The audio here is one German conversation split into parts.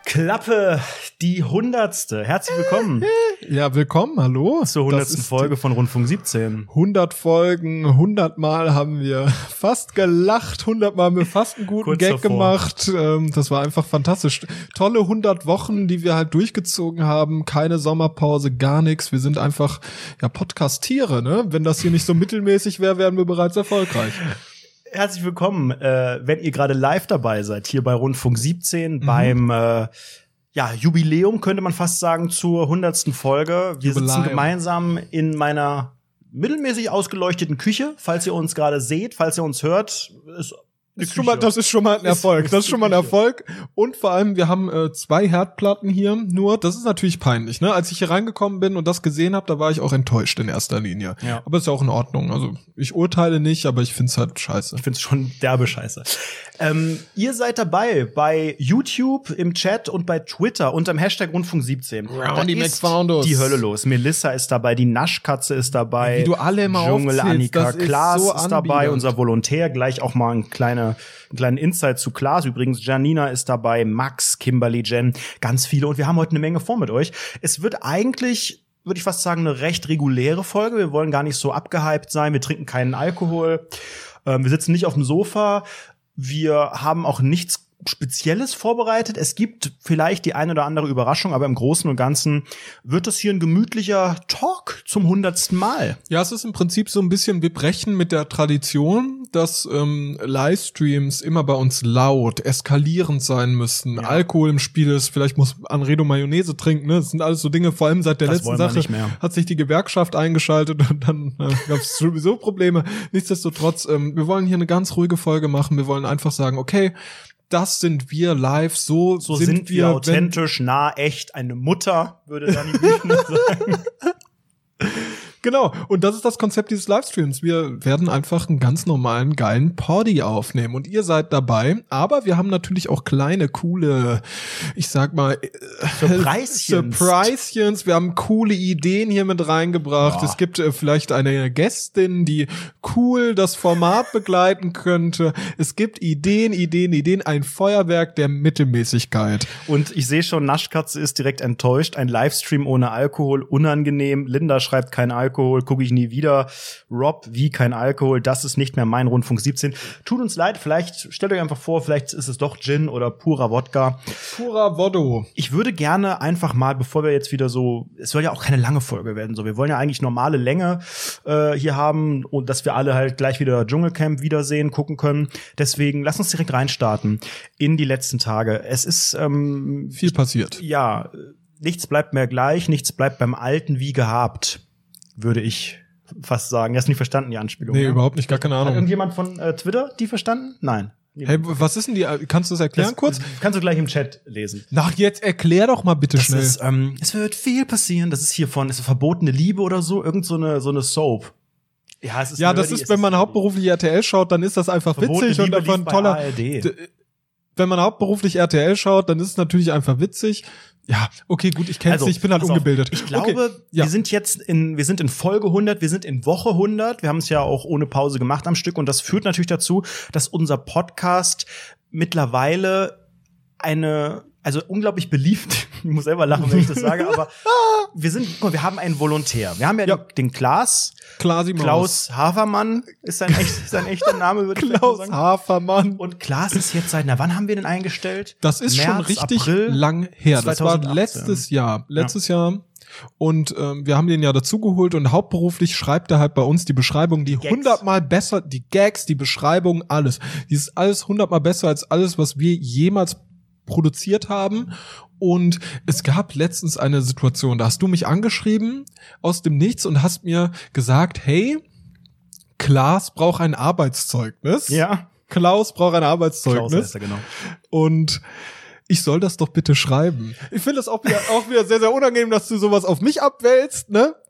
Klappe, die 100. Herzlich willkommen. Ja, willkommen, hallo. Zur 100. Folge von Rundfunk 17. 100 Folgen, 100 Mal haben wir fast gelacht, 100 Mal haben wir fast einen guten Gag gemacht. Das war einfach fantastisch. Tolle 100 Wochen, die wir halt durchgezogen haben. Keine Sommerpause, gar nichts. Wir sind einfach, ja, Podcast-Tiere, ne? Wenn das hier nicht so mittelmäßig wäre, wären wir bereits erfolgreich. Herzlich willkommen, wenn ihr gerade live dabei seid, hier bei Rundfunk 17, beim Jubiläum, könnte man fast sagen, zur 100. Folge. Wir sitzen gemeinsam in meiner mittelmäßig ausgeleuchteten Küche. Falls ihr uns gerade seht, falls ihr uns hört, das ist schon mal ein Erfolg. Das ist schon mal ein Erfolg. Und vor allem, wir haben 2 Herdplatten hier. Nur, das ist natürlich peinlich, ne? Als ich hier reingekommen bin und das gesehen habe, da war ich auch enttäuscht in erster Linie. Ja. Aber ist ja auch in Ordnung. Also ich urteile nicht, aber ich find's halt scheiße. Ich find's schon derbe scheiße. Ihr seid dabei bei YouTube, im Chat und bei Twitter unterm Hashtag Rundfunk 17. Roundy McFounders. Die Hölle los. Melissa ist dabei, die Naschkatze ist dabei. Wie du alle immer Dschungel, Annika, Klaas so ist dabei, unser Volontär. Gleich auch mal einen kleinen Insight zu Klaas. Übrigens, Janina ist dabei, Max, Kimberly, Jen, ganz viele. Und wir haben heute eine Menge vor mit euch. Es wird eigentlich, würde ich fast sagen, eine recht reguläre Folge. Wir wollen gar nicht so abgehypt sein. Wir trinken keinen Alkohol. Wir sitzen nicht auf dem Sofa. Wir haben auch nichts Spezielles vorbereitet. Es gibt vielleicht die eine oder andere Überraschung, aber im Großen und Ganzen wird das hier ein gemütlicher Talk zum 100. Mal. Ja, es ist im Prinzip so ein bisschen, wir brechen mit der Tradition, dass Livestreams immer bei uns laut, eskalierend sein müssen. Ja. Alkohol im Spiel ist, vielleicht muss Anredo Mayonnaise trinken, ne? Das sind alles so Dinge, vor allem seit der letzten Sache hat sich die Gewerkschaft eingeschaltet und dann gab es sowieso Probleme. Nichtsdestotrotz, wir wollen hier eine ganz ruhige Folge machen. Wir wollen einfach sagen, okay, das sind wir live, so sind wir authentisch, nah, echt, eine Mutter, würde Dani Büchner sagen. Genau, und das ist das Konzept dieses Livestreams. Wir werden einfach einen ganz normalen, geilen Poddy aufnehmen und ihr seid dabei, aber wir haben natürlich auch kleine, coole, ich sag mal, Surprisechen. Wir haben coole Ideen hier mit reingebracht. Ja. Es gibt vielleicht eine Gästin, die cool das Format begleiten könnte. Es gibt Ideen, ein Feuerwerk der Mittelmäßigkeit. Und ich sehe schon, Naschkatze ist direkt enttäuscht. Ein Livestream ohne Alkohol, unangenehm. Linda schreibt kein Alkohol, gucke ich nie wieder. Rob, wie kein Alkohol, das ist nicht mehr mein Rundfunk 17. Tut uns leid, vielleicht stellt euch einfach vor, vielleicht ist es doch Gin oder purer Wodka. Purer Voddo. Ich würde gerne einfach mal, bevor wir jetzt wieder so, es soll ja auch keine lange Folge werden, so, wir wollen ja eigentlich normale Länge hier haben und dass wir alle halt gleich wieder Dschungelcamp wiedersehen, gucken können. Deswegen lass uns direkt reinstarten in die letzten Tage. Es ist viel passiert. Ja, nichts bleibt mehr gleich, nichts bleibt beim Alten wie gehabt, würde ich fast sagen. Hast du nicht verstanden, die Anspielung? Nee, überhaupt nicht, gar keine Ahnung. Hat irgendjemand von Twitter die verstanden? Nein. Hey, was ist denn die? Kannst du das erklären kurz? Kannst du gleich im Chat lesen. Ach, jetzt erklär doch mal bitte schnell. Ist, es wird viel passieren. Das ist hier ist verbotene Liebe oder so. Irgend so eine Soap. Ja, es ist das ist, wenn man hauptberuflich RTL schaut, dann ist das einfach witzig und davon toller. Wenn man hauptberuflich RTL schaut, dann ist es natürlich einfach witzig. Ja, okay, gut, ich kenn's nicht, ich bin halt ungebildet. Ich glaube, wir sind in Folge 100, wir sind in Woche 100. Wir haben es ja auch ohne Pause gemacht am Stück und das führt natürlich dazu, dass unser Podcast mittlerweile unglaublich beliebt. Ich muss selber lachen, wenn ich das sage, aber wir haben einen Volontär. Wir haben ja den Klaus Hafermann ist sein echter Name, würde ich Klaus sagen. Hafermann. Und Klaas ist jetzt wann haben wir den eingestellt? Das ist März, schon richtig April lang her. 2018. Das war letztes Jahr. Und wir haben den ja dazugeholt und hauptberuflich schreibt er halt bei uns die Beschreibung, die 100-mal besser, die Gags, die Beschreibung, alles. Die ist alles 100-mal besser als alles, was wir jemals produziert haben. Und es gab letztens eine Situation, da hast du mich angeschrieben aus dem Nichts und hast mir gesagt, hey, Klaas braucht ein Arbeitszeugnis. Ja. Klaus braucht ein Arbeitszeugnis. Klaus heißt er, genau. Und ich soll das doch bitte schreiben. Ich finde es auch wieder sehr, sehr unangenehm, dass du sowas auf mich abwälzt, ne?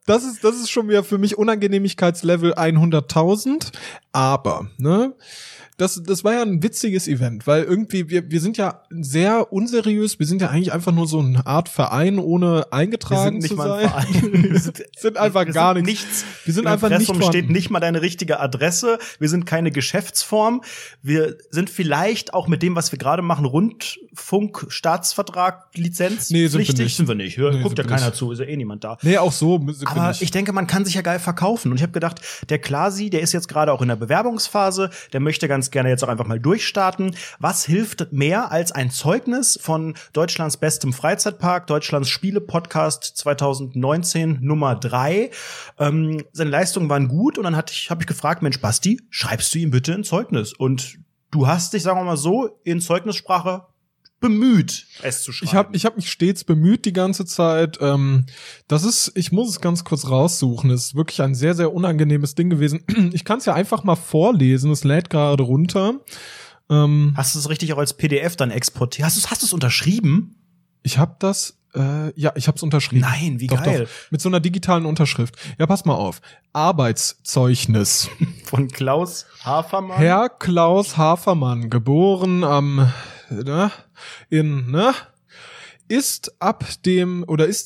Das ist schon wieder für mich Unangenehmigkeitslevel 100.000. Aber, ne? Das war ja ein witziges Event, weil irgendwie wir sind ja sehr unseriös, wir sind ja eigentlich einfach nur so eine Art Verein, ohne eingetragen zu sein. Wir sind einfach gar nichts. Wir sind einfach nicht vorhanden. Steht nicht mal deine richtige Adresse. Wir sind keine Geschäftsform. Wir sind vielleicht auch mit dem, was wir gerade machen, Rundfunk-Staatsvertrag, Lizenz. Nee, sind wir nicht. Guckt ja keiner zu, ist ja eh niemand da. Nee, auch so. Aber ich denke, man kann sich ja geil verkaufen. Und ich habe gedacht, der Klasi, der ist jetzt gerade auch in der Bewerbungsphase, der möchte ganz gerne jetzt auch einfach mal durchstarten. Was hilft mehr als ein Zeugnis von Deutschlands bestem Freizeitpark, Deutschlands Spiele-Podcast 2019 Nummer 3? Seine Leistungen waren gut und dann habe ich gefragt, Mensch, Basti, schreibst du ihm bitte ein Zeugnis? Und du hast dich, sagen wir mal so, in Zeugnissprache bemüht, es zu schreiben. Ich hab mich stets bemüht die ganze Zeit. Ich muss es ganz kurz raussuchen. Es ist wirklich ein sehr, sehr unangenehmes Ding gewesen. Ich kann es ja einfach mal vorlesen. Es lädt gerade runter. Hast du es richtig auch als PDF dann exportiert? Hast du es unterschrieben? Ich habe das. Ja, ich habe es unterschrieben. Nein, wie geil. Doch, mit so einer digitalen Unterschrift. Ja, pass mal auf. Arbeitszeugnis. Von Klaus Hafermann. Herr Klaus Hafermann, geboren am ist seit dem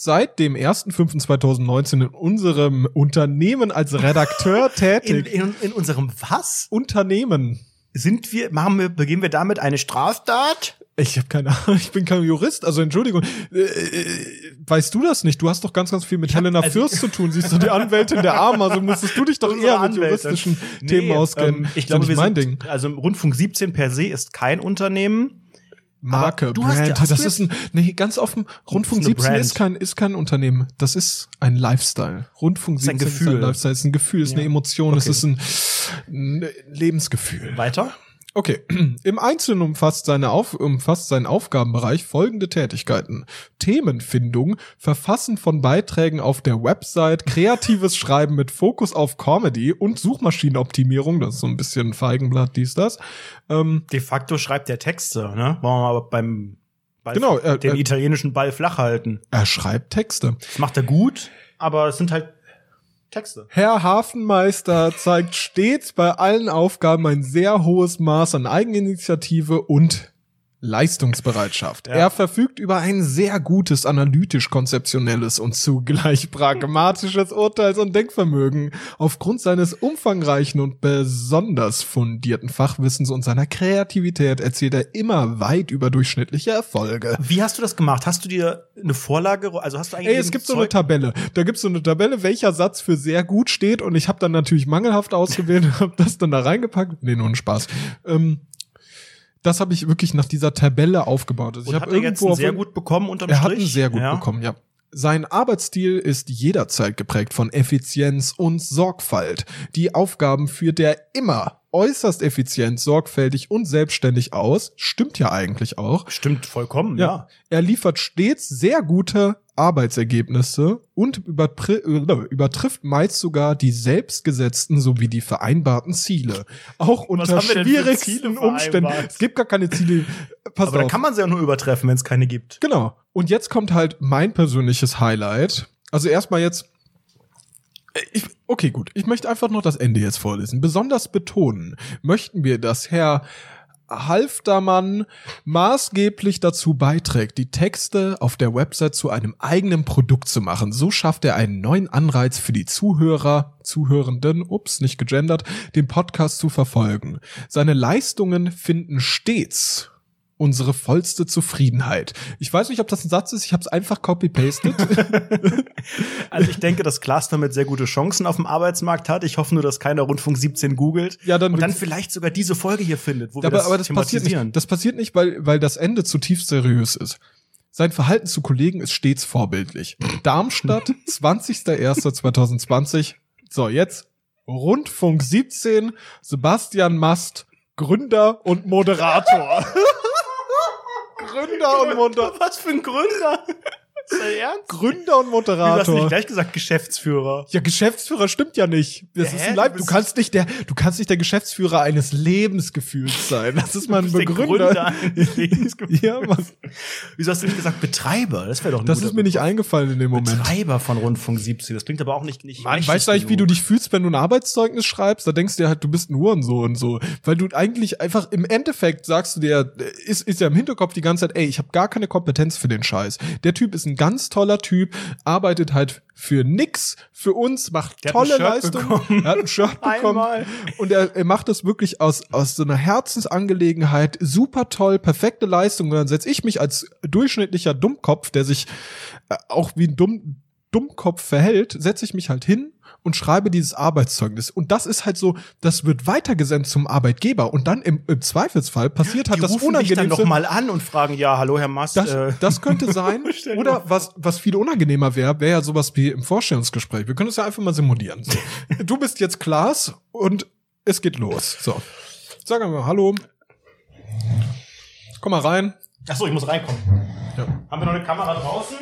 1.5.2019 in unserem Unternehmen als Redakteur tätig. In unserem was? Unternehmen. Begehen wir damit eine Straftat? Ich habe keine Ahnung, ich bin kein Jurist, also Entschuldigung. Weißt du das nicht? Du hast doch ganz, ganz viel mit Helena Fürst zu tun. Siehst du, die Anwältin der Armen, also müsstest du dich doch eher mit juristischen Themen auskennen. Ich glaube, also Rundfunk 17 per se ist kein Unternehmen. Marke, Brand, ganz offen, Rundfunk 17 ist kein Unternehmen. Das ist ein Lifestyle. Rundfunk 17 ist ein Lifestyle, ist ein Gefühl, ist eine Emotion, es ist ein Lebensgefühl. Weiter? Okay, im Einzelnen umfasst sein Aufgabenbereich folgende Tätigkeiten: Themenfindung, Verfassen von Beiträgen auf der Website, kreatives Schreiben mit Fokus auf Comedy und Suchmaschinenoptimierung, das ist so ein bisschen Feigenblatt, das. De facto schreibt der Texte, ne? Wollen wir mal beim Ball, genau, den italienischen Ball flach halten. Er schreibt Texte. Das macht er gut, aber es sind halt Texte. Herr Hafenmeister zeigt stets bei allen Aufgaben ein sehr hohes Maß an Eigeninitiative und Leistungsbereitschaft. Ja. Er verfügt über ein sehr gutes analytisch-konzeptionelles und zugleich pragmatisches Urteils- und Denkvermögen. Aufgrund seines umfangreichen und besonders fundierten Fachwissens und seiner Kreativität erzielt er immer weit überdurchschnittliche Erfolge. Wie hast du das gemacht? Hast du dir eine Vorlage, also hast du eigentlich es gibt so eine Tabelle. Da gibt's so eine Tabelle, welcher Satz für sehr gut steht, und ich habe dann natürlich mangelhaft ausgewählt und habe das dann da reingepackt. Nee, nur ein Spaß. Das habe ich wirklich nach dieser Tabelle aufgebaut. Also und hat er jetzt einen sehr gut bekommen unterm Strich? Er hat einen sehr gut bekommen, ja. Sein Arbeitsstil ist jederzeit geprägt von Effizienz und Sorgfalt. Die Aufgaben führt er immer äußerst effizient, sorgfältig und selbstständig aus. Stimmt ja eigentlich auch. Stimmt vollkommen, ja. Er liefert stets sehr gute Arbeitsergebnisse und übertrifft meist sogar die selbstgesetzten sowie die vereinbarten Ziele. Auch unter schwierigsten Umständen. Es gibt gar keine Ziele. Pass auf. Da kann man sie ja nur übertreffen, wenn es keine gibt. Genau. Und jetzt kommt halt mein persönliches Highlight. Also erstmal jetzt okay, gut. Ich möchte einfach noch das Ende jetzt vorlesen. Besonders betonen möchten wir, dass Herr Halftermann maßgeblich dazu beiträgt, die Texte auf der Website zu einem eigenen Produkt zu machen. So schafft er einen neuen Anreiz für die Zuhörenden, nicht gegendert, den Podcast zu verfolgen. Seine Leistungen finden stets unsere vollste Zufriedenheit. Ich weiß nicht, ob das ein Satz ist, ich habe es einfach copy-pasted. Also ich denke, dass Klaas damit sehr gute Chancen auf dem Arbeitsmarkt hat. Ich hoffe nur, dass keiner Rundfunk 17 googelt und dann vielleicht sogar diese Folge hier findet, wo wir das thematisieren. Das passiert nicht, weil das Ende zutiefst seriös ist. Sein Verhalten zu Kollegen ist stets vorbildlich. Darmstadt, 20.01.2020. So, jetzt Rundfunk 17, Sebastian Mast, Gründer und Moderator. Was für ein Gründer? Ernst? Gründer und Moderator. Du hast nicht gleich gesagt Geschäftsführer. Ja, Geschäftsführer stimmt ja nicht. Das ist ein Leib. Du kannst nicht der Geschäftsführer eines Lebensgefühls sein. Das ist mal ein Begründer. Eines Lebensgefühls. Ja, Mann. Wieso hast du nicht gesagt Betreiber? Das wäre doch ein Das ist mir nicht eingefallen in dem Moment. Betreiber von Rundfunk 17. Das klingt aber auch nicht Mann, weißt du eigentlich, wie du dich fühlst, wenn du ein Arbeitszeugnis schreibst? Da denkst du dir halt, du bist ein Hurensohn und so. Weil du eigentlich einfach im Endeffekt sagst du dir, ist ja im Hinterkopf die ganze Zeit, ey, ich habe gar keine Kompetenz für den Scheiß. Der Typ ist ein ganz toller Typ, arbeitet halt für nix, für uns, macht tolle Leistungen. Er hat ein Shirt bekommen. Und er macht das wirklich aus so einer Herzensangelegenheit, super toll, perfekte Leistung. Und dann setze ich mich als durchschnittlicher Dummkopf, der sich auch wie ein Dummkopf verhält, setze ich mich halt hin und schreibe dieses Arbeitszeugnis. Und das ist halt so, das wird weitergesendet zum Arbeitgeber. Und dann im Zweifelsfall passiert halt das Unangenehmste. Die rufen dich dann noch mal an und fragen, ja, hallo, Herr Mast. Das könnte sein. Oder was viel unangenehmer wäre ja sowas wie im Vorstellungsgespräch. Wir können es ja einfach mal simulieren. So. Du bist jetzt Klaas und es geht los. So. Sag mal, hallo. Komm mal rein. Ach so, ich muss reinkommen. Ja. Haben wir noch eine Kamera draußen?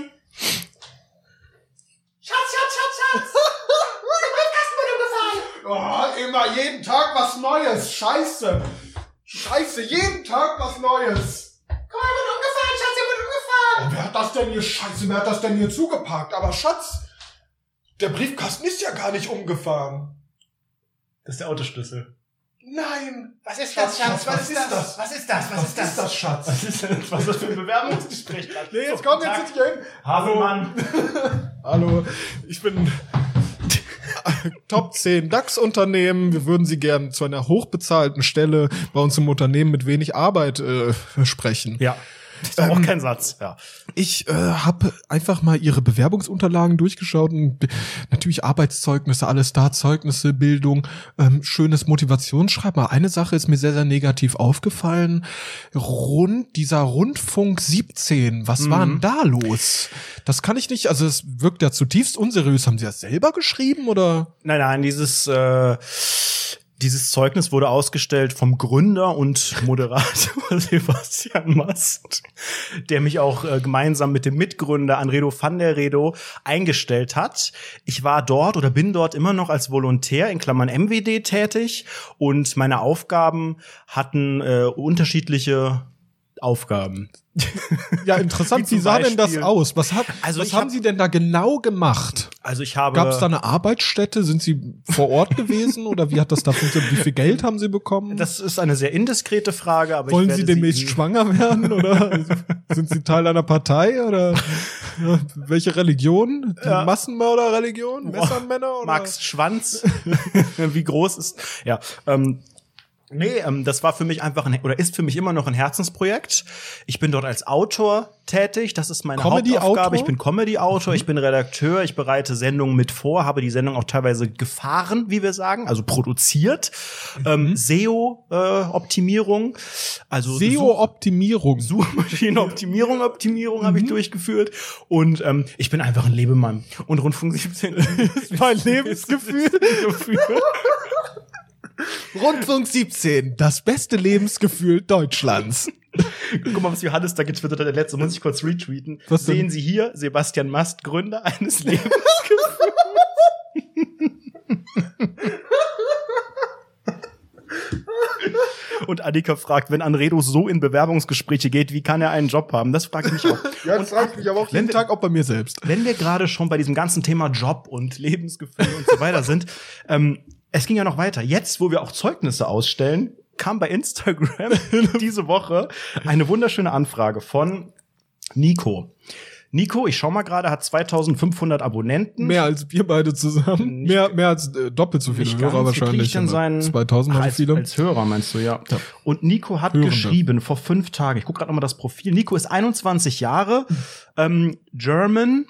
Schatz! Oh, immer jeden Tag was Neues. Scheiße, jeden Tag was Neues. Komm, er wird umgefahren, Schatz, er wird umgefahren. Oh, wer hat das denn hier? Scheiße, wer hat das denn hier zugeparkt? Aber Schatz, der Briefkasten ist ja gar nicht umgefahren. Das ist der Autoschlüssel. Nein. Was ist das, Schatz? Was ist das? Was ist das, Schatz? Was ist das für ein Bewerbungsgespräch? Nee, jetzt komm, jetzt sitz ich hin. Hallo, Mann. Hallo, ich bin Top 10 DAX-Unternehmen. Wir würden Sie gern zu einer hochbezahlten Stelle bei uns im Unternehmen mit wenig Arbeit sprechen. Ja. Das ist auch kein Satz, ja. Ich habe einfach mal Ihre Bewerbungsunterlagen durchgeschaut und natürlich Arbeitszeugnisse, alles da, Zeugnisse, Bildung, schönes Motivationsschreiben. Aber eine Sache ist mir sehr, sehr negativ aufgefallen. Dieser Rundfunk 17, was war denn da los? Das kann ich nicht, also es wirkt ja zutiefst unseriös. Haben Sie das selber geschrieben, oder? Nein, dieses Zeugnis wurde ausgestellt vom Gründer und Moderator Sebastian Mast, der mich auch gemeinsam mit dem Mitgründer Anredo van der Redo eingestellt hat. Ich war dort oder bin dort immer noch als Volontär in Klammern MWD tätig und meine Aufgaben hatten unterschiedliche Aufgaben. Ja, interessant. Wie sah denn das aus? Was haben Sie denn da genau gemacht? Also gab es da eine Arbeitsstätte? Sind Sie vor Ort gewesen oder wie hat das da funktioniert? Wie viel Geld haben Sie bekommen? Das ist eine sehr indiskrete Frage, aber wollen Sie demnächst schwanger werden oder sind Sie Teil einer Partei oder welche Religion? Die Massenmörder-Religion? Messermänner oder? Max Schwanz. Wie groß ist? Ja. Nee, das war für mich einfach ist für mich immer noch ein Herzensprojekt. Ich bin dort als Autor tätig, das ist meine Hauptaufgabe. Ich bin Comedy-Autor, ich bin Redakteur, ich bereite Sendungen mit vor, habe die Sendung auch teilweise gefahren, wie wir sagen, also produziert. SEO-Optimierung, also SEO-Optimierung, Suchmaschinenoptimierung habe ich durchgeführt und ich bin einfach ein Lebemann. Und Rundfunk 17 ist mein Lebensgefühl. Rundfunk 17, das beste Lebensgefühl Deutschlands. Guck mal, was Johannes da getwittert hat, der letzte, muss ich kurz retweeten. Was denn? Sehen Sie hier, Sebastian Mast, Gründer eines Lebensgefühls. Und Annika fragt, wenn Anredo so in Bewerbungsgespräche geht, wie kann er einen Job haben? Das frage ich mich auch. Ja, das frage ich mich aber auch jeden Tag auch bei mir selbst. Wenn wir gerade schon bei diesem ganzen Thema Job und Lebensgefühl und so weiter sind, es ging ja noch weiter. Jetzt, wo wir auch Zeugnisse ausstellen, kam bei Instagram diese Woche eine wunderschöne Anfrage von Nico. Nico, ich schau mal gerade, hat 2500 Abonnenten. Mehr als wir beide zusammen. Mehr als doppelt so viele Hörer wahrscheinlich. 2000 haben viele. Als Hörer meinst du, ja. Und Nico hat geschrieben vor 5 Tagen. Ich guck gerade nochmal das Profil. Nico ist 21 Jahre, German.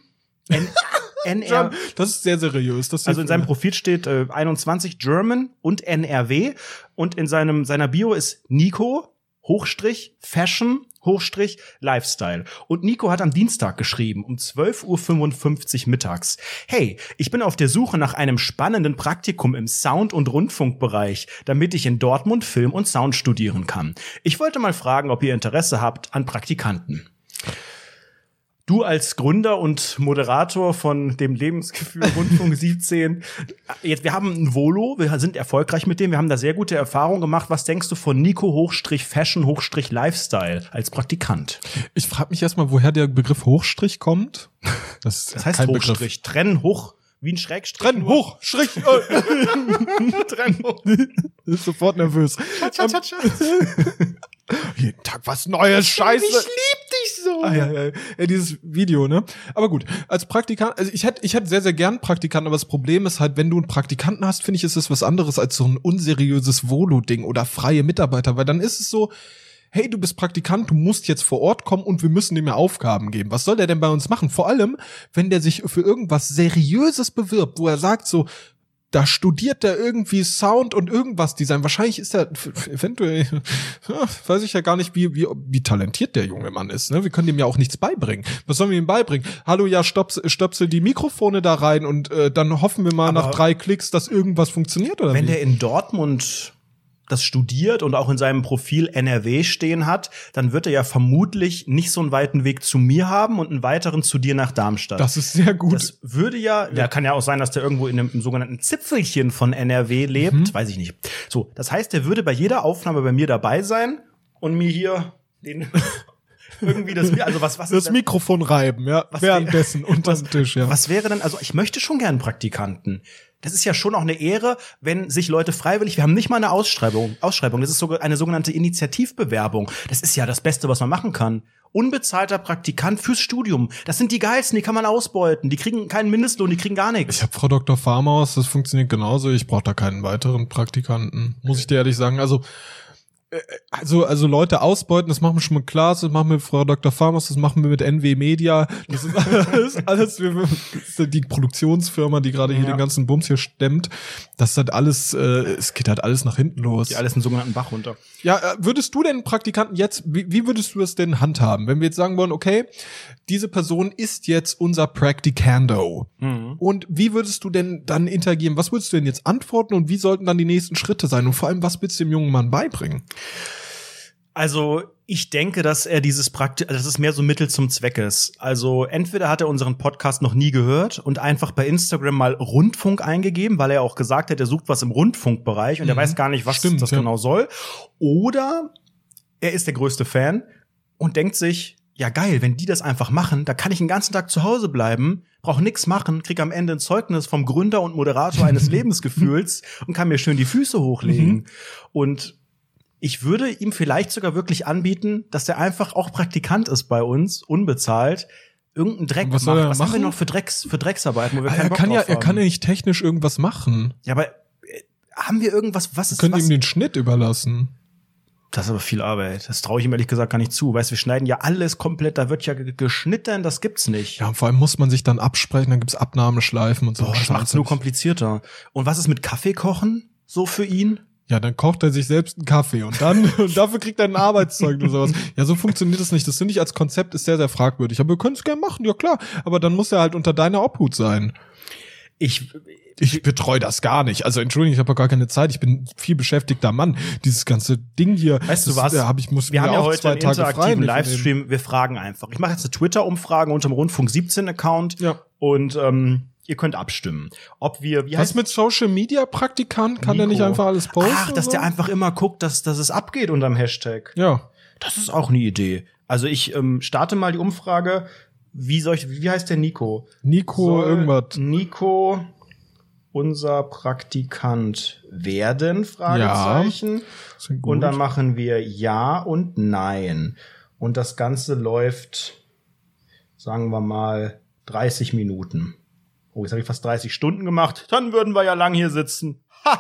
Das ist sehr seriös. Also in seinem Profil steht 21 German und NRW und in seiner Bio ist Nico Fashion Lifestyle. Und Nico hat am Dienstag geschrieben, um 12:55 Uhr mittags. Hey, ich bin auf der Suche nach einem spannenden Praktikum im Sound- und Rundfunkbereich, damit ich in Dortmund Film und Sound studieren kann. Ich wollte mal fragen, ob ihr Interesse habt an Praktikanten. Du als Gründer und Moderator von dem Lebensgefühl Rundfunk 17, jetzt, wir haben ein Volo, wir sind erfolgreich mit dem, wir haben da sehr gute Erfahrungen gemacht. Was denkst du von Nico-Fashion-Lifestyle als Praktikant? Ich frage mich erstmal, woher der Begriff Hochstrich kommt. Das heißt kein Hochstrich, trennen hoch. Wie ein Schrägstrich. Trennen hoch, Strich. Trennen hoch. Ist sofort nervös. Jeden Tag was Neues, Scheiße. Ich lieb dich so. Ja, dieses Video, ne? Aber gut, als Praktikant, also ich hätte sehr, sehr gern Praktikanten, aber das Problem ist halt, wenn du einen Praktikanten hast, finde ich, ist es was anderes als so ein unseriöses Volo-Ding oder freie Mitarbeiter, weil dann ist es so, hey, du bist Praktikant, du musst jetzt vor Ort kommen und wir müssen dir mehr Aufgaben geben. Was soll der denn bei uns machen? Vor allem, wenn der sich für irgendwas Seriöses bewirbt, wo er sagt so, da studiert der irgendwie Sound und irgendwas Design. Wahrscheinlich ist er eventuell, weiß ich ja gar nicht, wie talentiert der junge Mann ist. Ne? Wir können dem ja auch nichts beibringen. Was sollen wir ihm beibringen? Hallo, ja, stöpsel die Mikrofone da rein und dann hoffen wir mal nach 3 Klicks, dass irgendwas funktioniert, oder wenn wie? Der in Dortmund das studiert und auch in seinem Profil NRW stehen hat, dann wird er ja vermutlich nicht so einen weiten Weg zu mir haben und einen weiteren zu dir nach Darmstadt. Das ist sehr gut. Das würde ja kann ja auch sein, dass der irgendwo in einem sogenannten Zipfelchen von NRW lebt, weiß ich nicht. So, das heißt, der würde bei jeder Aufnahme bei mir dabei sein und mir hier den irgendwie das Mikrofon reiben, ja, währenddessen unter dem Tisch, ja. Was wäre denn, also ich möchte schon gern Praktikanten. Das ist ja schon auch eine Ehre, wenn sich Leute freiwillig, wir haben nicht mal eine Ausschreibung, das ist sogar eine sogenannte Initiativbewerbung. Das ist ja das Beste, was man machen kann. Unbezahlter Praktikant fürs Studium. Das sind die geilsten, die kann man ausbeuten. Die kriegen keinen Mindestlohn, die kriegen gar nichts. Ich habe Frau Dr. Farmaus, das funktioniert genauso. Ich brauche da keinen weiteren Praktikanten, muss ich dir ehrlich sagen. Also Leute ausbeuten, das machen wir schon mit Klaas, das machen wir mit Frau Dr. Farmers, das machen wir mit NW Media, das ist alles die Produktionsfirma, die gerade hier den ganzen Bums hier stemmt. Das ist halt alles, es geht halt alles nach hinten los. Die alles einen sogenannten Bach runter. Ja, würdest du denn Praktikanten jetzt, wie würdest du das denn handhaben, wenn wir jetzt sagen wollen, okay, diese Person ist jetzt unser Praktikando. Und wie würdest du denn dann interagieren? Was würdest du denn jetzt antworten und wie sollten dann die nächsten Schritte sein? Und vor allem, was willst du dem jungen Mann beibringen? Also, ich denke, dass er das ist mehr so Mittel zum Zweck ist. Also, entweder hat er unseren Podcast noch nie gehört und einfach bei Instagram mal Rundfunk eingegeben, weil er auch gesagt hat, er sucht was im Rundfunkbereich und er weiß gar nicht, was das genau soll. Oder er ist der größte Fan und denkt sich, ja geil, wenn die das einfach machen, da kann ich den ganzen Tag zu Hause bleiben, brauche nix machen, krieg am Ende ein Zeugnis vom Gründer und Moderator eines Lebensgefühls und kann mir schön die Füße hochlegen. Und ich würde ihm vielleicht sogar wirklich anbieten, dass der einfach auch Praktikant ist bei uns, unbezahlt, irgendeinen Dreck macht. Was haben wir noch für Drecksarbeiten, wo wir keinen Bock drauf haben? Er kann ja nicht technisch irgendwas machen. Ja, aber haben wir irgendwas, wir können ihm den Schnitt überlassen. Das ist aber viel Arbeit. Das traue ich ihm ehrlich gesagt gar nicht zu. Weißt du, wir schneiden ja alles komplett, da wird ja geschnitten, das gibt's nicht. Ja, und vor allem muss man sich dann absprechen, dann gibt's Abnahmeschleifen und so. Das macht's nur komplizierter. Und was ist mit Kaffee kochen so für ihn? Ja, dann kocht er sich selbst einen Kaffee und dafür kriegt er ein Arbeitszeugnis oder sowas. Ja, so funktioniert das nicht. Das finde ich als Konzept ist sehr, sehr fragwürdig. Aber wir können es gerne machen, ja klar. Aber dann muss er halt unter deiner Obhut sein. Ich betreue das gar nicht. Also Entschuldigung, ich habe gar keine Zeit. Ich bin viel beschäftigter Mann. Dieses ganze Ding hier. Weißt du was? Wir haben ja heute einen interaktiven Livestream. Wir fragen einfach. Ich mache jetzt eine Twitter-Umfrage unter dem Rundfunk 17-Account. Ja. Und ihr könnt abstimmen. Ob wir, was mit Social Media Praktikant? Kann der nicht einfach alles posten? Ach, dass der einfach immer guckt, dass es abgeht unterm Hashtag. Ja. Das ist auch eine Idee. Also ich starte mal die Umfrage. Wie heißt der Nico? Irgendwas. Nico unser Praktikant werden? Fragezeichen. Ja, und dann machen wir Ja und Nein. Und das Ganze läuft, sagen wir mal, 30 Minuten. Oh, jetzt habe ich fast 30 Stunden gemacht. Dann würden wir ja lang hier sitzen.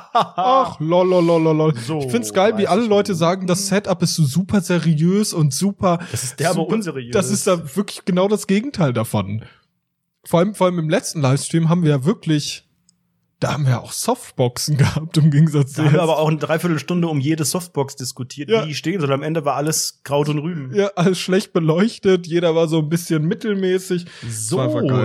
Ach, lol. So, ich find's geil, wie alle Leute sagen, das Setup ist so super seriös und super. Das ist derbe unseriös. Das ist da wirklich genau das Gegenteil davon. Vor allem im letzten Livestream haben wir ja wirklich, da haben wir auch Softboxen gehabt, im Gegensatz zu Da haben wir aber auch eine Dreiviertelstunde um jede Softbox diskutiert, wie die stehen soll. Am Ende war alles Kraut und Rüben. Ja, alles schlecht beleuchtet. Jeder war so ein bisschen mittelmäßig. So,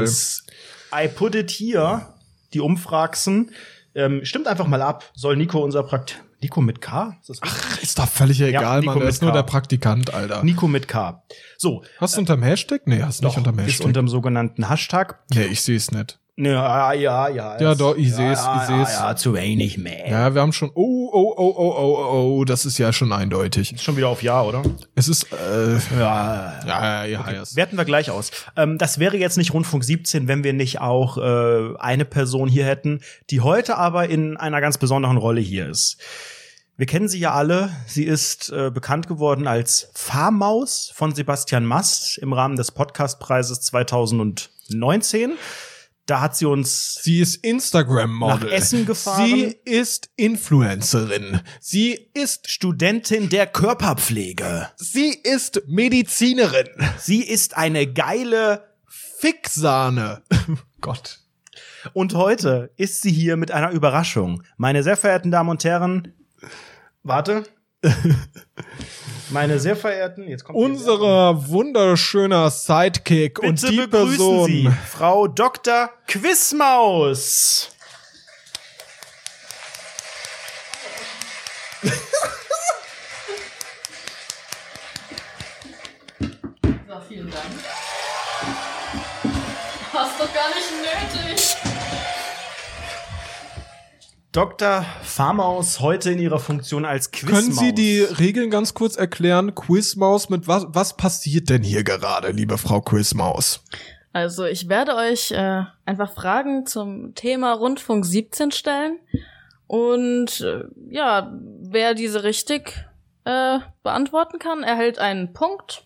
I put it here, die Umfragsen. Stimmt einfach mal ab. Soll Nico unser Nico mit K? Ist doch völlig egal, Nico Mann. Der ist nur der Praktikant, Alter. Nico mit K. So. Hast du unterm Hashtag? Nee, hast du nicht unterm Hashtag. Ist unterm sogenannten Hashtag. Nee, ich sehe es nicht. Ja. Ja, doch, ich sehe es. Ja, zu wenig, man. Ja, wir haben schon, das ist ja schon eindeutig. Ist schon wieder auf Ja, oder? Es ist, Ja. Okay. Werten wir gleich aus. Das wäre jetzt nicht Rundfunk 17, wenn wir nicht auch eine Person hier hätten, die heute aber in einer ganz besonderen Rolle hier ist. Wir kennen sie ja alle. Sie ist bekannt geworden als Fahrmaus von Sebastian Mast im Rahmen des Podcastpreises 2019. Da hat sie uns Sie ist Instagram-Model. nach Essen gefahren. Sie ist Influencerin. Sie ist Studentin der Körperpflege. Sie ist Medizinerin. Sie ist eine geile Ficksahne. Gott. Und heute ist sie hier mit einer Überraschung. Meine sehr verehrten Damen und Herren, warte. Meine sehr verehrten, jetzt kommt unser wunderschöner Sidekick bitte und die begrüßen Person. Sie Frau Dr. Quizmaus. Ja, vielen Dank. Hast doch gar nicht nötig. Dr. Fahrmaus heute in ihrer Funktion als Quizmaus. Können Sie die Regeln ganz kurz erklären? Quizmaus, mit was passiert denn hier gerade, liebe Frau Quizmaus? Also ich werde euch einfach Fragen zum Thema Rundfunk 17 stellen. Und ja, wer diese richtig beantworten kann, erhält einen Punkt.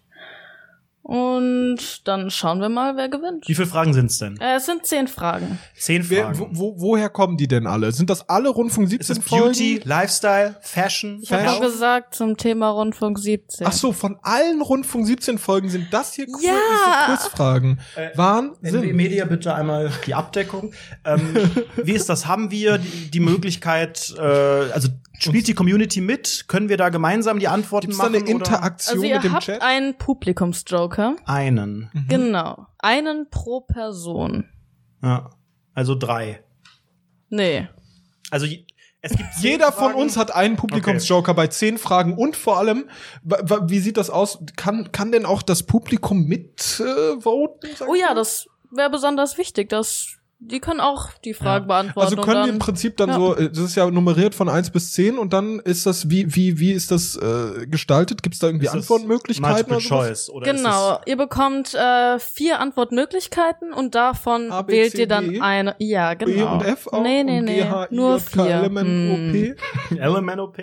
Und dann schauen wir mal, wer gewinnt. Wie viele Fragen sind's denn? Es sind 10 Fragen. 10 Fragen. Woher kommen die denn alle? Sind das alle Rundfunk 17 Ist es Folgen? Beauty, Lifestyle, Fashion? Ich habe Health? gesagt zum Thema Rundfunk 17. Ach so, von allen Rundfunk 17 Folgen sind das hier Ja. diese Quizfragen. NW Wahnsinn. Media bitte einmal die Abdeckung. Wie ist das? Haben wir die Möglichkeit, also spielt die Community mit? Können wir da gemeinsam die Antworten Gibt's da machen? eine Interaktion Also ihr mit dem habt Chat? einen Publikumsjoker. Einen. Genau. Einen pro Person. Ja. Also 3. Nee. Also es gibt 10 Jeder von Fragen. uns hat einen Publikumsjoker bei 10 Fragen und vor allem, wie sieht das aus? Kann denn auch das Publikum mitvoten? Oh ja, das wäre besonders wichtig, dass die können auch die Frage beantworten. Also können und die im Prinzip dann so, das ist ja nummeriert von 1 bis 10 und dann ist das, wie ist das gestaltet? Gibt es da irgendwie Ist das Antwortmöglichkeiten Multiple oder sowas? Choice oder Genau, ist ihr bekommt 4 Antwortmöglichkeiten und davon A, B, wählt C, ihr dann D, eine. Ja, B genau. und F auch? Nee, und G, H, I, nur J, K, 4. Element, es LMNOP?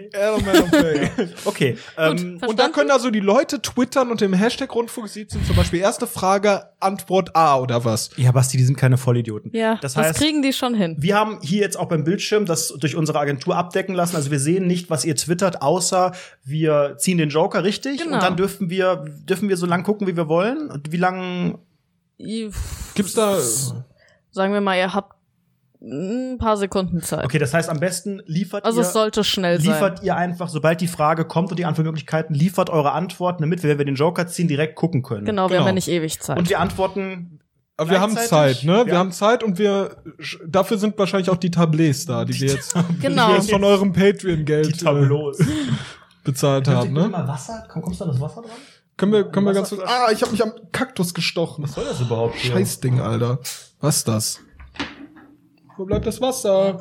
OP. Okay. Gut, Und da verstanden? können also die Leute twittern und im Hashtag Rundfunk 17 zum Beispiel erste Frage, Antwort A oder was? Ja, Basti, die sind keine Vollidioten. Ja, das das heißt, kriegen die schon hin. wir haben hier jetzt auch beim Bildschirm das durch unsere Agentur abdecken lassen. Also wir sehen nicht, was ihr twittert, außer wir ziehen den Joker richtig. Genau. Und dann dürfen wir so lang gucken, wie wir wollen. Und wie lang? Gibt's da Sagen wir mal, ihr habt ein paar Sekunden Zeit. Okay, das heißt, am besten Also es sollte schnell sein. liefert ihr einfach, sobald die Frage kommt und die Antwortmöglichkeiten, liefert eure Antworten, damit wir, wenn wir den Joker ziehen, direkt gucken können. Genau, wir Genau. haben ja nicht ewig Zeit. Und wir antworten. Aber wir haben gleichzeitig. Zeit, ne? Wir Ja. haben Zeit und dafür sind wahrscheinlich auch die Tablets da, die wir jetzt Genau. die jetzt von eurem Patreon-Geld Die Tableaus. bezahlt haben, ne? Mal Wasser? Kommst du an das Wasser dran? Können wir ganz kurz. Wasserflasche? Ich habe mich am Kaktus gestochen. Was soll das überhaupt hier? Scheißding, Alter. Was ist das? Wo bleibt das Wasser?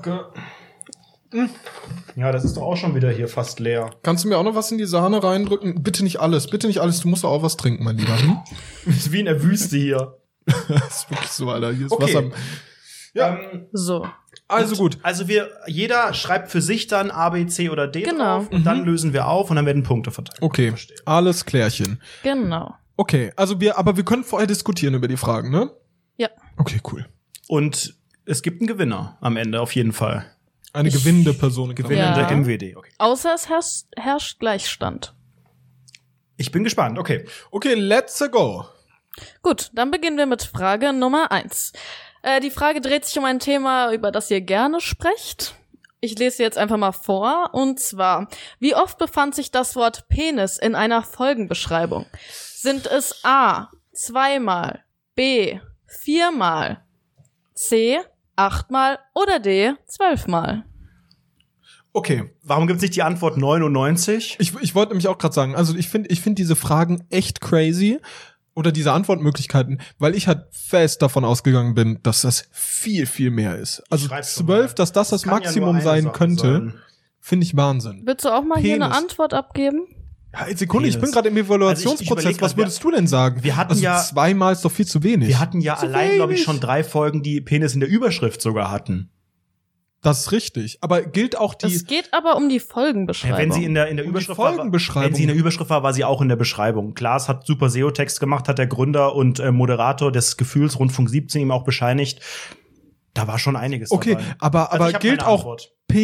Ja, das ist doch auch schon wieder hier fast leer. Kannst du mir auch noch was in die Sahne reindrücken? Bitte nicht alles, bitte nicht alles. Du musst doch auch was trinken, mein Lieber. Hm? Ist wie in der Wüste hier. Das ist wirklich so, Alter. Hier ist Okay. Wasser. Ja. So. Also gut. Also jeder schreibt für sich dann A, B, C oder D Genau. drauf und dann lösen wir auf und dann werden Punkte verteilt. Okay. Verstehe. Alles klärchen. Genau. Okay, also wir können vorher diskutieren über die Fragen, ne? Ja. Okay, cool. Und es gibt einen Gewinner am Ende, auf jeden Fall. Eine gewinnende Person. Gewinnende Ja. MWD. Okay. Außer es herrscht Gleichstand. Ich bin gespannt. Okay. Okay, let's go. Gut, dann beginnen wir mit Frage Nummer 1. Die Frage dreht sich um ein Thema, über das ihr gerne sprecht. Ich lese sie jetzt einfach mal vor. Und zwar, wie oft befand sich das Wort Penis in einer Folgenbeschreibung? Sind es A, 2-mal, B, 4-mal, C, 8-mal oder D, 12-mal? Okay. Warum gibt's nicht die Antwort 99? Ich wollte nämlich auch gerade sagen, also ich finde diese Fragen echt crazy oder diese Antwortmöglichkeiten, weil ich halt fest davon ausgegangen bin, dass das viel, viel mehr ist. Also 12, dass das Maximum sein könnte, finde ich Wahnsinn. Willst du auch mal hier eine Antwort abgeben? Ja, Sekunde, ich bin gerade im Evaluationsprozess. Was würdest du denn sagen? Wir hatten also zweimal ist doch viel zu wenig. Wir hatten ja allein, glaube ich, schon 3 Folgen, die Penis in der Überschrift sogar hatten. Das ist richtig. Aber gilt auch die. Es geht aber um die Folgenbeschreibung. Wenn sie in der Überschrift war, wenn sie in der Überschrift war sie auch in der Beschreibung. Klaas hat super SEO-Text gemacht, hat der Gründer und Moderator des Gefühls Rundfunk 17 ihm auch bescheinigt. Da war schon einiges dabei. Okay, aber gilt auch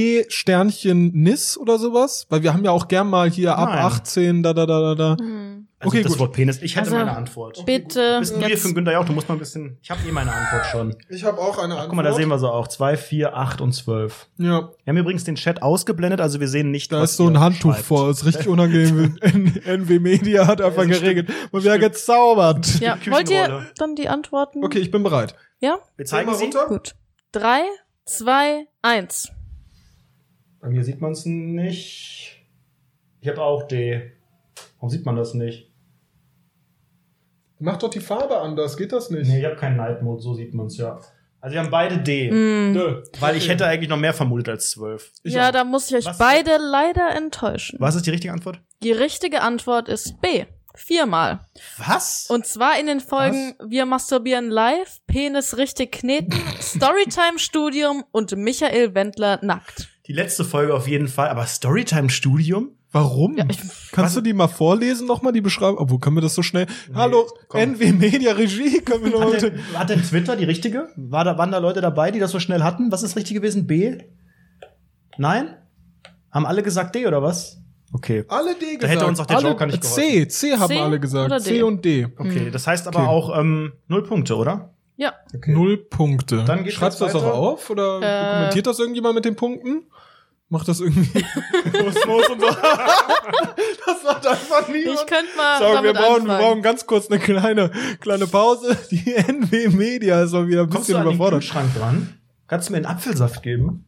P-Nis oder sowas? Weil wir haben ja auch gern mal hier ab 18, da. Also okay, das Wort Penis. Ich hätte meine Antwort. Bitte. Bist du hier für den Günther Jauch? Du musst mal ein bisschen. Ich habe meine Antwort schon. Ich habe auch eine Antwort. Guck mal, da sehen wir sie auch. 2, 4, 8 und 12. Ja. Wir haben übrigens den Chat ausgeblendet, also wir sehen nicht, da was ist so ein Handtuch vor. Ist richtig unangenehm. NW Media hat einfach geregelt. Und wir haben gezaubert. Ja. Wollt ihr dann die Antworten? Okay, ich bin bereit. Ja? Wir zeigen sie. Gut. 3, 2, 1. Bei mir sieht man es nicht. Ich habe auch D. Warum sieht man das nicht? Mach doch die Farbe anders, geht das nicht? Nee, ich habe keinen Night Mode, so sieht man es ja. Also wir haben beide D. Weil ich hätte eigentlich noch mehr vermutet als 12. Ja, da muss ich euch beide leider enttäuschen. Was ist die richtige Antwort? Die richtige Antwort ist B. 4-mal. Was? Und zwar in den Folgen Wir masturbieren live, Penis richtig kneten, Storytime-Studium und Michael Wendler nackt. Die letzte Folge auf jeden Fall, aber Storytime-Studium? Warum? Ja, kannst du die mal vorlesen, nochmal die Beschreibung? Obwohl, können wir das so schnell? Nee, hallo, komm. NW Media Regie, können wir noch heute. Hat denn Twitter die richtige? Waren da Leute dabei, die das so schnell hatten? Was ist richtig gewesen? B? Nein? Haben alle gesagt D oder was? Okay. Alle D gesagt. Da hätte uns auch der Joker nicht geholfen. C haben alle gesagt. C und D. Okay, das heißt aber auch 0 Punkte, oder? Ja. Okay. 0 Punkte. Dann schreibst du das auch auf oder dokumentiert das irgendjemand mit den Punkten? Macht das irgendwie Kosmos und so. Das macht einfach niemand. Ich könnte mal wir brauchen ganz kurz eine kleine Pause. Die NW Media ist mal wieder ein bisschen überfordert. Kommst du an den Kühlschrank dran? Kannst du mir einen Apfelsaft geben?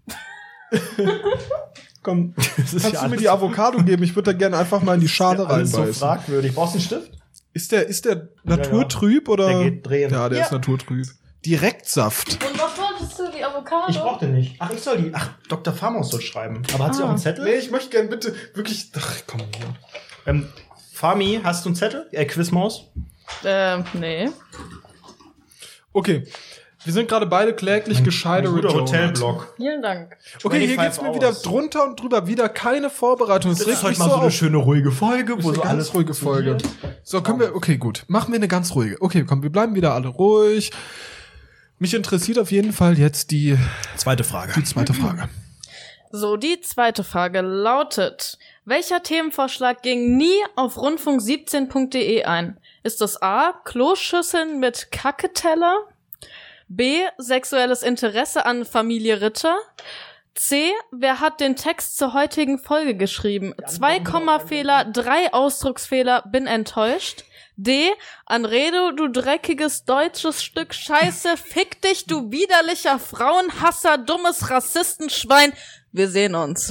Komm, kannst du mir die Avocado geben? Ich würde da gerne einfach mal in die Schale reinbeißen. So fragwürdig. Brauchst du einen Stift? Ist der naturtrüb oder? Der geht drehen. Ja, der ist naturtrüb. Direktsaft. Und was wolltest du, die Avocado? Ich brauchte nicht. Ach, Dr. Farmhaus soll schreiben. Aber hat sie auch einen Zettel? Nee, ich möchte gerne bitte wirklich. Ach, komm hier. Fami, hast du einen Zettel? Quizmaus? Nee. Okay. Wir sind gerade beide kläglich gescheitert. Hotelblock. Vielen Dank. Okay, hier geht's mir wieder drunter und drüber. Wieder keine Vorbereitung. Das ist heute mal so eine schöne ruhige Folge, wo so alles ruhige Folge. So, können wir, okay, gut. Machen wir eine ganz ruhige. Okay, komm, wir bleiben wieder alle ruhig. Mich interessiert auf jeden Fall jetzt die zweite Frage. So, die zweite Frage lautet: Welcher Themenvorschlag ging nie auf rundfunk17.de ein? Ist das A. Kloschüsseln mit Kacketeller? B. Sexuelles Interesse an Familie Ritter? C. Wer hat den Text zur heutigen Folge geschrieben? 2 Kommafehler, 3 Ausdrucksfehler, bin enttäuscht. D. Anredo, du dreckiges deutsches Stück Scheiße, fick dich, du widerlicher Frauenhasser, dummes Rassistenschwein. Wir sehen uns.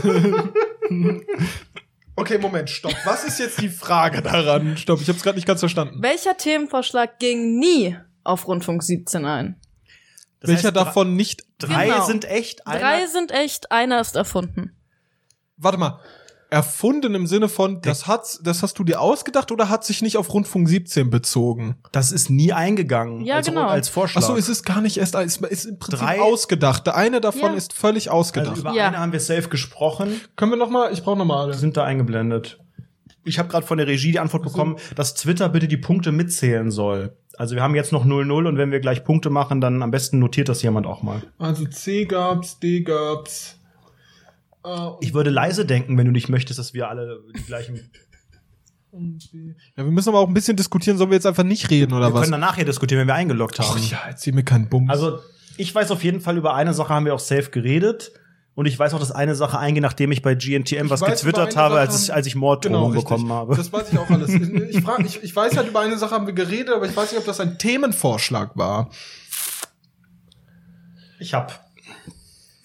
Okay, Moment, stopp. Was ist jetzt die Frage daran? Stopp, ich hab's gerade nicht ganz verstanden. Welcher Themenvorschlag ging nie auf Rundfunk 17 ein? Das Welcher heißt, davon nicht? 3 sind echt, 3 sind echt, einer ist erfunden. Warte mal. Erfunden im Sinne von, das hast du dir ausgedacht oder hat sich nicht auf Rundfunk 17 bezogen? Das ist nie eingegangen. Ja, genau. Als Vorschlag. Achso, es ist gar nicht erst, es ist im Prinzip ausgedacht. Der eine davon ist völlig ausgedacht. Also über eine haben wir safe gesprochen. Können wir nochmal? Ich brauche nochmal alle. Sind da eingeblendet. Ich habe gerade von der Regie die Antwort bekommen, dass Twitter bitte die Punkte mitzählen soll. Also wir haben jetzt noch 0-0 und wenn wir gleich Punkte machen, dann am besten notiert das jemand auch mal. Also C gab's, D gab's. Ich würde leise denken, wenn du nicht möchtest, dass wir alle die gleichen. Ja, wir müssen aber auch ein bisschen diskutieren, sollen wir jetzt einfach nicht reden oder was? Wir können dann nachher diskutieren, wenn wir eingeloggt haben. Ach ja, erzähl mir keinen Bums. Also, ich weiß auf jeden Fall, über eine Sache haben wir auch safe geredet. Und ich weiß auch, dass eine Sache eingeht, nachdem ich bei GNTM was getwittert habe, als ich Morddrohungen bekommen habe. Das weiß ich auch alles. Ich weiß halt, über eine Sache haben wir geredet, aber ich weiß nicht, ob das ein Themenvorschlag war.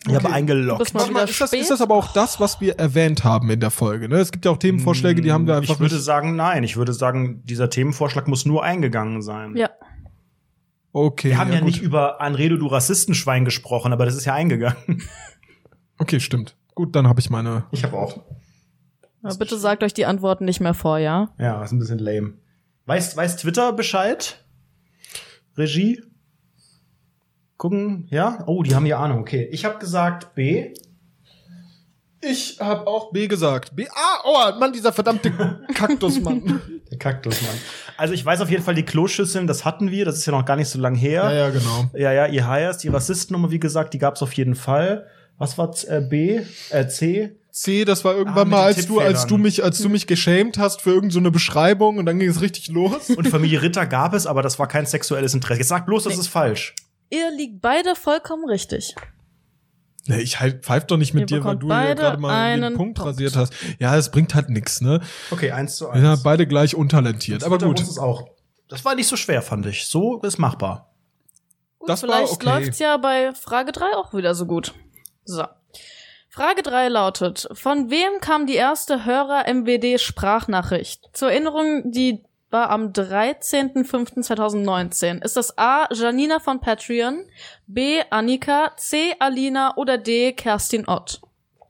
Ich habe eingeloggt. Ist das aber auch das, was wir erwähnt haben in der Folge? Ne? Es gibt ja auch Themenvorschläge, die haben wir einfach. Ich würde sagen, nein. Ich würde sagen, dieser Themenvorschlag muss nur eingegangen sein. Ja. Okay. Wir haben ja nicht über Anredo, du Rassistenschwein gesprochen, aber das ist ja eingegangen. Okay, stimmt. Gut, dann habe ich meine. Ich habe auch. Aber bitte sagt euch die Antworten nicht mehr vor, ja? Ja, ist ein bisschen lame. Weiß Twitter Bescheid? Regie? Gucken, ja? Oh, die haben ja Ahnung, okay. Ich habe gesagt B. Ich habe auch B gesagt. B. Oh, Mann, dieser verdammte Kaktusmann. Der Kaktusmann. Also ich weiß auf jeden Fall, die Kloschüsseln, das hatten wir. Das ist ja noch gar nicht so lang her. Ja, genau. Ja, ihr Hires, die Rassistennummer, wie gesagt, die gab's auf jeden Fall. Was war B? C? C, das war irgendwann mal, als du mich geschämt hast für irgend so eine Beschreibung und dann ging es richtig los. Und Familie Ritter gab es, aber das war kein sexuelles Interesse. Jetzt sag bloß, das ist falsch. Ihr liegt beide vollkommen richtig. Nee, ich pfeif doch nicht mit dir, weil du ja gerade mal den Punkt rasiert hast. Ja, es bringt halt nix, ne? Okay, 1:1. Ja, beide gleich untalentiert, aber gut. Das war nicht so schwer, fand ich. So ist machbar. Gut, das vielleicht läuft's ja bei Frage 3 auch wieder so gut. So. Frage 3 lautet, von wem kam die erste Hörer-MWD-Sprachnachricht? Zur Erinnerung, die war am 13.05.2019. Ist das A. Janina von Patreon, B. Annika, C. Alina oder D. Kerstin Ott?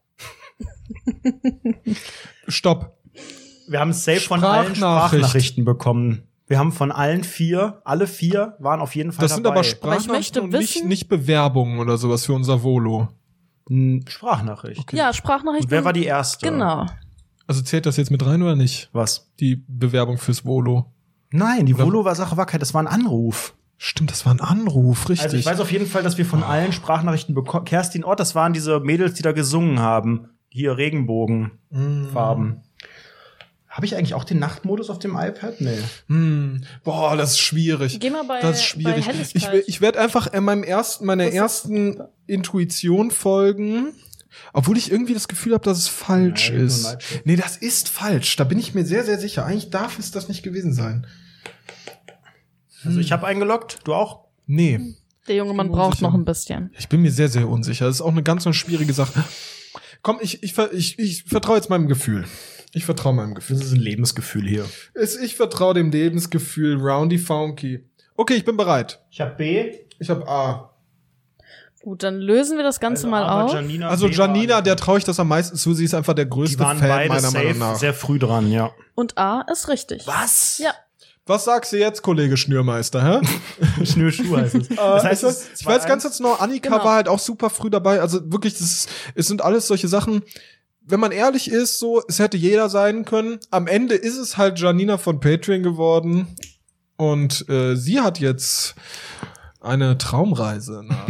Stopp. Wir haben safe von allen Sprachnachrichten bekommen. Wir haben von allen 4, alle 4 waren auf jeden Fall dabei. Das sind aber Sprachnachrichten und nicht Bewerbungen oder sowas für unser Volo. Sprachnachricht. Okay. Ja, Sprachnachricht. Und wer war die erste? Genau. Also zählt das jetzt mit rein oder nicht? Was? Die Bewerbung fürs Volo. Nein, die Volo-Sache war kein, das war ein Anruf. Stimmt, das war ein Anruf, richtig. Also ich weiß auf jeden Fall, dass wir von allen Sprachnachrichten bekommen. Kerstin Ott, das waren diese Mädels, die da gesungen haben. Hier Regenbogenfarben. Habe ich eigentlich auch den Nachtmodus auf dem iPad? Nee. Boah, das ist schwierig. Geh mal bei Ich werde einfach meiner ersten Intuition folgen, obwohl ich irgendwie das Gefühl habe, dass es falsch ist. Nee, das ist falsch. Da bin ich mir sehr, sehr sicher. Eigentlich darf es das nicht gewesen sein. Also ich habe eingeloggt, du auch? Nee. Der junge Mann braucht noch ein bisschen. Ich bin mir sehr, sehr unsicher. Das ist auch eine ganz schwierige Sache. Komm, ich vertraue jetzt meinem Gefühl. Ich vertraue meinem Gefühl. Das ist ein Lebensgefühl hier. Ich vertraue dem Lebensgefühl. Roundy Funky. Okay, ich bin bereit. Ich habe B. Ich habe A. Gut, dann lösen wir das Ganze mal auf. Janina, der traue ich das am meisten zu. Sie ist einfach der größte Fan meiner Meinung nach. Sehr früh dran, ja. Und A ist richtig. Was? Ja. Was sagst du jetzt, Kollege Schnürmeister, hä? Schnürschuh heißt es. Das heißt, ich weiß ganz jetzt noch, Annika war halt auch super früh dabei. Also wirklich, es sind alles solche Sachen. Wenn man ehrlich ist, so, es hätte jeder sein können. Am Ende ist es halt Janina von Patreon geworden. Und sie hat jetzt eine Traumreise nach.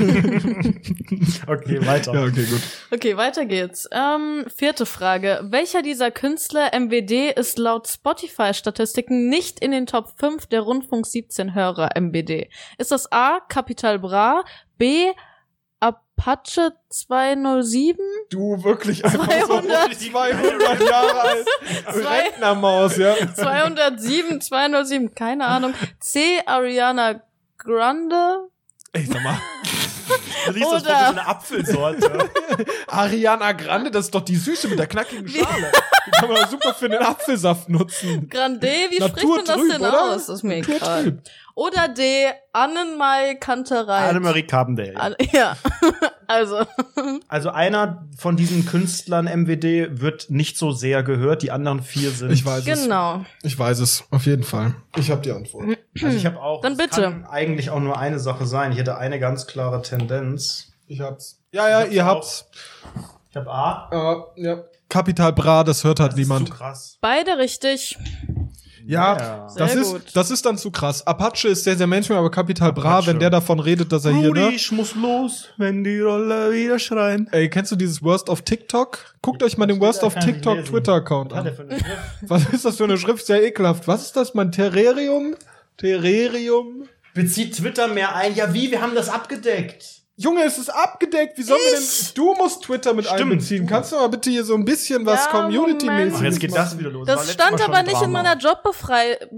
Okay, weiter. Ja, okay, gut. Okay, weiter geht's. 4. Frage. Welcher dieser Künstler MWD ist laut Spotify-Statistiken nicht in den Top 5 der Rundfunk 17 Hörer MWD? Ist das A. Capital Bra, B. Apache 207? Du wirklich einfach 200 Jahre alt. Rentnermaus, ja. 207, keine Ahnung. C. Ariana Grande. Ey, sag mal. Das ist das so eine Apfelsorte. Ariana Grande, das ist doch die Süße mit der knackigen Schale. Die kann man super für den Apfelsaft nutzen. Grande, wie spricht man das denn aus? Das ist mir egal. Oder D. Annemarie Kantereit. Annemarie Carbendale. Ja, also einer von diesen Künstlern MWD wird nicht so sehr gehört, die anderen 4 sind. Ich weiß es. Genau. Ich weiß es, auf jeden Fall. Ich habe die Antwort. Also ich habe auch, dann bitte. Kann eigentlich auch nur eine Sache sein. Ich hätte eine ganz klare Tendenz. Ich hab's. Ja, ihr habt's. Ich hab A. Ja. Capital Bra, das hört halt niemand. Zu krass. Beide richtig. Ja, das ist dann zu krass. Apache ist sehr, sehr Mainstream, aber Capital Bra, wenn der davon redet, dass er hier, ne? Ich muss los, wenn die Roller wieder schreien. Ey, kennst du dieses Worst of TikTok? Guckt euch mal den Worst of TikTok Twitter-Account an. Was ist das für eine Schrift? Sehr ekelhaft. Was ist das? Mein Terrarium? Bezieht Twitter mehr ein? Ja, wie? Wir haben das abgedeckt. Junge, es ist abgedeckt. Wie sollen wir denn? Du musst Twitter mit einbeziehen. Kannst du mal bitte hier so ein bisschen was Community-mäßiges jetzt geht das wieder los. Das stand aber nicht in meiner Jobbeschreibung.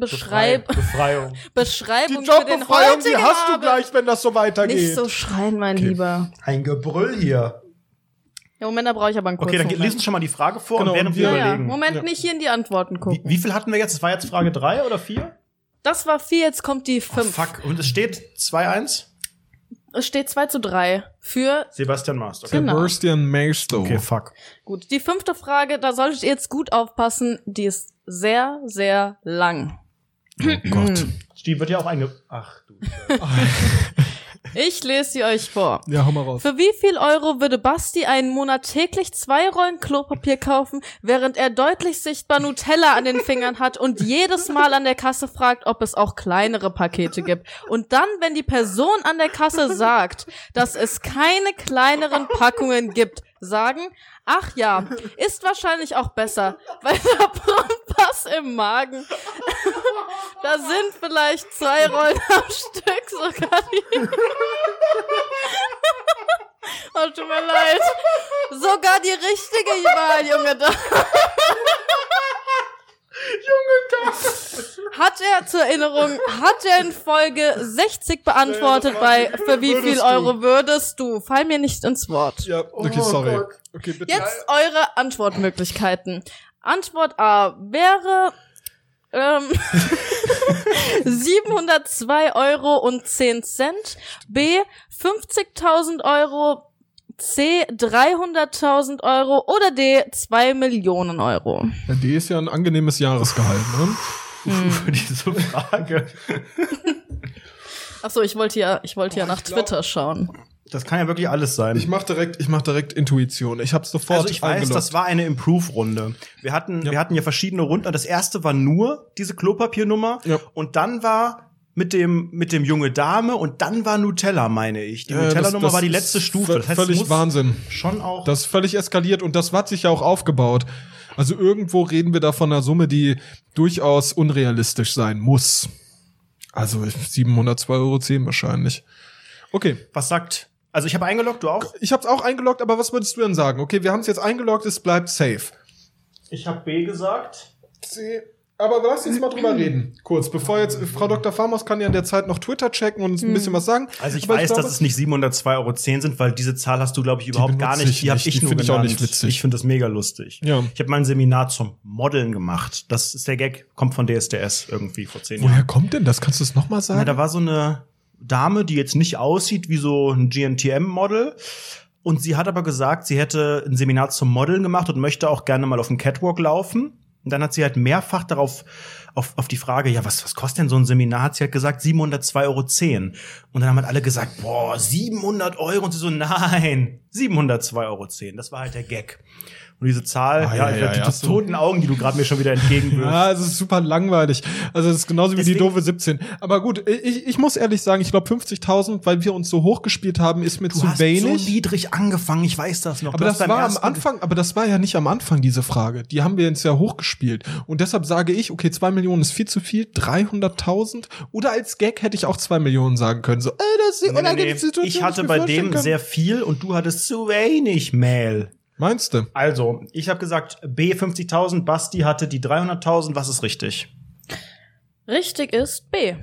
Die Jobbefreiung, die hast du gleich, wenn das so weitergeht. Nicht so schreien, mein Lieber. Ein Gebrüll hier. Ja, Moment, da brauche ich aber einen kurzen Okay, dann lesen wir schon mal die Frage vor und während wir überlegen. Moment, nicht hier in die Antworten gucken. Wie viel hatten wir jetzt? Das war jetzt Frage 3 oder 4? Das war 4, jetzt kommt die 5. Fuck, und es steht 2-1? Es steht 2:3 für Sebastian Maast. Okay. Genau. Sebastian Maast. Okay, fuck. Gut, die 5. Frage, da solltet ihr jetzt gut aufpassen, die ist sehr, sehr lang. Oh Gott. Die wird ja auch Ach du. Ich lese sie euch vor. Ja, hau mal raus. Für wie viel Euro würde Basti einen Monat täglich 2 Rollen Klopapier kaufen, während er deutlich sichtbar Nutella an den Fingern hat und jedes Mal an der Kasse fragt, ob es auch kleinere Pakete gibt? Und dann, wenn die Person an der Kasse sagt, dass es keine kleineren Packungen gibt, sagen, ach ja, ist wahrscheinlich auch besser, weil da Pass im Magen. Da sind vielleicht 2 Rollen am Stück sogar die. Oh, tut mir leid. Sogar die richtige Wahl, Junge, da. Hat er zur Erinnerung, hat er in Folge 60 beantwortet bei für wie viel Euro würdest du? Fall mir nicht ins Wort. Ja, okay, sorry. Okay, bitte. Jetzt eure Antwortmöglichkeiten. Antwort A wäre 702,10 €, B 50.000 €, C 300.000 € oder D 2 Millionen €. Ja, D ist ja ein angenehmes Jahresgehalt, ne? Für diese Frage. Ach so, ich wollte ja nach Twitter schauen. Das kann ja wirklich alles sein. Ich mach direkt Intuition. Ich hab's sofort Also ich weiß, das war eine Improve-Runde. Wir hatten ja verschiedene Runden. Das erste war nur diese Klopapiernummer. Ja. Und dann war mit dem junge Dame und dann war Nutella, meine ich. Die Nutella-Nummer war die letzte Stufe. Das heißt, völlig Wahnsinn. Schon auch. Das ist völlig eskaliert und das hat sich ja auch aufgebaut. Also irgendwo reden wir da von einer Summe, die durchaus unrealistisch sein muss. Also 702,10 € wahrscheinlich. Okay. Was sagt... Also ich habe eingeloggt, du auch? Ich habe es auch eingeloggt, aber was würdest du denn sagen? Okay, wir haben es jetzt eingeloggt, es bleibt safe. Ich habe B gesagt. C. Aber lass uns mal drüber reden. Kurz, bevor jetzt Frau Dr. Farmers kann ja in der Zeit noch Twitter checken und uns ein bisschen was sagen. Also ich weiß, dass es nicht 702,10 € sind, weil diese Zahl hast du, glaube ich, überhaupt gar nicht. Die habe ich nur genannt. Ich auch nicht witzig. Ich finde das mega lustig. Ja. Ich habe mein Seminar zum Modeln gemacht. Das ist der Gag, kommt von DSDS irgendwie vor 10 Jahren. Woher kommt denn das? Kannst du es nochmal sagen? Na, da war so eine Dame, die jetzt nicht aussieht wie so ein GNTM-Model. Und sie hat aber gesagt, sie hätte ein Seminar zum Modeln gemacht und möchte auch gerne mal auf dem Catwalk laufen. Und dann hat sie halt mehrfach darauf auf die Frage, ja, was kostet denn so ein Seminar? Hat sie halt gesagt, 702,10 €. Und dann haben halt alle gesagt, boah, 700 €. Und sie so, nein, 702,10 €. Das war halt der Gag. Und diese Zahl, die toten Augen, die du gerade mir schon wieder entgegenwirfst. Ja, es ist super langweilig. Also es ist genauso wie die doofe 17. Aber gut, ich muss ehrlich sagen, ich glaube 50.000, weil wir uns so hochgespielt haben, ist mir zu wenig. Du hast so niedrig angefangen, ich weiß das noch. Aber das war am Anfang, aber das war ja nicht am Anfang, diese Frage. Die haben wir jetzt ja hochgespielt. Und deshalb sage ich, okay, 2 Millionen ist viel zu viel, 300.000. Oder als Gag hätte ich auch 2 Millionen sagen können. So, das ist die unangenehme Situation. Ich hatte bei dem sehr viel und du hattest zu wenig Mehl. Meinst du? Also, ich habe gesagt, B 50.000, Basti hatte die 300.000. Was ist richtig? Richtig ist B.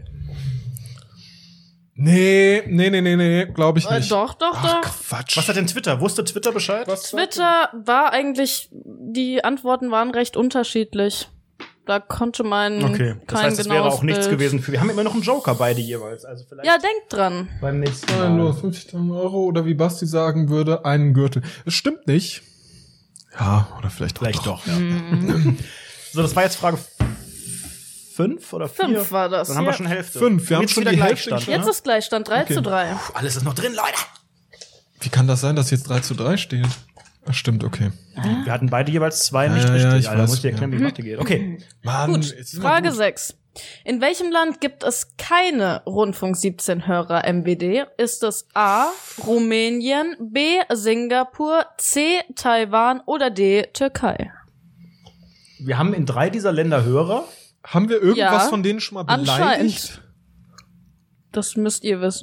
Nee, glaube ich nicht. Doch. Quatsch. Was hat denn Twitter? Wusste Twitter Bescheid? Twitter war eigentlich, die Antworten waren recht unterschiedlich. Da konnte man okay, das heißt, es wäre auch nichts gewesen wir haben immer noch einen Joker beide jeweils, also vielleicht. Ja, denkt dran. Beim nächsten Mal. Nur 50.000 € oder wie Basti sagen würde, einen Gürtel. Das stimmt nicht. Ja, oder vielleicht doch. Ja. So, das war jetzt Frage 5 oder 4? 5 war das. Dann haben wir schon Hälfte. 5, wir haben schon die Gleichstand. Jetzt ist Gleichstand 3:3. Alles ist noch drin, Leute. Wie kann das sein, dass jetzt 3:3 steht? Ach, stimmt, okay. Wir hatten beide jeweils 2 nicht richtig. Alter, muss ich dir erklären, wie Mathe geht. Okay. Mann, gut, Frage 6. In welchem Land gibt es keine Rundfunk 17 Hörer MWD? Ist es A, Rumänien, B, Singapur, C, Taiwan oder D, Türkei? Wir haben in 3 dieser Länder Hörer. Haben wir irgendwas von denen schon mal beleidigt? Das müsst ihr wissen.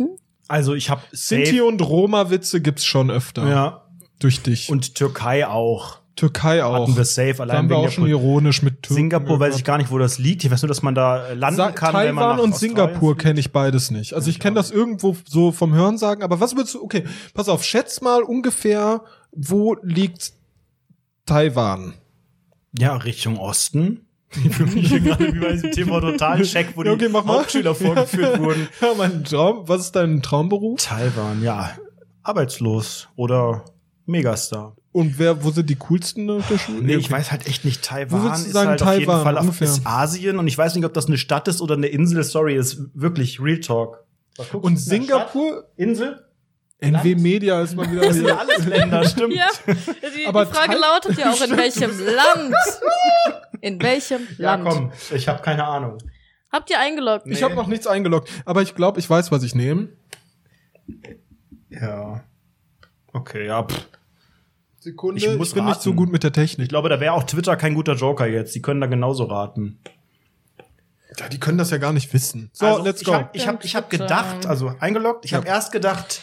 Also ich habe Sinti und Roma-Witze gibt's schon öfter. Ja. Durch dich. Und Türkei auch. Türkei auch. Hatten wir safe. Allein haben wir auch schon ironisch mit Türken. Singapur weiß ich gar nicht, wo das liegt. Ich weiß nur, dass man da landen kann. Taiwan wenn man nach und Singapur kenne ich beides nicht. Also ich kenne das irgendwo so vom Hörensagen. Aber was würdest du, okay, pass auf, schätz mal ungefähr, wo liegt Taiwan? Ja, Richtung Osten. Ich fühle mich hier gerade wie bei diesem TV Total-Check, wo die Hauptschüler vorgeführt wurden. Ja, mein Traum. Was ist dein Traumberuf? Taiwan, ja. Arbeitslos oder Megastar. Und wo sind die coolsten auf der Schule? Nee, ich weiß halt echt nicht. Taiwan wo ist sagen, halt Taiwan, auf jeden Fall ist Asien und ich weiß nicht, ob das eine Stadt ist oder eine Insel. Sorry, ist wirklich Real Talk. Und Singapur? Insel? NW Media ist mal wieder. Das sind ja alles Länder, stimmt. Ja, die Frage lautet ja auch, in welchem Land? In welchem Land? Ja, komm, ich habe keine Ahnung. Habt ihr eingeloggt? Nee. Ich habe noch nichts eingeloggt, aber ich glaube, ich weiß, was ich nehme. Ja. Okay, ja. Sekunde, ich bin nicht so gut mit der Technik. Ich glaube, da wäre auch Twitter kein guter Joker jetzt. Die können da genauso raten. Ja, die können das ja gar nicht wissen. So, also, let's go. Ich hab gedacht, also eingeloggt, ich habe erst gedacht,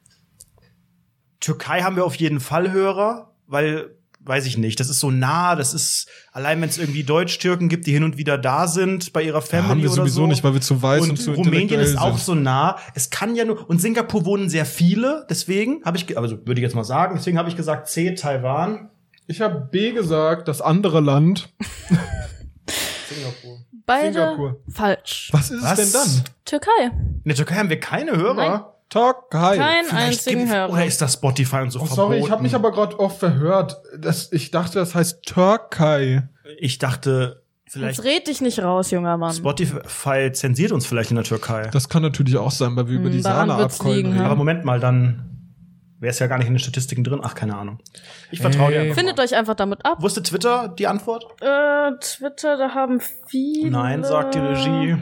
Türkei haben wir auf jeden Fall Hörer, weil, weiß ich nicht, das ist so nah, das ist, allein wenn es irgendwie Deutsch-Türken gibt, die hin und wieder da sind bei ihrer Family haben wir oder sowieso so. nicht, weil wir zu weiß und zu Rumänien ist auch sind. so nah. Es kann ja nur, und Singapur wohnen sehr viele, deswegen also würde ich jetzt mal sagen, deswegen habe ich gesagt C, Taiwan. Ich habe B gesagt, das andere Land. Singapur. Beide falsch. Was ist es denn dann? Türkei. In der Türkei haben wir keine Hörer. Nein. Türkei. Kein einzigen Hörer. Oder ist das Spotify und so verboten? Sorry, ich habe mich aber gerade oft verhört. Ich dachte, das heißt Türkei. Ich dachte, vielleicht. Jetzt red dich nicht raus, junger Mann. Spotify zensiert uns vielleicht in der Türkei. Das kann natürlich auch sein, weil wir über die Sahne-Abkeulen reden. Aber Moment mal, dann wäre es ja gar nicht in den Statistiken drin. Ach, keine Ahnung. Ich vertraue dir einfach. Findet euch einfach damit ab. Wusste Twitter die Antwort? Twitter, da haben viele. Nein, sagt die Regie.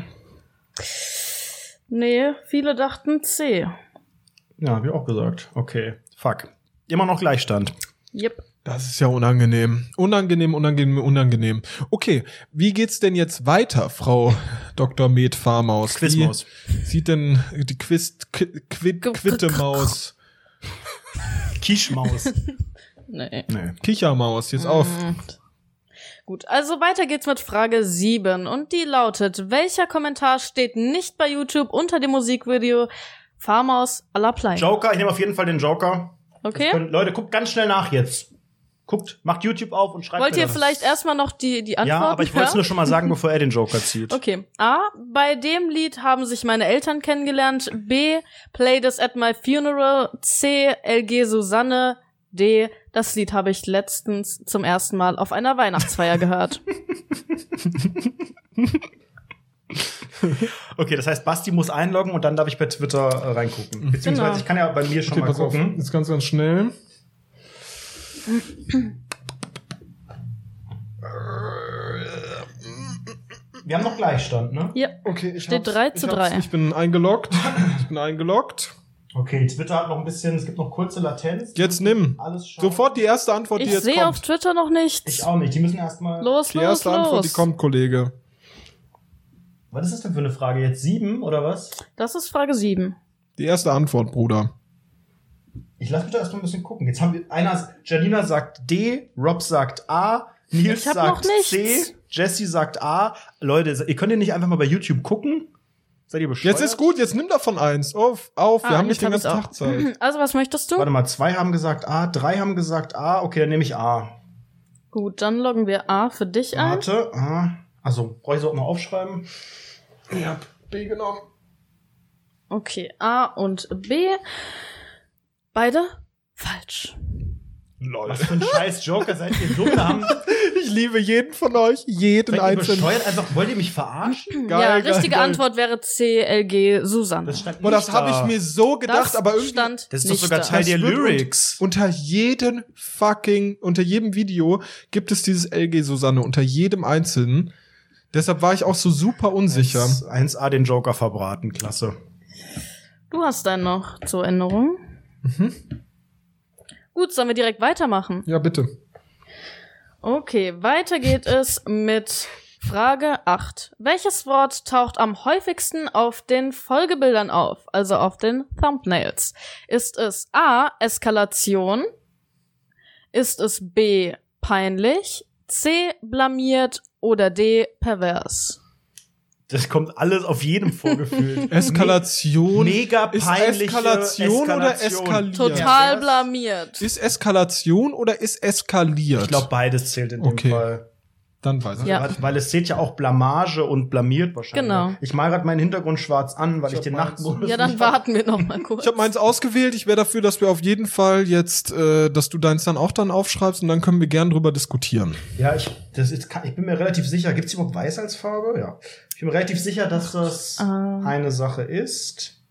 Nee, viele dachten C. Ja, hab ich auch gesagt. Okay, fuck. Immer noch Gleichstand. Yep. Das ist ja unangenehm. Unangenehm. Okay, wie geht's denn jetzt weiter, Frau Dr. Med Farmaus? Quizmaus. Wie sieht denn die Quitte-Maus? Kischmaus. Nee. Kichermaus, jetzt auf. Gut, also weiter geht's mit Frage 7 und die lautet, welcher Kommentar steht nicht bei YouTube unter dem Musikvideo Farmaus à la Playa? Joker, ich nehme auf jeden Fall den Joker. Okay. Leute, guckt ganz schnell nach jetzt. Guckt, macht YouTube auf und schreibt Wollt ihr vielleicht erstmal noch die Antworten Ja, aber ich wollte es nur schon mal sagen, bevor er den Joker zieht. Okay. A. Bei dem Lied haben sich meine Eltern kennengelernt. B. Play this at my funeral. C. LG Susanne. D. Das Lied habe ich letztens zum ersten Mal auf einer Weihnachtsfeier gehört. Okay, das heißt, Basti muss einloggen und dann darf ich bei Twitter reingucken. Beziehungsweise ich kann ja bei mir schon mal gucken. Jetzt ganz schnell. Wir haben noch Gleichstand, ne? Ja. Okay, steht 3:3. Ich bin eingeloggt. Okay, Twitter hat noch ein bisschen, es gibt noch kurze Latenz. Jetzt nimm. Sofort die erste Antwort, die jetzt kommt. Ich sehe auf Twitter noch nichts. Ich auch nicht, die müssen erstmal. Die erste Antwort, die kommt, Kollege. Was ist das denn für eine Frage jetzt? 7 oder was? Das ist Frage 7. Die erste Antwort, Bruder. Ich lass mich da erstmal ein bisschen gucken. Jetzt haben wir Janina sagt D, Rob sagt A, Nils sagt C, Jesse sagt A. Leute, ihr könnt ja nicht einfach mal bei YouTube gucken. Seid ihr bescheuert? Jetzt ist gut, jetzt nimm davon eins. Auf, wir haben nicht den ganzen Tag Zeit. Also, was möchtest du? Warte mal, 2 haben gesagt A, 3 haben gesagt A. Okay, dann nehme ich A. Gut, dann loggen wir A für dich ein. Warte, A. Also, brauche ich so auch mal aufschreiben? Ich hab B genommen. Okay, A und B. Beide falsch. Lol. Was für ein scheiß Joker seid ihr dumm? Ich liebe jeden von euch, jeden einzelnen. Einfach, wollt ihr mich verarschen? Geil, ja, richtige Antwort wäre C, LG, Susanne. Das habe ich mir so gedacht, aber irgendwie. Das ist doch sogar Teil der Lyrics. Unter jedem Video gibt es dieses LG Susanne, unter jedem einzelnen. Deshalb war ich auch so super unsicher. 1A den Joker verbraten, klasse. Du hast einen noch zur Änderung. Gut, sollen wir direkt weitermachen? Ja, bitte. Okay, weiter geht es mit Frage 8. Welches Wort taucht am häufigsten auf den Folgebildern auf, also auf den Thumbnails? Ist es A, Eskalation? Ist es B, peinlich? C, blamiert? Oder D, pervers? Das kommt alles auf jedem vorgefühlt. Eskalation. Mega peinliche Eskalation oder eskaliert? Total blamiert. Ist Eskalation oder ist eskaliert? Ich glaube, beides zählt in dem Fall. Dann weiß ich. Ja. Weil es zählt ja auch Blamage und blamiert wahrscheinlich. Genau. Ich male gerade meinen Hintergrund schwarz an, weil ich den Nachtmodus. Ja, dann warten wir noch mal kurz. Ich habe meins ausgewählt. Ich wäre dafür, dass wir auf jeden Fall jetzt, dass du deins dann auch dann aufschreibst und dann können wir gern drüber diskutieren. Ja, ich bin mir relativ sicher. Gibt's überhaupt weiß als Farbe? Ja. Ich bin mir relativ sicher, dass das eine Sache ist.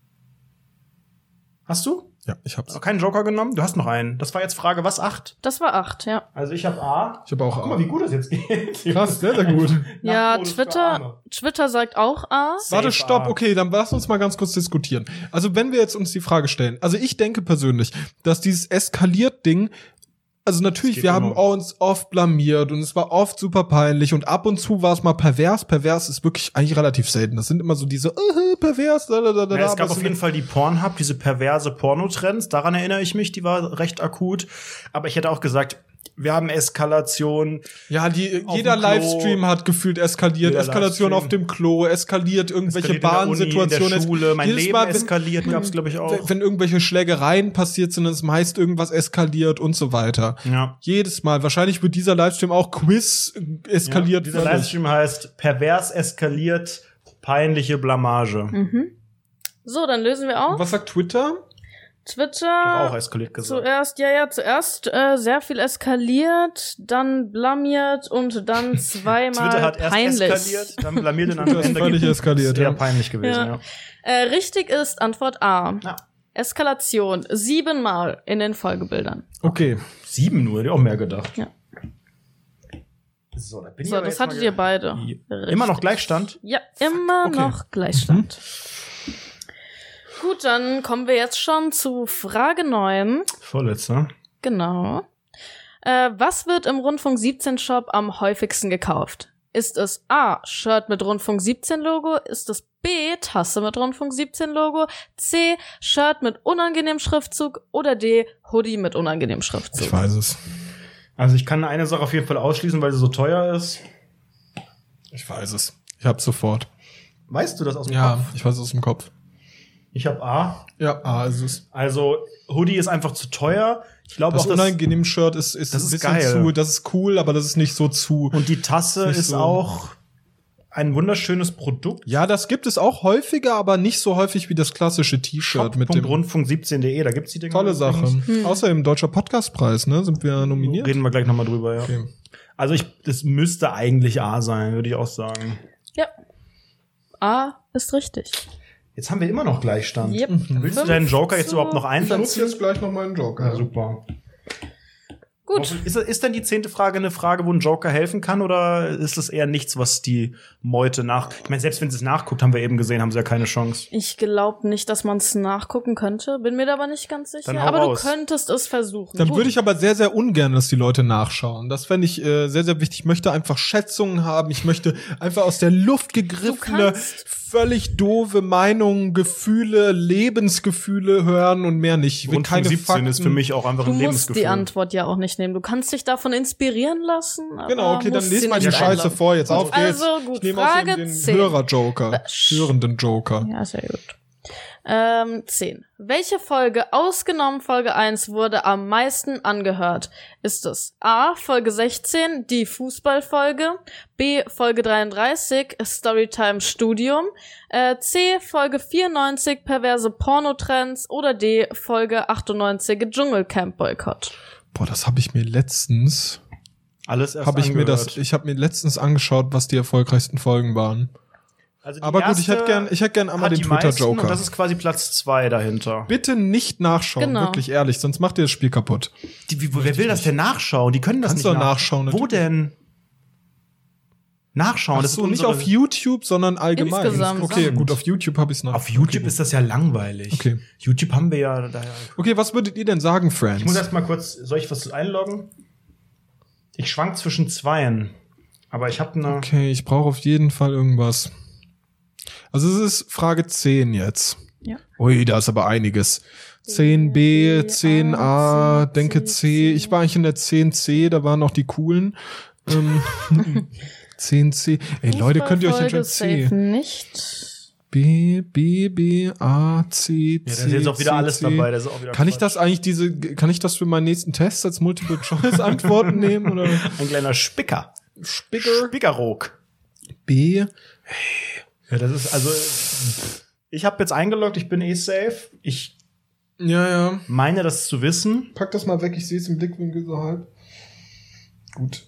Hast du? Ja, ich hab's. Noch keinen Joker genommen? Du hast noch einen. Das war jetzt Frage, was? 8? Das war 8, ja. Also ich habe A. Ich habe auch A. Guck mal, wie gut das jetzt geht. Krass, sehr, sehr gut. Ja, Nachtmodus für Arme. Twitter sagt auch A. Warte, stopp, A. okay, dann lass uns mal ganz kurz diskutieren. Also wenn wir jetzt uns die Frage stellen, also ich denke persönlich, dass dieses Eskaliert-Ding, also natürlich, wir haben uns oft blamiert und es war oft super peinlich und ab und zu war es mal pervers. Pervers ist wirklich eigentlich relativ selten. Das sind immer so diese pervers. Ja, es gab auf jeden Fall die Pornhub, diese perverse Pornotrends. Daran erinnere ich mich, die war recht akut. Aber ich hätte auch gesagt, wir haben Eskalation. Ja, jeder Livestream hat gefühlt eskaliert. Jeder Eskalation Livestream. auf dem Klo, eskaliert irgendwelche Eskaliert in der Uni, Bahnsituationen. in der Schule. Mein Jedes Leben Mal, eskaliert, gab's, glaube ich, auch. Wenn irgendwelche Schlägereien passiert sind, ist meist irgendwas eskaliert und so weiter. Ja. Jedes Mal. Wahrscheinlich wird dieser Livestream auch Quiz eskaliert. Ja, dieser Livestream heißt pervers eskaliert, peinliche Blamage. So, dann lösen wir auf. Was sagt Twitter? Twitter. Auch eskaliert gesagt. Zuerst sehr viel eskaliert, dann blamiert und dann zweimal Twitter hat peinlich. erst eskaliert, dann blamiert und am Twitter ist Ende völlig eskaliert, Sehr ja. peinlich gewesen, ja. Richtig ist Antwort A. Ja. Eskalation 7-mal in den Folgebildern. Okay. 7 nur, hätte ich auch mehr gedacht. Ja. So, da bin ich So, aber das jetzt hattet mal ihr beide. Immer noch Gleichstand? Ja, immer okay. noch Gleichstand. Gut, dann kommen wir jetzt schon zu Frage 9. Vorletzter. Genau. Was wird im Rundfunk 17 Shop am häufigsten gekauft? Ist es A, Shirt mit Rundfunk 17 Logo? Ist es B, Tasse mit Rundfunk 17 Logo? C, Shirt mit unangenehmem Schriftzug? Oder D, Hoodie mit unangenehmem Schriftzug? Ich weiß es. Also ich kann eine Sache auf jeden Fall ausschließen, weil sie so teuer ist. Ich weiß es. Ich hab's sofort. Weißt du das aus dem Ja, Kopf? ich weiß es aus dem Kopf. Ich habe A. Ja, A ist es. Also Hoodie ist einfach zu teuer. Ich glaube Das auch, dass unangenehme Shirt ist das ein ist bisschen geil. zu, das ist cool, aber das ist nicht so zu. und die Tasse Nicht ist so. auch ein wunderschönes Produkt. Ja, das gibt es auch häufiger, aber nicht so häufig wie das klassische T-Shirt mit dem Rundfunk17.de, da gibt's die Dinger. tolle Sache. übrigens. Außerdem Deutscher Podcastpreis, ne, sind wir nominiert. Reden wir gleich nochmal drüber, ja. Okay. Also das müsste eigentlich A sein, würde ich auch sagen. Ja. A ist richtig. Jetzt haben wir immer noch Gleichstand. Yep. Willst du deinen Joker jetzt überhaupt noch Ich nutze einsetzen? jetzt gleich noch meinen Joker. Ja, super. Gut. Ist denn die 10. Frage eine Frage, wo ein Joker helfen kann, oder ist es eher nichts, was die Meute Ich meine, selbst wenn sie es nachguckt, haben wir eben gesehen, haben sie ja keine Chance. Ich glaube nicht, dass man es nachgucken könnte. Bin mir da aber nicht ganz sicher. Dann hau Aber raus. du könntest es versuchen. Dann Gut. würde ich aber sehr, sehr ungern, dass die Leute nachschauen. Das fände ich sehr, sehr wichtig. Ich möchte einfach Schätzungen haben. Ich möchte einfach aus der Luft gegriffene, völlig doofe Meinungen, Gefühle, Lebensgefühle hören und mehr nicht. Ich will Rundfunk keine 17 Fakten. ist für mich auch einfach Du ein musst Lebensgefühl. die Antwort ja auch nicht nehmen. Du kannst dich davon inspirieren lassen. Aber Genau, okay, dann musst lese sie mal die nicht Scheiße einloggen. vor. Jetzt auf geht's. Also gut, ich nehme Frage aus den 10. Hörer-Joker. Hörenden Joker. Ja, sehr gut. 10. Welche Folge, ausgenommen Folge 1, wurde am meisten angehört? Ist es A, Folge 16, die Fußballfolge, B, Folge 33, Storytime Studium, C, Folge 94, perverse Pornotrends oder D, Folge 98, Dschungelcamp Boykott? Boah, das habe ich mir letztens Alles erst ich angehört. habe mir letztens angeschaut, was die erfolgreichsten Folgen waren. Also die Aber gut, ich hätte erste gern einmal hat den die meisten Twitter-Joker. Und das ist quasi Platz 2 dahinter. Bitte nicht nachschauen, Genau. wirklich ehrlich, sonst macht ihr das Spiel kaputt. Wer will das denn nachschauen? Die können das Kannst nicht doch nachschauen, Wo natürlich. denn? Nachschauen. Ach Das so, ist nicht unsere- auf YouTube, sondern allgemein. Insgesamt. Okay, gut, auf YouTube habe ich es noch. Auf YouTube ist das ja langweilig. Okay. YouTube haben wir ja daher. Okay, was würdet ihr denn sagen, Friends? Ich muss erst mal kurz, soll ich was einloggen? Ich schwank zwischen zweien. Aber ich habe eine... Okay, ich brauche auf jeden Fall irgendwas. Also es ist Frage 10 jetzt. Ja. Ui, da ist aber einiges. 10b, 10a, denke C. Ich war eigentlich in der 10c, da waren noch die coolen. 10c. Ey, Leute, könnt ihr euch entscheiden? C. Nicht. B, A, C, C. Ja, da ist jetzt auch wieder alles dabei. Das ist auch wieder kann ich das eigentlich kann ich das für meinen nächsten Test als Multiple-Choice-Antworten nehmen, oder? Ein kleiner Spicker. Spickerrock. B. Ja, das ist, also, ich habe jetzt eingeloggt, ich bin safe. Ich meine, das zu wissen. Pack das mal weg, ich sehe es im Blickwinkel so halb. Gut.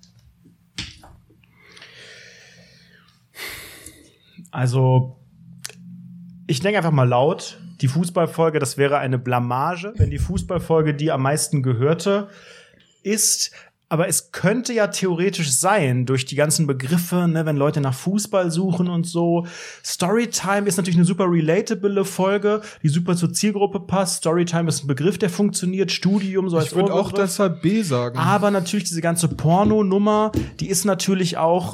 Also, ich denke einfach mal laut, die Fußballfolge, das wäre eine Blamage, wenn die Fußballfolge die am meisten gehörte ist. Aber es könnte ja theoretisch sein, durch die ganzen Begriffe, ne, wenn Leute nach Fußball suchen und so. Storytime ist natürlich eine super relatable Folge, die super zur Zielgruppe passt. Storytime ist ein Begriff, der funktioniert. Studium, so als Ich würde auch deshalb B sagen. Aber natürlich diese ganze Porno-Nummer, die ist natürlich auch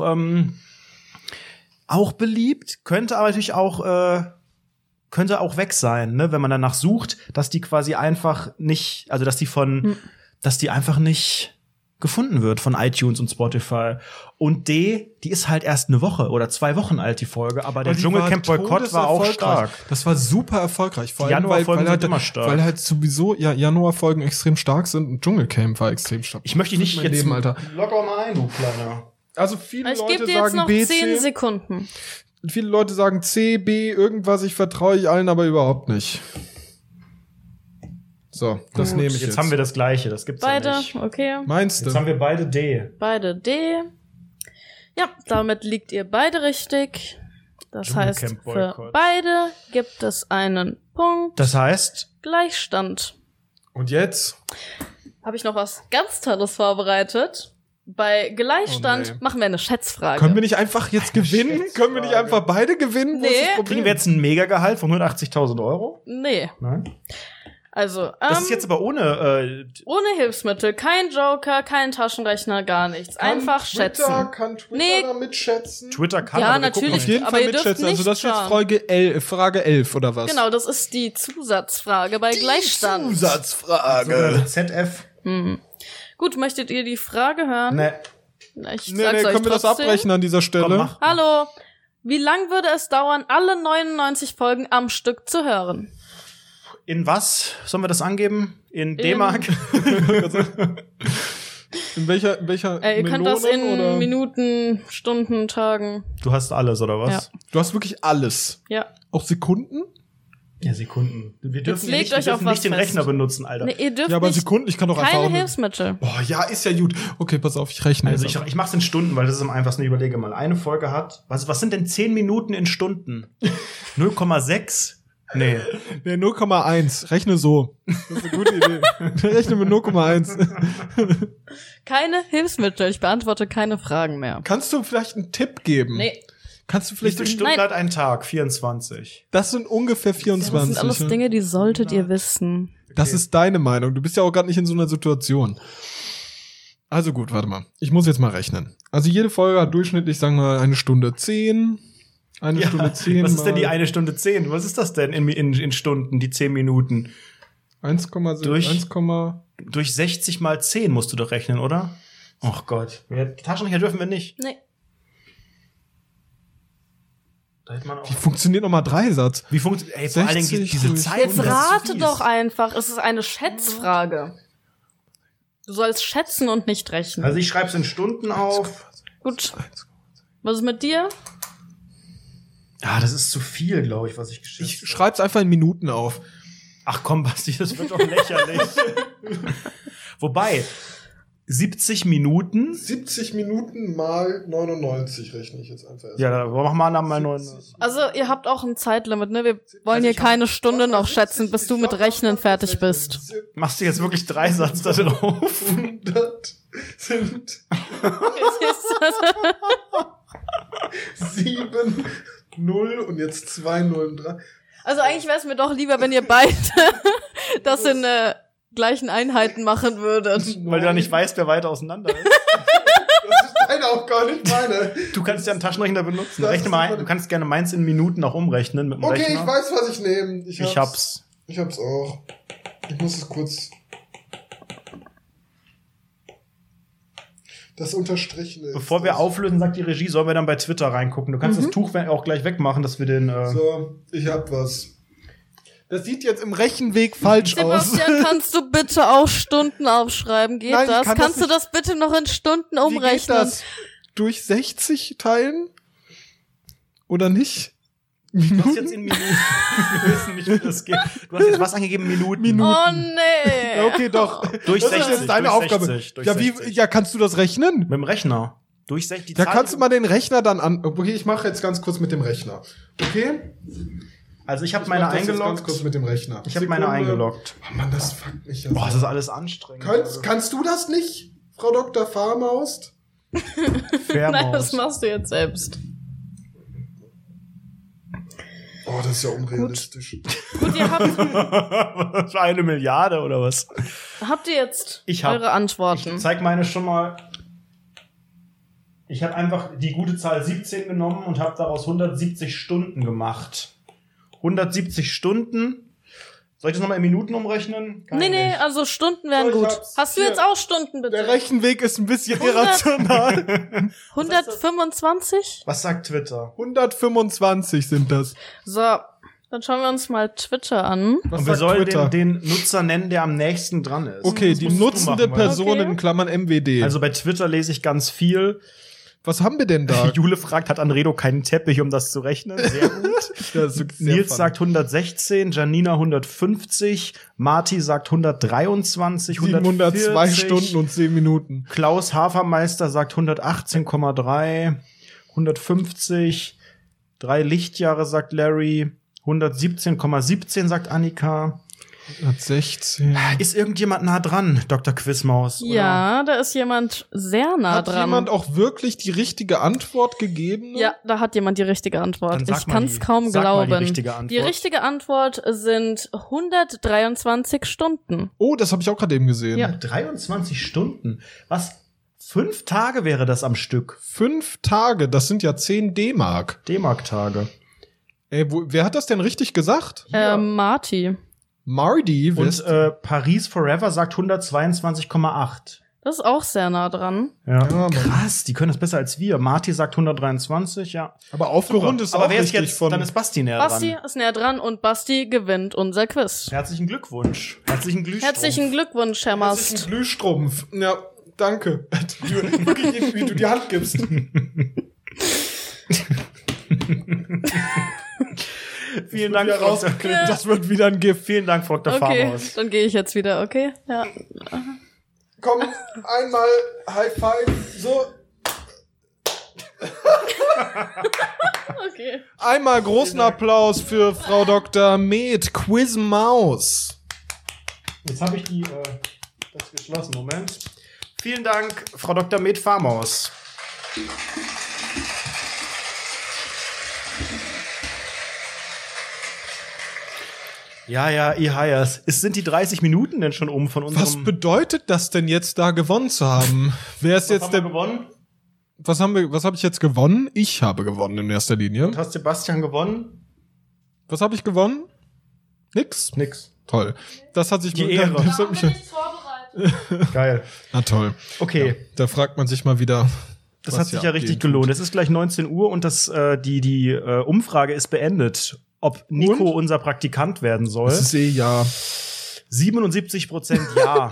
beliebt, könnte aber natürlich auch weg sein, ne, wenn man danach sucht, dass die quasi einfach nicht, also dass die einfach nicht gefunden wird von iTunes und Spotify. Und D, die ist halt erst eine Woche oder 2 Wochen alt, die Folge, aber der Dschungelcamp-Boykott war auch stark. Das war super erfolgreich. Vor allem, Januarfolgen sind immer stark. Weil halt sowieso Januarfolgen extrem stark sind und Dschungelcamp war extrem stark. Ich möchte dich nicht jetzt Leben, Alter. Locker mal ein, du Kleiner. Also viele Ich Leute gebe dir jetzt sagen noch B, 10 C. Sekunden. Viele Leute sagen C, B, irgendwas, ich vertraue ich allen aber überhaupt nicht. So, das nehme ich jetzt. Haben wir das Gleiche, das gibt's Beide, ja nicht. okay. Meinst du? Jetzt haben wir beide D. Beide D. Ja, damit liegt ihr beide richtig. Das heißt, für Dschungelcamp-Boykott. beide gibt es einen Punkt. Das heißt? Gleichstand. Und jetzt? Habe ich noch was ganz Tolles vorbereitet. Bei Gleichstand machen wir eine Schätzfrage. Können wir nicht einfach jetzt gewinnen? Können wir nicht einfach beide gewinnen? Nee. Wo ist das Problem? Kriegen wir jetzt ein Megagehalt von 180.000 Euro? Nee. Nein. Also, Das ist jetzt aber ohne ohne Hilfsmittel, kein Joker, kein Taschenrechner, gar nichts. Einfach schätzen. Kann Twitter Nee. da mitschätzen? Twitter kann, Ja, aber wir gucken natürlich. Auf jeden Aber Fall ihr dürft mitschätzen. Also nicht das ist jetzt schauen. Frage 11 oder was? Genau, das ist die Zusatzfrage bei Gleichstand. Zusatzfrage. ZF. Gut, möchtet ihr die Frage hören? Ne. Ich Nee, sag's euch können wir das trotzdem. abbrechen an dieser Stelle? Komm, mach. Hallo. Wie lang würde es dauern, alle 99 Folgen am Stück zu hören? In was sollen wir das angeben? In D-Mark? In welcher Ihr könnt das in oder? Minuten, Stunden, Tagen. Du hast alles, oder was? Ja. Du hast wirklich alles. Ja. Auch Sekunden? Ja, Sekunden. Wir dürfen legt nicht, wir euch auf dürfen was nicht den fest. Rechner benutzen, Alter. Nee, ihr dürft Ja, aber nicht, Sekunden, ich kann doch einfach keine auch nicht. Hilfsmittel. Boah, ja, ist ja gut. Okay, pass auf, ich rechne. Also jetzt ich mach's in Stunden, weil das ist am einfachsten. Überlege mal. Eine Folge hat, was sind denn 10 Minuten in Stunden? 0,6? Nee. Nee, 0,1. Rechne so. Das ist eine gute Idee. Rechne mit 0,1. Keine Hilfsmittel. Ich beantworte keine Fragen mehr. Kannst du vielleicht einen Tipp geben? Nee. Kannst du Wie vielleicht viele Stunden hat ein Tag? 24. Das sind ungefähr Das 24. sind alles ne? Dinge, die solltet ihr wissen. Das ist deine Meinung. Du bist ja auch gerade nicht in so einer Situation. Also gut, warte mal. Ich muss jetzt mal rechnen. Also jede Folge hat durchschnittlich, sagen wir, 1 Stunde 10. Eine Stunde 10. Was ist denn die 1 Stunde 10? Was ist das denn in Stunden, die 10 Minuten? 1,7. Durch- Durch 60 mal 10 musst du doch rechnen, oder? Ach Gott. Taschenrechner dürfen wir nicht. Nee. Da hätte man auch Wie funktioniert nochmal Dreisatz? Wie funktioniert, ey, vor allen Dingen 60 diese durch- Zeiten. Jetzt das ist rate fies. doch einfach. Es ist eine Schätzfrage. Du sollst schätzen und nicht rechnen. Also ich schreib's in Stunden auf. Gut. Was ist mit dir? Ja, das ist zu viel, glaube ich, was ich geschätzt Ich schreib's einfach in Minuten auf. Ach komm, Basti, das wird doch lächerlich. Wobei, 70 Minuten. 70 Minuten mal 99 rechne ich jetzt einfach. Ja, da machen wir mal 9. Also, ihr habt auch ein Zeitlimit, ne? Wir wollen hier keine Stunde noch schätzen, bis du mit Rechnen fertig bist. Machst du jetzt wirklich 3 Satz da drauf? 100 sind 7, 0 und jetzt 2, 0 und 3. Also eigentlich wäre es mir doch lieber, wenn ihr beide das in gleichen Einheiten machen würdet. Weil du ja nicht weißt, wer weiter auseinander ist. Das ist deine Aufgabe, nicht meine. Du kannst ja einen Taschenrechner benutzen. Rechne mal, du kannst gerne meins in Minuten auch umrechnen mit dem Rechner. Okay, ich weiß, was ich nehme. Ich hab's auch. Ich muss es kurz... Das unterstrichen ist. Bevor wir auflösen, sagt die Regie, sollen wir dann bei Twitter reingucken. Du kannst das Tuch auch gleich wegmachen, dass wir den... So, ich hab was. Das sieht jetzt im Rechenweg falsch aus. Sebastian, kannst du bitte auch Stunden aufschreiben? Geht Nein, das? Kannst du das bitte noch in Stunden umrechnen? Wie geht das? Durch 60 teilen? Oder nicht? Du hast jetzt in Minuten. Wir wissen nicht, wie das geht. Du hast jetzt was angegeben? Minuten. Oh, nee. Okay, doch. Durch 60. Das ist jetzt deine Aufgabe. 60, ja, wie, ja, kannst du das rechnen? Mit dem Rechner. Durch 60. Da kannst du mal den Rechner dann an... Okay, ich mache jetzt ganz kurz mit dem Rechner. Okay? Also ich habe meine eingeloggt. Ganz kurz mit dem Rechner. Ich habe meine eingeloggt. Oh Mann, das fuckt mich ja. Boah, das ist alles anstrengend. Kannst du das nicht, Frau Dr. Fahrmaust? Nein, das machst du jetzt selbst. Oh, das ist ja unrealistisch. Gut, ihr habt... Was für 1 Milliarde oder was? Habt ihr jetzt eure Antworten? Ich zeig meine schon mal. Ich habe einfach die gute Zahl 17 genommen und habe daraus 170 Stunden gemacht. 170 Stunden. Soll ich das nochmal in Minuten umrechnen? Nee, also Stunden wären gut. Hast du jetzt auch Stunden, bitte? Der Rechenweg ist ein bisschen irrational. 125? Was sagt Twitter? 125 sind das. So, dann schauen wir uns mal Twitter an. Und wir sollen den Nutzer nennen, der am nächsten dran ist. Okay, die nutzende Person in Klammern MWD. Also bei Twitter lese ich ganz viel. Was haben wir denn da? Jule fragt, hat Anredo keinen Teppich, um das zu rechnen? Sehr gut. Nils sagt 116, Janina 150, Marti sagt 123, 702 Stunden und 10 Minuten. Klaus Hafermeister sagt 118,3, 150, 3 Lichtjahre sagt Larry, 117,17 sagt Annika. 116. Ist irgendjemand nah dran, Dr. Quizmaus? Oder? Ja, da ist jemand sehr nah dran. Hat jemand auch wirklich die richtige Antwort gegeben? Ja, da hat jemand die richtige Antwort. Ich kann es kaum glauben. Die richtige Antwort sind 123 Stunden. Oh, das habe ich auch gerade eben gesehen. Ja, 23 Stunden. Was? 5 Tage wäre das am Stück? 5 Tage, das sind ja 10 D-Mark. D-Mark-Tage. Ey, wer hat das denn richtig gesagt? Marty. Marty. Und Paris Forever sagt 122,8. Das ist auch sehr nah dran. Ja, krass, die können das besser als wir. Marty sagt 123, ja. Aber aufgerundet ist aber auch wer ist richtig jetzt, von... Dann ist Basti näher dran. Basti ist näher dran und Basti gewinnt unser Quiz. Herzlichen Glückwunsch. Herzlichen Glühstrumpf. Herzlichen Glückwunsch, Herr Mast. Herzlichen Glühstrumpf. Ja, danke. Wirklich, wie du die Hand gibst. Vielen Dank, Das wird wieder ein Gift. Vielen Dank, Dr. Farmaus. Okay, dann gehe ich jetzt wieder, okay? Ja. Komm, einmal High Five, so. Okay. Einmal großen Applaus für Frau Dr. Med, Quizmaus. Jetzt habe ich das geschlossen. Moment. Vielen Dank, Frau Dr. Med Farmaus. Ja, Ehayas. Sind die 30 Minuten denn schon von unserem... Was bedeutet das denn jetzt, da gewonnen zu haben? Wer ist jetzt der... gewonnen? Was habe ich jetzt gewonnen? Ich habe gewonnen in erster Linie. Und hast Sebastian gewonnen? Was habe ich gewonnen? Nix. Toll. Das hat sich... Die Ehre. Das hat mich vorbereitet. Geil. Na toll. Okay. Ja, da fragt man sich mal wieder... Das hat sich ja richtig gelohnt. Es ist gleich 19 Uhr und die Umfrage ist beendet. Ob Nico unser Praktikant werden soll. Das ist ja. 77% ja.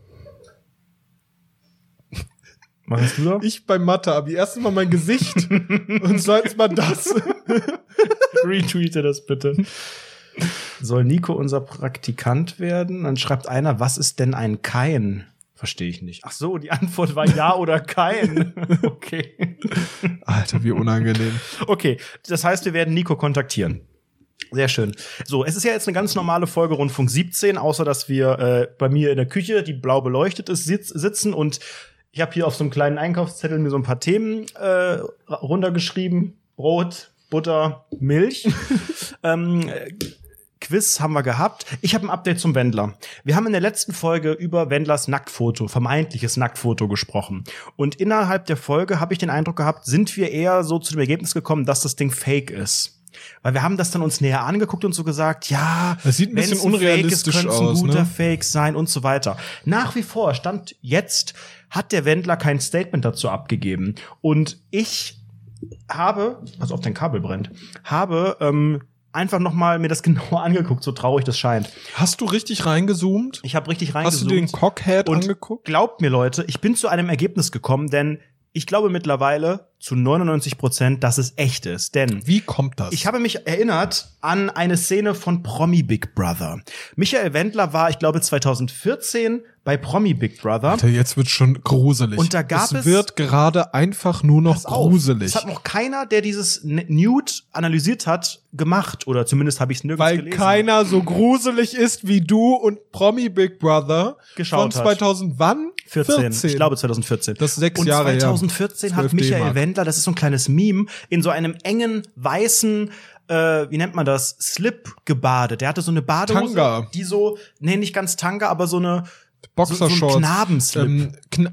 Was hast du da? Ich beim Mathe-Abi. Erstens mal mein Gesicht und zweitens mal das. Retweete das bitte. Soll Nico unser Praktikant werden? Dann schreibt einer, was ist denn ein Kein? Verstehe ich nicht. Ach so, die Antwort war ja oder kein. Okay. Alter, wie unangenehm. Okay, das heißt, wir werden Nico kontaktieren. Sehr schön. So, es ist ja jetzt eine ganz normale Folge Rundfunk 17, außer dass wir bei mir in der Küche, die blau beleuchtet ist, sitzen und ich habe hier auf so einem kleinen Einkaufszettel mir so ein paar Themen runtergeschrieben. Brot, Butter, Milch. Quiz haben wir gehabt. Ich habe ein Update zum Wendler. Wir haben in der letzten Folge über Wendlers Nacktfoto, vermeintliches Nacktfoto gesprochen. Und innerhalb der Folge habe ich den Eindruck gehabt, sind wir eher so zu dem Ergebnis gekommen, dass das Ding fake ist. Weil wir haben das dann uns näher angeguckt und so gesagt, ja, das sieht ein bisschen unrealistisch könnte es ein aus, guter ne? Fake sein und so weiter. Nach wie vor, Stand jetzt, hat der Wendler kein Statement dazu abgegeben. Und ich habe, also auf dein Kabel brennt, habe einfach noch mal mir das genauer angeguckt, so traurig das scheint. Hast du richtig reingezoomt? Ich habe richtig reingezoomt. Hast du den Cockhead angeguckt? Glaubt mir, Leute, ich bin zu einem Ergebnis gekommen, denn ich glaube mittlerweile zu 99%, dass es echt ist. Denn wie kommt das? Ich habe mich erinnert an eine Szene von Promi Big Brother. Michael Wendler war, ich glaube, 2014 bei Promi Big Brother. Alter, jetzt wird schon gruselig. Und da gab es wird gerade einfach nur noch gruselig. Es hat noch keiner, der dieses Nude analysiert hat, gemacht. Oder zumindest habe ich es nirgends gelesen. Weil keiner so gruselig ist wie du und Promi Big Brother geschaut von 2000 hat. Wann? 14. Ich glaube 2014. Das ist 6 Jahre her. Und 2014 hat Michael Wendler, das ist so ein kleines Meme, in so einem engen, weißen, wie nennt man das, Slip gebadet. Der hatte so eine Badehose, Tanga. Die so, nee, nicht ganz Tanga, aber so eine Boxershorts. So ein Knabenslip.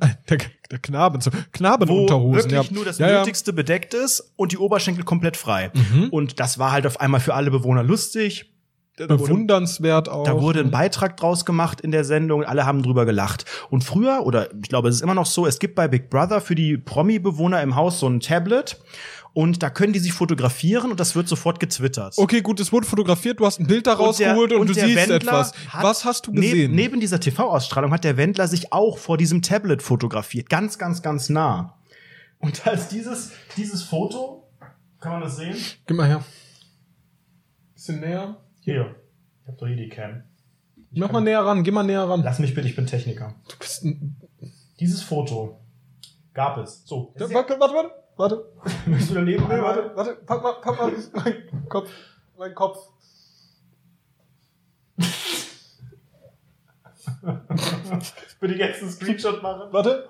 Der Knabenunterhosen. Wo wirklich nur das Nötigste bedeckt ist und die Oberschenkel komplett frei. Und das war halt auf einmal für alle Bewohner lustig. Bewundernswert auch. Da wurde ein Beitrag draus gemacht in der Sendung, alle haben drüber gelacht. Und früher, oder ich glaube, es ist immer noch so, es gibt bei Big Brother für die Promi-Bewohner im Haus so ein Tablet. Und da können die sich fotografieren und das wird sofort getwittert. Okay, gut, es wurde fotografiert, du hast ein Bild daraus geholt und du siehst Wendler etwas. Was hast du gesehen? Neben dieser TV-Ausstrahlung hat der Wendler sich auch vor diesem Tablet fotografiert. Ganz, ganz, ganz nah. Und als dieses Foto, kann man das sehen? Gib mal her. Bisschen näher. Hier. Ich hab doch hier die Cam. Mach mal näher ran, geh mal näher ran. Lass mich bitte, ich bin Techniker. Du bist dieses Foto gab es. So. Warte. Möchtest du daneben? Nee, warte. Pack mal meinen Kopf. Würde ich jetzt einen Screenshot machen? Warte.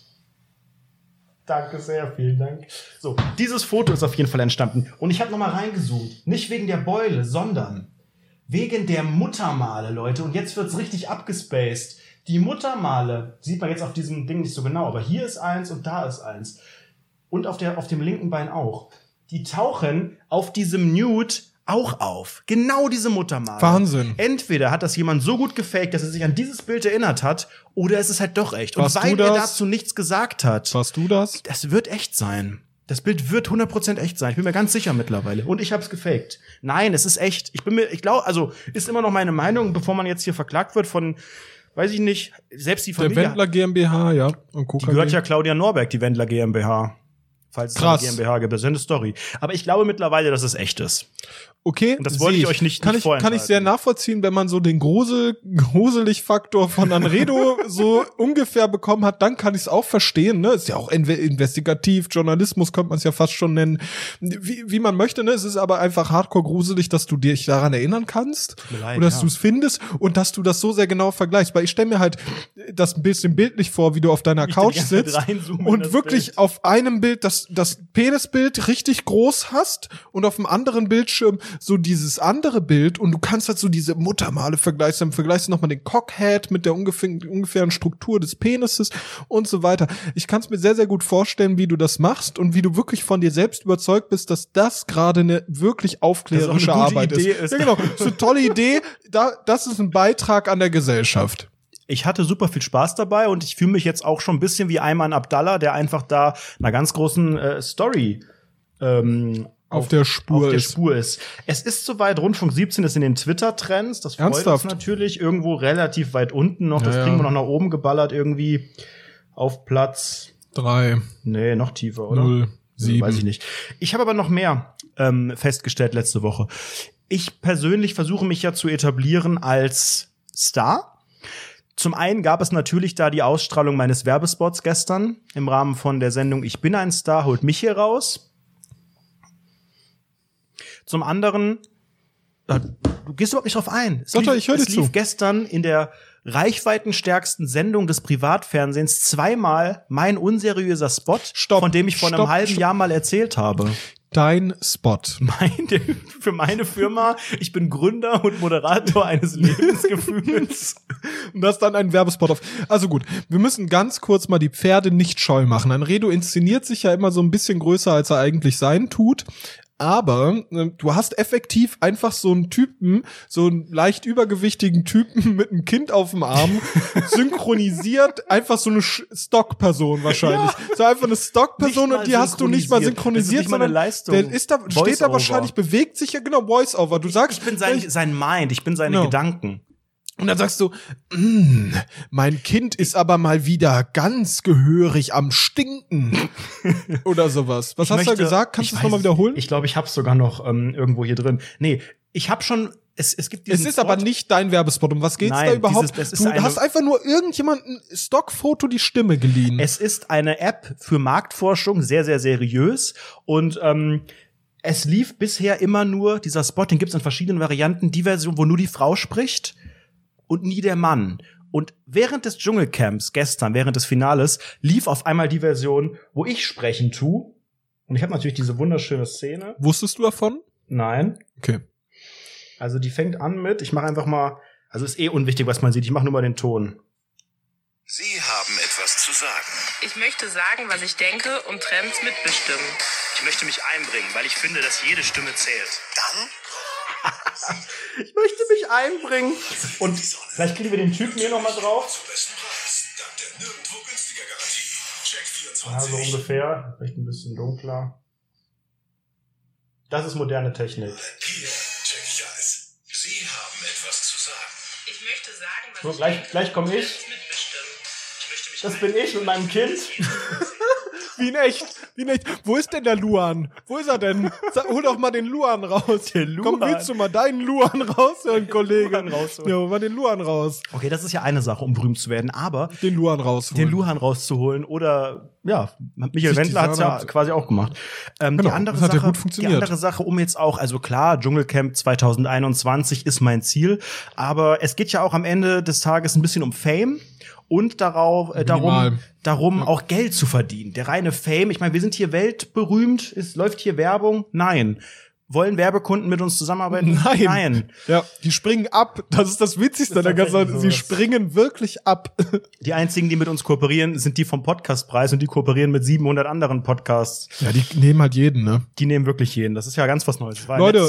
Danke sehr, vielen Dank. So, dieses Foto ist auf jeden Fall entstanden. Und ich habe nochmal reingezoomt. Nicht wegen der Beule, sondern wegen der Muttermale, Leute. Und jetzt wird's richtig abgespaced. Die Muttermale sieht man jetzt auf diesem Ding nicht so genau, aber hier ist eins und da ist eins. Und auf dem linken Bein auch. Die tauchen auf diesem Nude auch auf. Genau diese Muttermale. Wahnsinn. Entweder hat das jemand so gut gefaked, dass er sich an dieses Bild erinnert hat, oder es ist halt doch echt. Und weil er dazu nichts gesagt hat. Warst du das? Das wird echt sein. Das Bild wird 100% echt sein. Ich bin mir ganz sicher mittlerweile. Und ich hab's gefaked. Nein, es ist echt. Ich glaube, also, ist immer noch meine Meinung, bevor man jetzt hier verklagt wird von, weiß ich nicht, selbst die Familie. Der Wendler GmbH, ja. Und die gehört ja Claudia Norberg, die Wendler GmbH. Falls es eine GmbH gibt, das ist eine Story. Aber ich glaube mittlerweile, dass es echt ist. Okay. Und das wollte ich euch nicht vorenthalten. Kann ich sehr nachvollziehen, wenn man so den Gruselig-Faktor von Anredo so ungefähr bekommen hat, dann kann ich es auch verstehen, ne? Ist ja auch investigativ, Journalismus könnte man es ja fast schon nennen. Wie man möchte, ne? Es ist aber einfach hardcore gruselig, dass du dich daran erinnern kannst. Leid, oder dass du es findest und dass du das so sehr genau vergleichst. Weil ich stelle mir halt das ein bisschen bildlich vor, wie du auf deiner Couch sitzt und wirklich Bild. Auf einem Bild das Penisbild richtig groß hast und auf dem anderen Bildschirm so dieses andere Bild und du kannst halt so diese Muttermale vergleichen, dann vergleichst du nochmal den Cockhead mit der ungefähren Struktur des Penises und so weiter. Ich kann es mir sehr, sehr gut vorstellen, wie du das machst und wie du wirklich von dir selbst überzeugt bist, dass das gerade eine wirklich aufklärerische Arbeit ist. Ja, genau. Das ist eine tolle Idee. Das ist ein Beitrag an der Gesellschaft. Ich hatte super viel Spaß dabei und ich fühle mich jetzt auch schon ein bisschen wie Ayman Abdallah, der einfach da einer ganz großen Story auf der Spur ist. Es ist soweit, Rundfunk 17 ist in den Twitter-Trends. Das freut uns natürlich. Irgendwo relativ weit unten noch. Das kriegen wir noch nach oben geballert irgendwie auf Platz 3. Nee, noch tiefer, oder? 0, 7. Weiß ich nicht. Ich habe aber noch mehr festgestellt letzte Woche. Ich persönlich versuche mich ja zu etablieren als Star. Zum einen gab es natürlich da die Ausstrahlung meines Werbespots gestern im Rahmen von der Sendung Ich bin ein Star, holt mich hier raus. Zum anderen, du gehst überhaupt nicht drauf ein. Ich höre dir zu. Es lief gestern in der reichweitenstärksten Sendung des Privatfernsehens zweimal mein unseriöser Spot, von dem ich vor einem halben Jahr mal erzählt habe. dein Spot? Für meine Firma. Ich bin Gründer und Moderator eines Lebensgefühls. Und das dann ein Werbespot auf. Also gut, wir müssen ganz kurz mal die Pferde nicht scheu machen. Ein Redo inszeniert sich ja immer so ein bisschen größer, als er eigentlich sein tut. Aber du hast effektiv einfach so einen Typen, so einen leicht übergewichtigen Typen mit einem Kind auf dem Arm, synchronisiert, einfach so eine Stock-Person wahrscheinlich. Ja. So einfach eine Stock-Person und die hast du nicht mal synchronisiert, sondern der ist da, steht da wahrscheinlich, bewegt sich ja, genau, Voice-Over. Du sagst, ich bin sein Mind, ich bin seine Gedanken. Und dann sagst du, mein Kind ist aber mal wieder ganz gehörig am Stinken. Oder sowas. Was hast du da gesagt? Kannst du es nochmal wiederholen? Ich glaube, ich hab's sogar noch irgendwo hier drin. Nee, ich habe schon, es gibt diesen Es ist Spot. Aber nicht dein Werbespot. Um was geht's da überhaupt? Du hast einfach nur irgendjemanden Stockfoto die Stimme geliehen. Es ist eine App für Marktforschung, sehr, sehr seriös. Und es lief bisher immer nur, dieser Spot, den gibt's in verschiedenen Varianten, die Version, wo nur die Frau spricht und nie der Mann. Und während des Dschungelcamps gestern, während des Finales, lief auf einmal die Version, wo ich sprechen tue. Und ich habe natürlich diese wunderschöne Szene. Wusstest du davon? Nein. Okay. Also die fängt an mit, ich mache einfach mal, also ist unwichtig, was man sieht, ich mache nur mal den Ton. Sie haben etwas zu sagen. Ich möchte sagen, was ich denke und Trends mitbestimmen. Ich möchte mich einbringen, weil ich finde, dass jede Stimme zählt. Dann ich möchte mich einbringen. Und vielleicht kriegen wir den Typen hier noch mal drauf. Also ungefähr. Vielleicht ein bisschen dunkler. Das ist moderne Technik. Hier check ich alles. Sie haben etwas zu sagen. Ich möchte sagen, was so, gleich komme ich. Das bin ich mit meinem Kind. Wie in echt. Wo ist denn der Luan? Wo ist er denn? Hol doch mal den Luan raus. Der Luan. Komm, willst du mal deinen Luan raushören, Kollege? Ja, mal den Luan raus. Okay, das ist ja eine Sache, um berühmt zu werden, aber den Luan rauszuholen oder ja, Michael Wendler hat's ja quasi auch gemacht. Genau, die andere das hat Sache, ja gut funktioniert. Die andere Sache, um jetzt auch, also klar, Dschungelcamp 2021 ist mein Ziel, aber es geht ja auch am Ende des Tages ein bisschen um Fame. Und darum ja, auch Geld zu verdienen. Der reine Fame. Ich meine, wir sind hier weltberühmt. Läuft hier Werbung? Nein. Wollen Werbekunden mit uns zusammenarbeiten? Nein. Ja, die springen ab. Das ist das Witzigste. Sie springen wirklich ab. Die einzigen, die mit uns kooperieren, sind die vom Podcastpreis und die kooperieren mit 700 anderen Podcasts. Ja, die nehmen halt jeden, ne? Die nehmen wirklich jeden. Das ist ja ganz was Neues. Leute,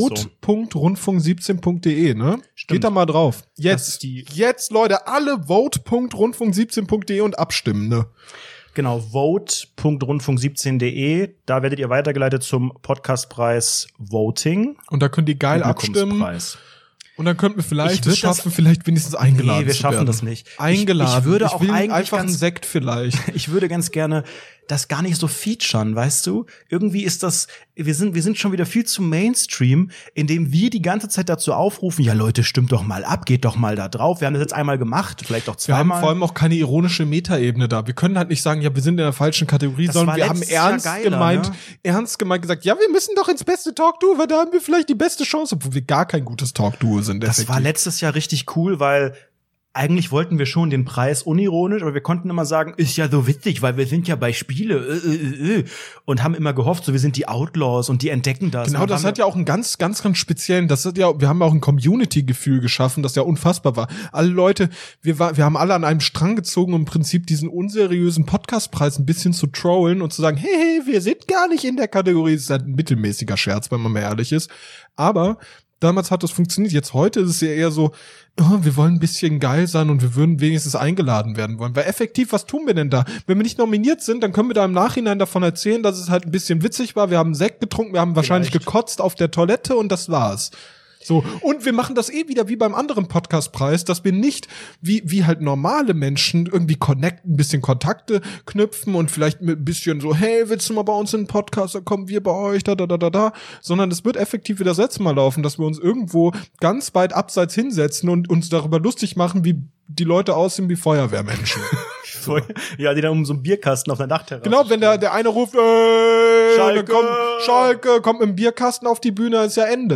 vote.rundfunk17.de, ne? Stimmt. Geht da mal drauf. Jetzt, Leute, alle vote.rundfunk17.de und abstimmen, ne? Genau, vote.rundfunk17.de. Da werdet ihr weitergeleitet zum Podcastpreis Voting. Und da könnt ihr geil abstimmen. Und dann könnten wir vielleicht vielleicht wenigstens eingeladen. Nee, wir schaffen das nicht. Eingeladen. Ich würde auch eigentlich einfach einen Sekt vielleicht. Ich würde ganz gerne das gar nicht so featuren, weißt du? Irgendwie ist das, wir sind schon wieder viel zu Mainstream, indem wir die ganze Zeit dazu aufrufen, ja Leute, stimmt doch mal ab, geht doch mal da drauf. Wir haben das jetzt einmal gemacht, vielleicht auch zweimal. Wir haben vor allem auch keine ironische Metaebene da. Wir können halt nicht sagen, ja, wir sind in der falschen Kategorie, sondern wir haben ernst gemeint gesagt, ja, wir müssen doch ins beste Talk-Duo, weil da haben wir vielleicht die beste Chance, obwohl wir gar kein gutes Talk-Duo sind. Das war letztes Jahr richtig cool, weil eigentlich wollten wir schon den Preis unironisch, aber wir konnten immer sagen, ist ja so witzig, weil wir sind ja bei Spiele und haben immer gehofft, so wir sind die Outlaws und die entdecken das. Genau, das hat ja auch einen ganz speziellen, wir haben ja auch ein Community-Gefühl geschaffen, das ja unfassbar war. Alle Leute, wir haben alle an einem Strang gezogen, um im Prinzip diesen unseriösen Podcastpreis ein bisschen zu trollen und zu sagen, hey, wir sind gar nicht in der Kategorie. Das ist halt ein mittelmäßiger Scherz, wenn man mal ehrlich ist. Aber damals hat das funktioniert. Jetzt heute ist es ja eher so, wir wollen ein bisschen geil sein und wir würden wenigstens eingeladen werden wollen. Weil effektiv, was tun wir denn da? Wenn wir nicht nominiert sind, dann können wir da im Nachhinein davon erzählen, dass es halt ein bisschen witzig war. Wir haben Sekt getrunken, wir haben wahrscheinlich gekotzt auf der Toilette und das war's. So, und wir machen das wieder wie beim anderen Podcastpreis, dass wir nicht wie halt normale Menschen irgendwie ein bisschen Kontakte knüpfen und vielleicht mit ein bisschen so, hey, willst du mal bei uns in den Podcast, dann kommen wir bei euch, da, sondern es wird effektiv wie das letzte Mal laufen, dass wir uns irgendwo ganz weit abseits hinsetzen und uns darüber lustig machen, wie die Leute aussehen wie Feuerwehrmenschen. So. Ja, die dann um so einen Bierkasten auf der Dachterrasse. Genau, wenn der eine ruft, Schalke kommt mit dem Bierkasten auf die Bühne, ist ja Ende.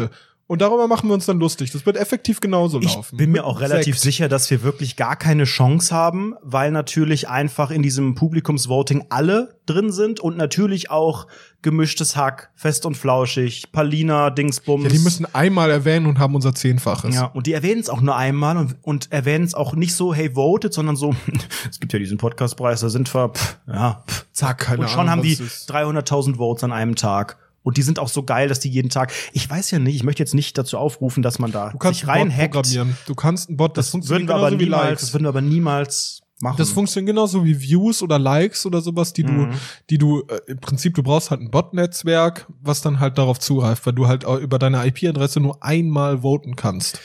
Und darüber machen wir uns dann lustig. Das wird effektiv genauso laufen. Ich bin mir auch relativ sicher, dass wir wirklich gar keine Chance haben, weil natürlich einfach in diesem Publikumsvoting alle drin sind und natürlich auch gemischtes Hack, fest und flauschig, Palina, Dingsbums. Ja, die müssen einmal erwähnen und haben unser 10-faches. Ja, und die erwähnen es auch nur einmal und erwähnen es auch nicht so, hey, votet, sondern so, es gibt ja diesen Podcastpreis, da sind wir, zack. Keine und schon Ahnung, haben die was 300.000 Votes an einem Tag. Und die sind auch so geil, dass die jeden Tag, ich weiß ja nicht, ich möchte jetzt nicht dazu aufrufen, dass man da sich reinhackt. Du kannst einen Bot, das funktioniert genauso wie Likes. Das würden wir aber niemals machen. Das funktioniert genauso wie Views oder Likes oder sowas, die du im Prinzip, du brauchst halt ein Bot-Netzwerk, was dann halt darauf zugreift, weil du halt auch über deine IP-Adresse nur einmal voten kannst.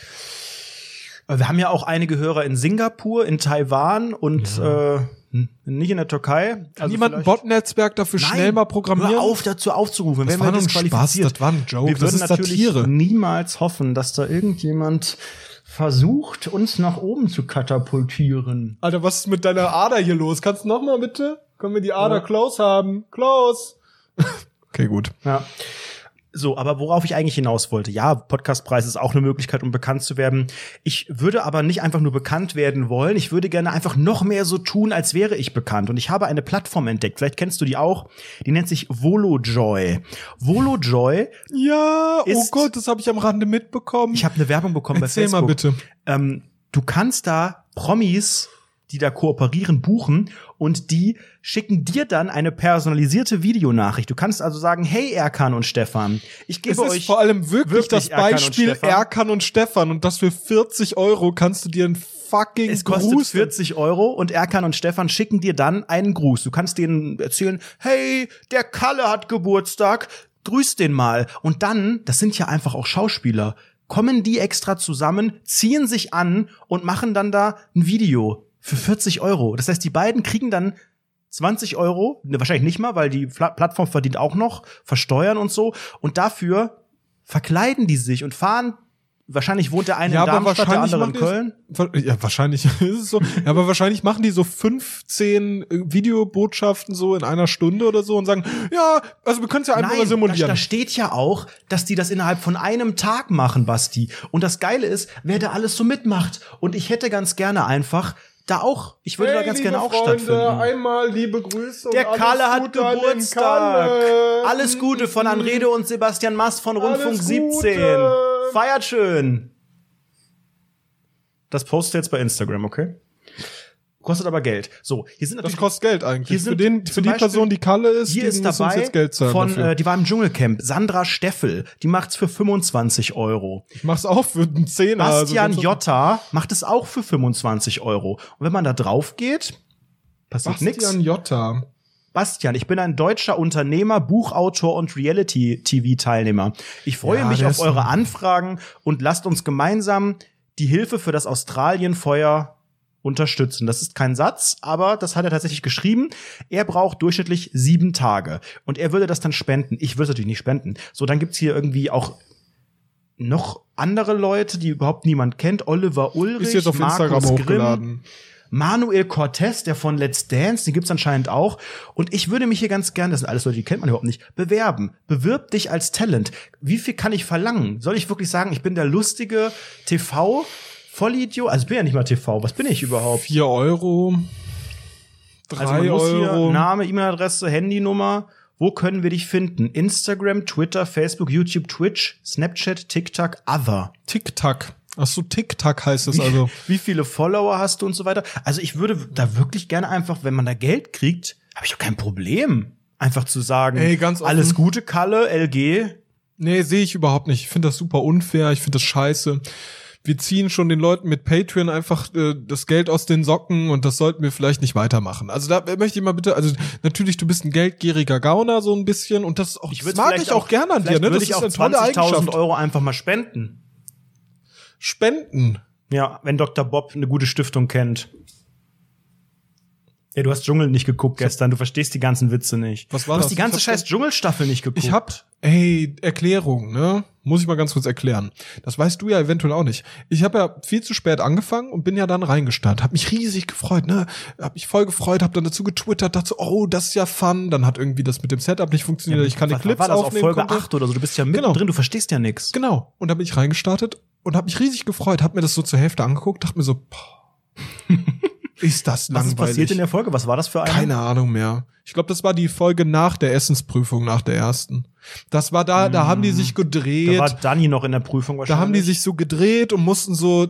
Wir haben ja auch einige Hörer in Singapur, in Taiwan und nicht in der Türkei. Kann jemand ein Bot-Netzwerk dafür schnell mal programmieren? Hör auf, dazu aufzurufen. Das war nur ein Spaß, das war ein Joke, wir würden natürlich Satire. Niemals hoffen, dass da irgendjemand versucht, uns nach oben zu katapultieren. Alter, was ist mit deiner Ader hier los? Kannst du noch mal bitte? Können wir die Ader close haben? Close! Okay, gut. Ja. So, aber worauf ich eigentlich hinaus wollte, ja, Podcastpreis ist auch eine Möglichkeit, um bekannt zu werden. Ich würde aber nicht einfach nur bekannt werden wollen, ich würde gerne einfach noch mehr so tun, als wäre ich bekannt. Und ich habe eine Plattform entdeckt, vielleicht kennst du die auch, die nennt sich Volojoy. Volojoy ja, oh Gott, das habe ich am Rande mitbekommen. Ich habe eine Werbung bekommen Erzähl bei Facebook. mal bitte. Du kannst da Promis, die da kooperieren, buchen und die schicken dir dann eine personalisierte Videonachricht. Du kannst also sagen, hey Erkan und Stefan, ich gebe euch Es ist vor allem wirklich das Beispiel Erkan und Stefan und das für 40 € kannst du dir einen fucking Es kostet Gruß 40 € und Erkan und Stefan schicken dir dann einen Gruß. Du kannst denen erzählen, hey, der Kalle hat Geburtstag, grüß den mal. Und dann, das sind ja einfach auch Schauspieler, kommen die extra zusammen, ziehen sich an und machen dann da ein Video. Für 40 €. Das heißt, die beiden kriegen dann 20 €, wahrscheinlich nicht mal, weil die Plattform verdient auch noch, versteuern und so. Und dafür verkleiden die sich und fahren. Wahrscheinlich wohnt der eine in Darmstadt, der andere in Köln. Ja, wahrscheinlich ist es so. Ja, aber wahrscheinlich machen die so 15 Videobotschaften so in einer Stunde oder so und sagen, ja, also wir können es ja einfach mal simulieren. Da steht ja auch, dass die das innerhalb von einem Tag machen, Basti. Und das Geile ist, wer da alles so mitmacht. Und ich hätte ganz gerne einfach da auch, ich würde da ganz gerne auch stattfinden. Einmal liebe Grüße. Der Kalle hat Geburtstag. Alles Gute von Anrede und Sebastian Mast von Rundfunk 17. Feiert schön. Das postet jetzt bei Instagram, okay? Kostet aber Geld. So, hier sind natürlich. Das kostet Geld eigentlich. Für die Person, die Kalle ist, hier ist dabei uns jetzt Geld zahlen die war im Dschungelcamp. Sandra Steffel, die macht's für 25 €. Ich mach's auch für einen Zehner. Bastian Jotta macht es auch für 25 €. Und wenn man da drauf geht, passiert nichts. Bastian Jotta. Bastian, ich bin ein deutscher Unternehmer, Buchautor und Reality-TV-Teilnehmer. Ich freue mich auf eure Anfragen und lasst uns gemeinsam die Hilfe für das Australienfeuer unterstützen. Das ist kein Satz, aber das hat er tatsächlich geschrieben. Er braucht durchschnittlich 7 Tage. Und er würde das dann spenden. Ich würde es natürlich nicht spenden. So, dann gibt's hier irgendwie auch noch andere Leute, die überhaupt niemand kennt. Oliver Ulrich, ist jetzt auf Instagram hochgeladen. Manuel Cortez, der von Let's Dance, den gibt's anscheinend auch. Und ich würde mich hier ganz gern, das sind alles Leute, die kennt man überhaupt nicht, bewerben. Bewirb dich als Talent. Wie viel kann ich verlangen? Soll ich wirklich sagen, ich bin der lustige TV-Vollidiot? Also ich bin ja nicht mal TV. Was bin ich überhaupt? 4 €. 3 also man muss hier €. Name, E-Mail-Adresse, Handynummer. Wo können wir dich finden? Instagram, Twitter, Facebook, YouTube, Twitch, Snapchat, TikTok, Other. TikTok. Ach so, TikTok heißt es also. Wie viele Follower hast du und so weiter? Also ich würde da wirklich gerne einfach, wenn man da Geld kriegt, habe ich doch kein Problem, einfach zu sagen, ey, ganz offen, alles Gute, Kalle, LG. Nee, sehe ich überhaupt nicht. Ich finde das super unfair, ich finde das scheiße. Wir ziehen schon den Leuten mit Patreon einfach das Geld aus den Socken und das sollten wir vielleicht nicht weitermachen. Also da möchte ich mal bitte, also natürlich, du bist ein geldgieriger Gauner so ein bisschen und das, auch, das mag ich auch gerne an dir. Ne? Das ist eine tolle Eigenschaft. 20.000 € einfach mal spenden. Spenden? Ja, wenn Dr. Bob eine gute Stiftung kennt. Ja, du hast Dschungel nicht geguckt gestern, du verstehst die ganzen Witze nicht. Was war du das? hast die ganze scheiß Dschungelstaffel nicht geguckt. Ich hab Ey, Erklärung, ne? Muss ich mal ganz kurz erklären. Das weißt du ja eventuell auch nicht. Ich habe ja viel zu spät angefangen und bin ja dann reingestartet. Hab mich riesig gefreut, ne? Hab mich voll gefreut, hab dann dazu getwittert, dachte so, oh, das ist ja fun. Dann hat irgendwie das mit dem Setup nicht funktioniert. Ich kann die Clips aufnehmen. War das auf Folge 8 oder so? Du bist ja mitten drin, du verstehst ja nix. Genau. Und dann bin ich reingestartet und hab mich riesig gefreut, hab mir das so zur Hälfte angeguckt, dachte mir so, ist das langweilig. Was ist passiert in der Folge? Was war das für eine? Keine Ahnung mehr. Ich glaube, das war die Folge nach der Essensprüfung, nach der ersten. Das war da haben die sich gedreht. Da war Dani noch in der Prüfung wahrscheinlich. Da haben die sich so gedreht und mussten so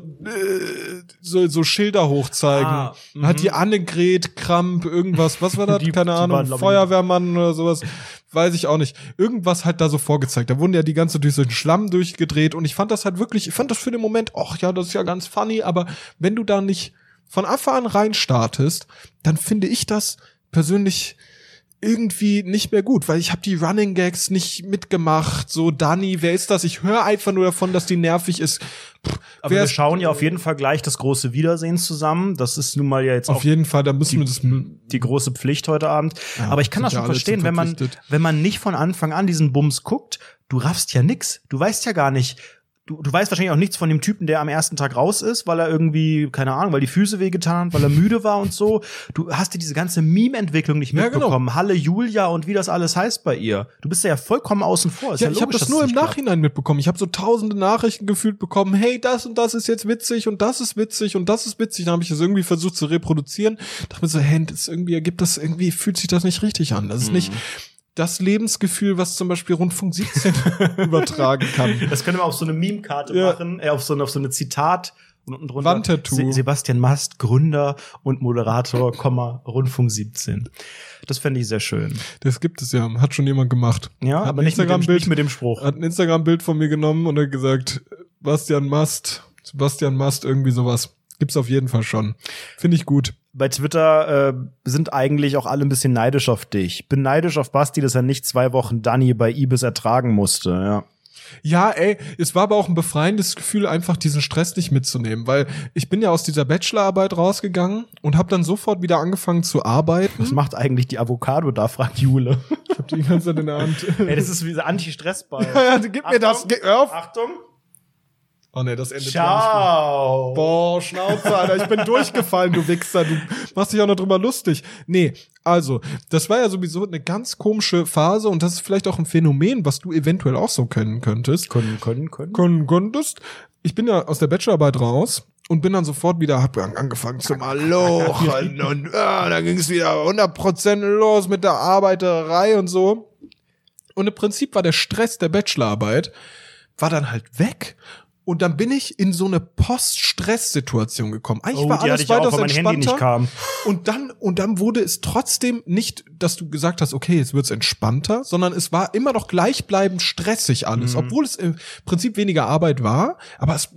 Schilder hochzeigen. Hat die Annegret Kramp irgendwas, was war das? Keine Ahnung, Feuerwehrmann oder sowas. Weiß ich auch nicht. Irgendwas halt da so vorgezeigt. Da wurden ja die ganze durch so den Schlamm durchgedreht und ich fand das für den Moment, ach ja, das ist ja ganz funny, aber wenn du da nicht von Anfang an rein startest, dann finde ich das persönlich irgendwie nicht mehr gut, weil ich habe die Running Gags nicht mitgemacht. So, Dani, wer ist das? Ich höre einfach nur davon, dass die nervig ist. Aber wir schauen ja auf jeden Fall gleich das große Wiedersehen zusammen. Das ist nun mal ja jetzt auf jeden Fall, da müssen wir das die große Pflicht heute Abend. Ja, aber ich kann das schon verstehen, wenn man nicht von Anfang an diesen Bums guckt, du raffst ja nix. Du weißt ja gar nicht. Du weißt wahrscheinlich auch nichts von dem Typen, der am ersten Tag raus ist, weil er irgendwie, keine Ahnung, weil die Füße wehgetan hat, weil er müde war und so. Du hast dir diese ganze Meme-Entwicklung nicht mitbekommen. Genau. Halle Julia und wie das alles heißt bei ihr. Du bist ja vollkommen außen vor. Ist ja, ich habe das nur im Nachhinein mitbekommen. Ich habe so tausende Nachrichten gefühlt bekommen. Hey, das und das ist jetzt witzig und das ist witzig und das ist witzig. Dann habe ich das irgendwie versucht zu reproduzieren. Dachte mir so, hey, das irgendwie fühlt sich das nicht richtig an. Das ist nicht das Lebensgefühl, was zum Beispiel Rundfunk 17 übertragen kann. Das können wir auf so eine Meme-Karte machen, auf so eine Zitat und unten drunter. Wandtattoo. Sebastian Mast, Gründer und Moderator, Rundfunk 17. Das fände ich sehr schön. Das gibt es ja. Hat schon jemand gemacht. Ja, aber nicht mit dem Spruch. Hat ein Instagram-Bild von mir genommen und hat gesagt, Sebastian Mast, irgendwie sowas. Gibt's auf jeden Fall schon. Finde ich gut. Bei Twitter sind eigentlich auch alle ein bisschen neidisch auf dich. Bin neidisch auf Basti, dass er nicht 2 Wochen Dani bei Ibis ertragen musste, ja. Ja, ey, es war aber auch ein befreiendes Gefühl, einfach diesen Stress nicht mitzunehmen, weil ich bin ja aus dieser Bachelorarbeit rausgegangen und habe dann sofort wieder angefangen zu arbeiten. Was macht eigentlich die Avocado da, fragt Jule. Ich hab die ganze Zeit in der Hand. Ey, das ist wie so Anti-Stress-Ball. Ja, gib mir das, hör auf. Achtung. Oh ne, das endet Ciao. Boah, Schnauze, Alter, ich bin durchgefallen, du Wichser, du machst dich auch noch drüber lustig. Nee, also, das war ja sowieso eine ganz komische Phase und das ist vielleicht auch ein Phänomen, was du eventuell auch so kennen könntest. Konntest. Ich bin ja aus der Bachelorarbeit raus und bin dann sofort wieder, hab angefangen zu malochen und dann ging es wieder 100% los mit der Arbeiterei und so. Und im Prinzip war der Stress der Bachelorarbeit, war dann halt weg. Und dann bin ich in so eine Post-Stress-Situation gekommen. Eigentlich war alles weitaus entspannter. Und dann wurde es trotzdem nicht, dass du gesagt hast, okay, jetzt wird's entspannter, sondern es war immer noch gleichbleibend stressig alles, obwohl es im Prinzip weniger Arbeit war, aber es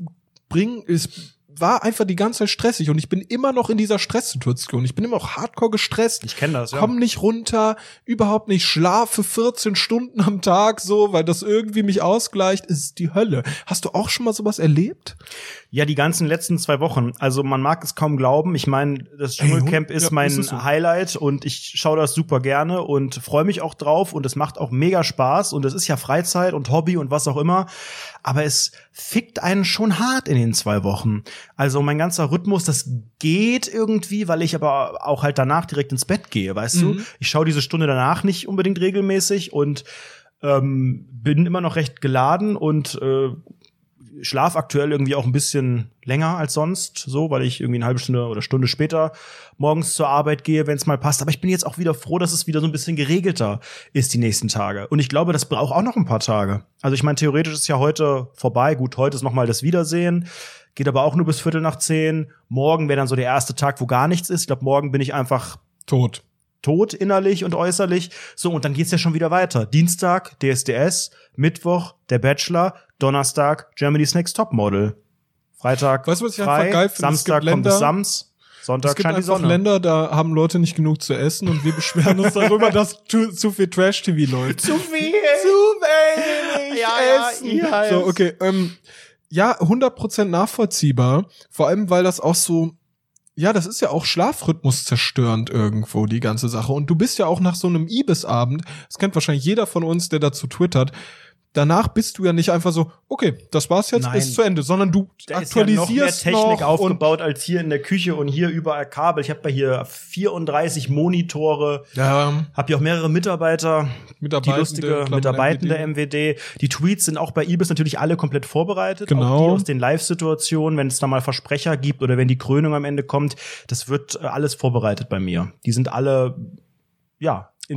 war einfach die ganze Zeit stressig und ich bin immer noch in dieser Stresssituation. Ich bin immer noch hardcore gestresst. Ich kenne das, ja. Komm nicht runter, überhaupt nicht, schlafe 14 Stunden am Tag so, weil das irgendwie mich ausgleicht. Es ist die Hölle. Hast du auch schon mal sowas erlebt? Ja, die ganzen letzten 2 Wochen. Also man mag es kaum glauben. Ich meine, das Dschungelcamp ist mein Highlight und ich schaue das super gerne und freue mich auch drauf und es macht auch mega Spaß und es ist ja Freizeit und Hobby und was auch immer. Aber es fickt einen schon hart in den 2 Wochen. Also mein ganzer Rhythmus, das geht irgendwie, weil ich aber auch halt danach direkt ins Bett gehe, weißt du? Ich schaue diese Stunde danach nicht unbedingt regelmäßig und bin immer noch recht geladen und schlaf aktuell irgendwie auch ein bisschen länger als sonst, so, weil ich irgendwie eine halbe Stunde oder Stunde später morgens zur Arbeit gehe, wenn es mal passt. Aber ich bin jetzt auch wieder froh, dass es wieder so ein bisschen geregelter ist die nächsten Tage. Und ich glaube, das braucht auch noch ein paar Tage. Also ich meine, theoretisch ist ja heute vorbei. Gut, heute ist noch mal das Wiedersehen. Geht aber auch nur bis 9:15. Morgen wäre dann so der erste Tag, wo gar nichts ist. Ich glaube, morgen bin ich einfach tot innerlich und äußerlich. So, und dann geht's ja schon wieder weiter. Dienstag, DSDS, Mittwoch, der Bachelor, Donnerstag, Germany's Next Topmodel. Freitag, weißt du, was ich einfach geil finde? Samstag kommt es Sams, Sonntag scheint die Sonne. Es gibt Länder, da haben Leute nicht genug zu essen und wir beschweren uns darüber, dass zu viel Trash-TV läuft. Zu wenig Essen. Ja, so, okay, ja, 100% nachvollziehbar. Vor allem, weil das auch so das ist ja auch Schlafrhythmus zerstörend irgendwo, die ganze Sache. Und du bist ja auch nach so einem Ibis-Abend, das kennt wahrscheinlich jeder von uns, der dazu twittert, danach bist du ja nicht einfach so, okay, das war's jetzt, ist zu Ende, sondern du aktualisierst ja noch mehr Technik noch aufgebaut als hier in der Küche und hier überall Kabel. Ich habe hier 34 Monitore, habe hier auch mehrere Mitarbeiter, die lustige Mitarbeitende MWD. Die Tweets sind auch bei Ibis natürlich alle komplett vorbereitet, genau. Auch die aus den Live-Situationen, wenn es da mal Versprecher gibt oder wenn die Krönung am Ende kommt, das wird alles vorbereitet bei mir. Die sind alle, in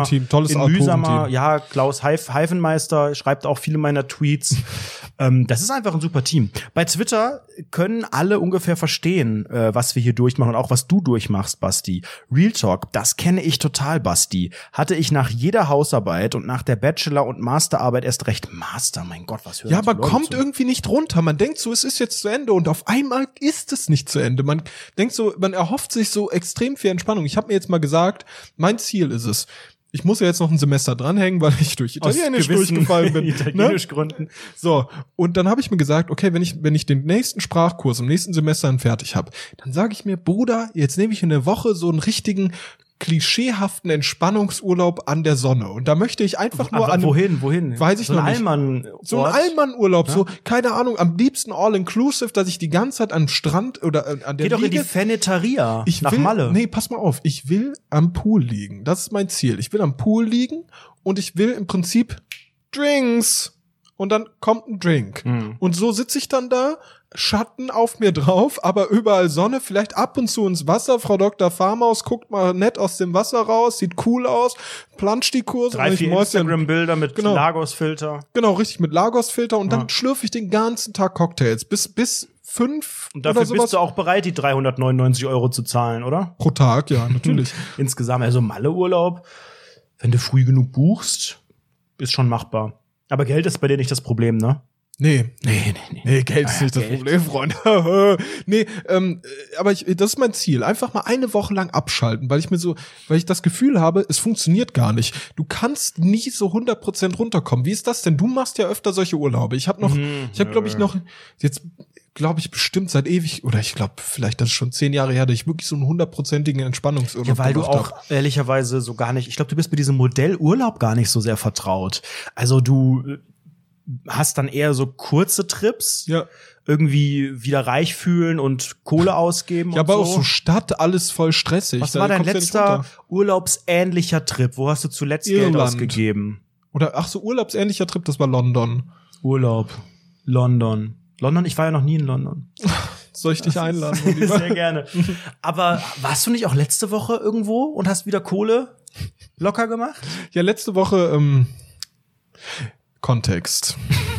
mühsamer, ja, Klaus Heifenmeister schreibt auch viele meiner Tweets. Das ist einfach ein super Team. Bei Twitter können alle ungefähr verstehen, was wir hier durchmachen und auch was du durchmachst, Basti. Real Talk, das kenne ich total, Basti. Hatte ich nach jeder Hausarbeit und nach der Bachelor- und Masterarbeit erst recht. Master, mein Gott, was hören ja, man kommt irgendwie nicht runter. Man denkt so, es ist jetzt zu Ende und auf einmal ist es nicht zu Ende. Man denkt so, man erhofft sich so extrem viel Entspannung. Ich habe mir jetzt mal gesagt, mein Ziel ist es. Ich muss ja jetzt noch ein Semester dranhängen, weil ich durch Italienisch durchgefallen bin. Italienisch Gründen. So, und dann habe ich mir gesagt, okay, wenn ich den nächsten Sprachkurs im nächsten Semester dann fertig habe, dann sage ich mir, Bruder, jetzt nehme ich in der Woche so einen richtigen klischeehaften Entspannungsurlaub an der Sonne. Und da möchte ich einfach nur wohin? Weiß ich so noch nicht. So ein Allmann-Urlaub, so, keine Ahnung, am liebsten all-inclusive, dass ich die ganze Zeit am Strand oder an der Geh doch in die Fenetaria nach Malle. Nee, pass mal auf, ich will am Pool liegen. Das ist mein Ziel. Ich will am Pool liegen und ich will im Prinzip Drinks. Und dann kommt ein Drink. Und so sitze ich dann da, Schatten auf mir drauf, aber überall Sonne, vielleicht ab und zu ins Wasser. Frau Dr. Farmaus guckt mal nett aus dem Wasser raus, sieht cool aus, planscht die Kurse. 3-4 Instagram-Bilder mit Lagos-Filter. Genau, richtig, mit Lagos-Filter. Und dann schlürfe ich den ganzen Tag Cocktails. Bis 5 Und dafür oder sowas. bist du auch bereit, die 399 € zu zahlen, oder? Pro Tag, ja, natürlich. Insgesamt, also Malle-Urlaub, wenn du früh genug buchst, ist schon machbar. Aber Geld ist bei dir nicht das Problem, ne? Nee, Geld ist nicht das Problem, Freunde. Nee, aber das ist mein Ziel. Einfach mal eine Woche lang abschalten, weil ich das Gefühl habe, es funktioniert gar nicht. Du kannst nie so 100% runterkommen. Wie ist das denn? Du machst ja öfter solche Urlaube. Ich habe glaube ich, bestimmt seit ewig, oder ich glaube, vielleicht das ist schon 10 Jahre her, dass ich wirklich so einen 100%igen Entspannungsurlaub gemacht habe. Ja, weil du auch ehrlicherweise so gar nicht, ich glaube, du bist mit diesem Modell Urlaub gar nicht so sehr vertraut. Also du hast dann eher so kurze Trips, irgendwie wieder reich fühlen und Kohle ausgeben. Ja, aber auch so Stadt, alles voll stressig. Was war dein letzter urlaubsähnlicher Trip? Wo hast du zuletzt Geld ausgegeben? Oder, urlaubsähnlicher Trip, das war London. London, ich war ja noch nie in London. Soll ich dich einladen? Sehr gerne. Aber warst du nicht auch letzte Woche irgendwo und hast wieder Kohle locker gemacht? Ja, letzte Woche, Kontext.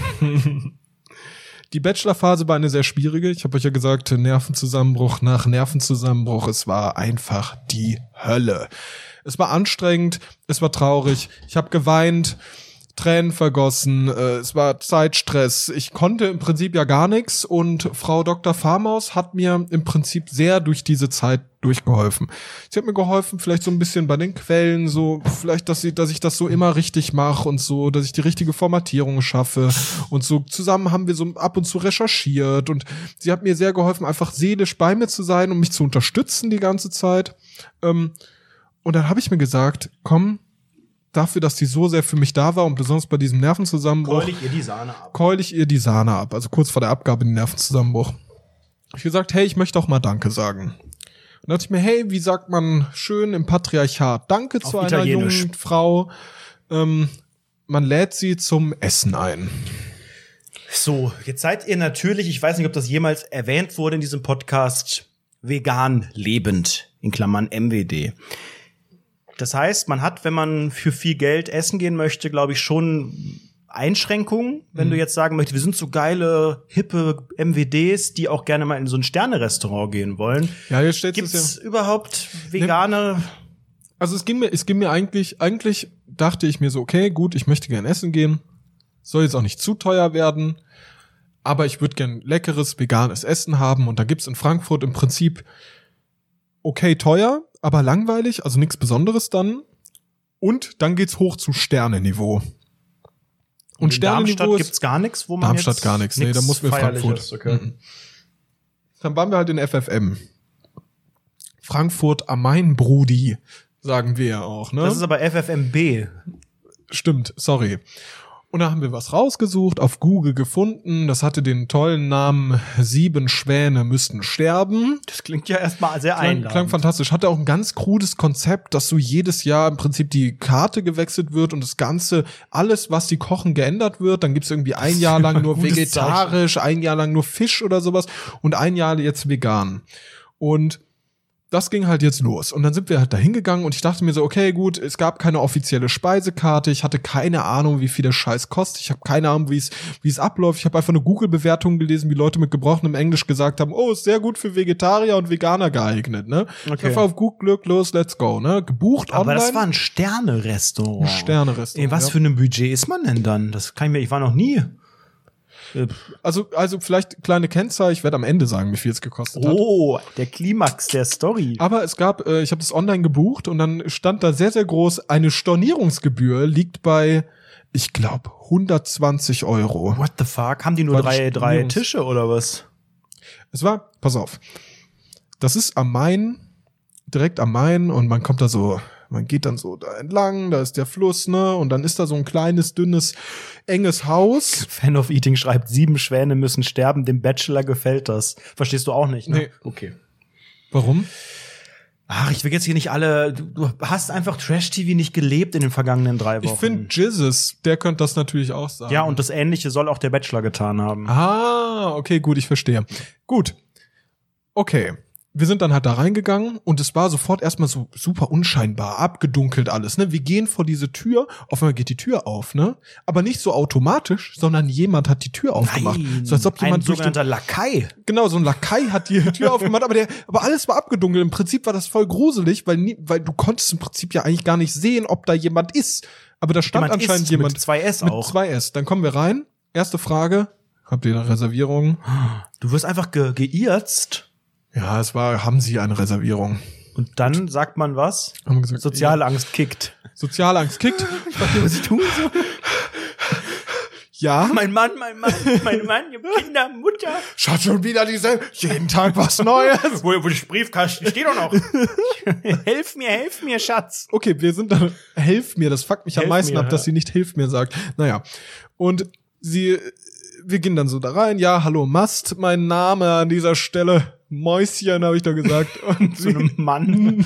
Die Bachelorphase war eine sehr schwierige. Ich habe euch ja gesagt, Nervenzusammenbruch nach Nervenzusammenbruch. Es war einfach die Hölle. Es war anstrengend, es war traurig. Ich habe geweint, Tränen vergossen, es war Zeitstress. Ich konnte im Prinzip ja gar nichts und Frau Dr. Farmaus hat mir im Prinzip sehr durch diese Zeit durchgeholfen. Sie hat mir geholfen, vielleicht so ein bisschen bei den Quellen, so vielleicht, dass ich das so immer richtig mache und so, dass ich die richtige Formatierung schaffe und so zusammen haben wir so ab und zu recherchiert und sie hat mir sehr geholfen, einfach seelisch bei mir zu sein und mich zu unterstützen die ganze Zeit. Und dann habe ich mir gesagt, komm, dafür, dass die so sehr für mich da war und besonders bei diesem Nervenzusammenbruch. Keul ich ihr die Sahne ab. Also kurz vor der Abgabe den Nervenzusammenbruch. Hab ich gesagt, hey, ich möchte auch mal Danke sagen. Und dann dachte ich mir, hey, wie sagt man schön im Patriarchat Danke auf zu einer jungen Frau? Man lädt sie zum Essen ein. So, jetzt seid ihr natürlich, ich weiß nicht, ob das jemals erwähnt wurde in diesem Podcast, vegan lebend, in Klammern MWD. Das heißt, man hat, wenn man für viel Geld essen gehen möchte, glaube ich, schon Einschränkungen. Wenn du jetzt sagen möchtest, wir sind so geile, hippe MWDs, die auch gerne mal in so ein Sterne-Restaurant gehen wollen. Ja, jetzt steht Gibt's überhaupt vegane? Also es ging mir eigentlich dachte ich mir so, okay, gut, ich möchte gerne essen gehen. Soll jetzt auch nicht zu teuer werden. Aber ich würde gern leckeres, veganes Essen haben. Und da gibt's in Frankfurt im Prinzip okay teuer, aber langweilig, also nichts Besonderes dann. Und dann geht's hoch zu Sterneniveau. Und in Darmstadt gibt's gar nichts, wo man Darmstadt gar nichts, nee, da muss mir Frankfurt. Okay. Dann waren wir halt in FFM. Frankfurt am Main Brudi, sagen wir ja auch, ne? Das ist aber FFMB. Stimmt, sorry. Und da haben wir was rausgesucht, auf Google gefunden. Das hatte den tollen Namen 7 Schwäne müssten sterben. Das klingt ja erstmal sehr einladend. Klang fantastisch. Hatte auch ein ganz krudes Konzept, dass so jedes Jahr im Prinzip die Karte gewechselt wird und das Ganze, alles, was die kochen, geändert wird. Dann gibt's irgendwie ein Jahr lang nur vegetarisch, ein Jahr lang nur Fisch oder sowas und ein Jahr jetzt vegan. Und das ging halt jetzt los. Und dann sind wir halt da hingegangen und ich dachte mir so, okay, gut, es gab keine offizielle Speisekarte. Ich hatte keine Ahnung, wie viel der Scheiß kostet. Ich habe keine Ahnung, wie es abläuft. Ich habe einfach eine Google-Bewertung gelesen, wie Leute mit gebrochenem Englisch gesagt haben, oh, ist sehr gut für Vegetarier und Veganer geeignet, ne? Okay. Ich einfach auf Google Glück, los, let's go, ne? Gebucht aber online. Das war ein Sterne-Restaurant. Ein Sterne-Restaurant. Was für ein Budget ist man denn dann? Das kann ich war noch nie. Also vielleicht kleine Kennzahl, ich werde am Ende sagen, wie viel es gekostet hat. Oh, der Klimax der Story. Aber es gab, ich habe das online gebucht und dann stand da sehr, sehr groß, eine Stornierungsgebühr liegt bei, ich glaube, 120 €. What the fuck? Haben die nur drei Tische oder was? Es war, pass auf, das ist am Main, direkt am Main und man kommt da so, man geht dann so da entlang, da ist der Fluss, ne, und dann ist da so ein kleines, dünnes, enges Haus. Fan of Eating schreibt, 7 Schwäne müssen sterben, dem Bachelor gefällt das. Verstehst du auch nicht, ne? Nee. Okay. Warum? Ach, ich will jetzt hier nicht alle, du hast einfach Trash-TV nicht gelebt in den vergangenen 3 Wochen. Ich finde Jesus, der könnte das natürlich auch sagen. Ja, und das Ähnliche soll auch der Bachelor getan haben. Ah, okay, gut, ich verstehe. Gut. Okay. Wir sind dann halt da reingegangen und es war sofort erstmal so super unscheinbar, abgedunkelt alles, ne? Wir gehen vor diese Tür, auf einmal geht die Tür auf, ne? Aber nicht so automatisch, sondern jemand hat die Tür aufgemacht. Nein, so als ob jemand ein sogenannter Lakai. Genau, so ein Lakai hat die Tür aufgemacht, aber alles war abgedunkelt. Im Prinzip war das voll gruselig, weil du konntest im Prinzip ja eigentlich gar nicht sehen, ob da jemand ist. Aber da stand anscheinend jemand. Mit 2S mit auch. 2S. Dann kommen wir rein. Erste Frage. Habt ihr eine Reservierung? Du wirst einfach geirzt. Ja, haben Sie eine Reservierung? Und dann sagt man was? Haben wir gesagt, Soziale Angst kickt. Soziale Angst kickt. Was ich tun soll? Ja. Mein Mann, Kinder, Mutter. Schaut schon wieder jeden Tag was Neues. Wo der Briefkasten steht doch noch. Helf mir, Schatz. Okay, wir sind dann, helf mir, das fuckt mich am meisten ab, dass sie nicht hilf mir sagt. Naja. Und wir gehen dann so da rein. Ja, hallo Mast, mein Name an dieser Stelle. Mäuschen, habe ich da gesagt. Und zu einem Mann.